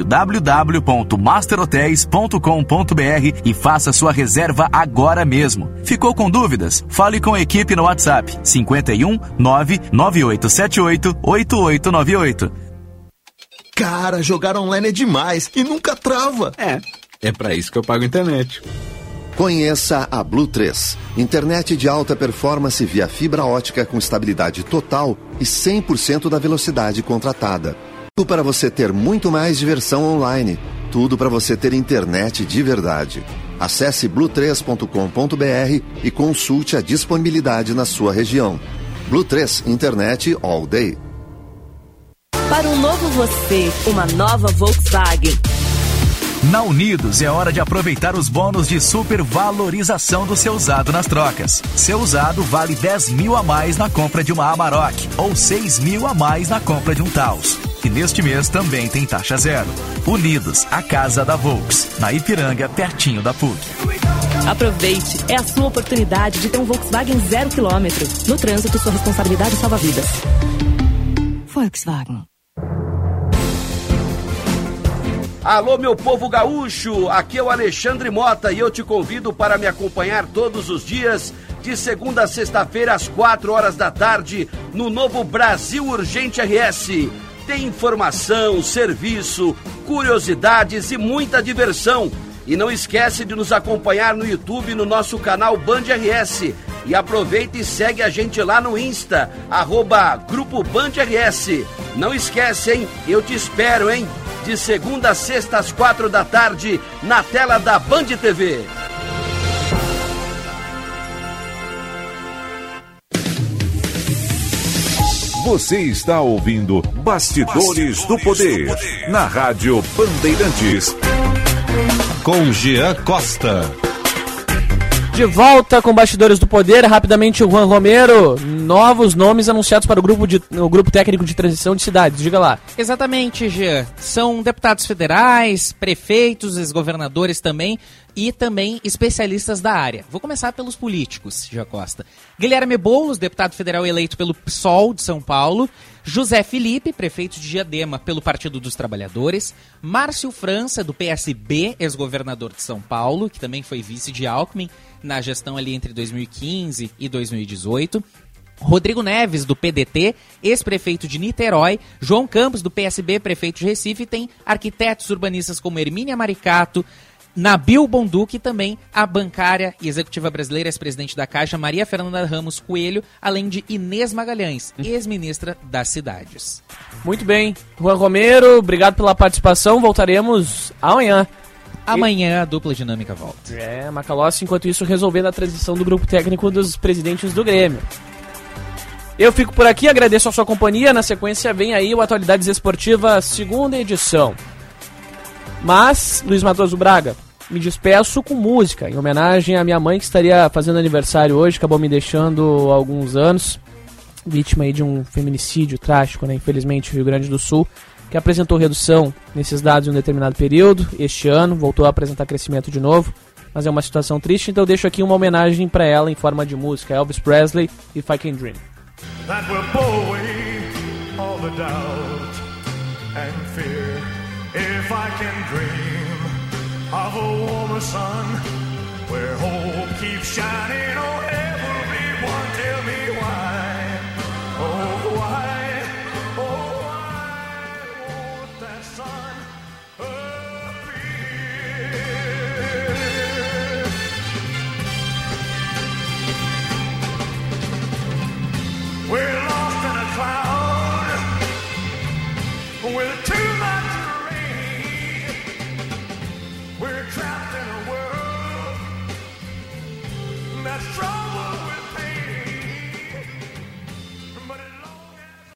www.masterhotels.com.br e faça sua reserva agora mesmo. Ficou com dúvidas? Fale com a equipe no WhatsApp 51 99878 8898. Cara, jogar online é demais e nunca trava. É pra isso que eu pago internet. Conheça a Blue 3, internet de alta performance via fibra ótica com estabilidade total e 100% da velocidade contratada. Tudo para você ter muito mais diversão online. Tudo para você ter internet de verdade. Acesse blue3.com.br e consulte a disponibilidade na sua região. Blue 3, internet all day. Para um novo você, uma nova Volkswagen. Na Unidos é hora de aproveitar os bônus de supervalorização do seu usado nas trocas. Seu usado vale 10 mil a mais na compra de uma Amarok ou 6 mil a mais na compra de um Taos. E neste mês também tem taxa zero. Unidos, a casa da Volks, na Ipiranga, pertinho da PUC. Aproveite, é a sua oportunidade de ter um Volkswagen 0 km. No trânsito, sua responsabilidade salva vidas. Volkswagen. Alô, meu povo gaúcho, aqui é o Alexandre Mota e eu te convido para me acompanhar todos os dias, de segunda a sexta-feira, às 4 horas da tarde, no novo Brasil Urgente RS. Tem informação, serviço, curiosidades e muita diversão. E não esquece de nos acompanhar no YouTube, no nosso canal Band RS. E aproveita e segue a gente lá no Insta, @Grupo Band RS. Não esquece, hein? Eu te espero, hein? De segunda a sexta às 4 da tarde, na tela da Band TV. Você está ouvindo Bastidores do Poder, na Rádio Bandeirantes. Com Jean Costa. De volta com Bastidores do Poder, rapidamente o Juan Romero, novos nomes anunciados para o grupo técnico de transição de cidades, diga lá. Exatamente, Jean, são deputados federais, prefeitos, ex-governadores também, e também especialistas da área. Vou começar pelos políticos, Jean Costa. Guilherme Boulos, deputado federal eleito pelo PSOL de São Paulo. José Felipe, prefeito de Diadema pelo Partido dos Trabalhadores. Márcio França, do PSB, ex-governador de São Paulo, que também foi vice de Alckmin na gestão ali entre 2015 e 2018. Rodrigo Neves, do PDT, ex-prefeito de Niterói. João Campos, do PSB, prefeito de Recife. Tem arquitetos urbanistas como Hermínia Maricato, Nabil Bonduque e também a bancária e executiva brasileira, ex-presidente da Caixa, Maria Fernanda Ramos Coelho, além de Inês Magalhães, ex-ministra das Cidades. Muito bem. Juan Romero, obrigado pela participação. Voltaremos amanhã. Amanhã a dupla dinâmica volta. Macalossi, enquanto isso, resolvendo a transição do grupo técnico dos presidentes do Grêmio. Eu fico por aqui, agradeço a sua companhia. Na sequência vem aí o Atualidades Esportivas, segunda edição. Mas, Luiz Matoso Braga, me despeço com música, em homenagem à minha mãe que estaria fazendo aniversário hoje, acabou me deixando há alguns anos, vítima aí de um feminicídio trágico, né, infelizmente, no Rio Grande do Sul, que apresentou redução nesses dados em um determinado período, este ano, voltou a apresentar crescimento de novo, mas é uma situação triste, então eu deixo aqui uma homenagem para ela em forma de música, Elvis Presley, If I Can Dream. That will blow away all the doubt and fear. If I can dream of a warmer sun where hope keeps shining on everyone, tell me why, oh why, oh why won't that sun appear? We're lost in a cloud with too much rain. We're trapped in a world that's strong.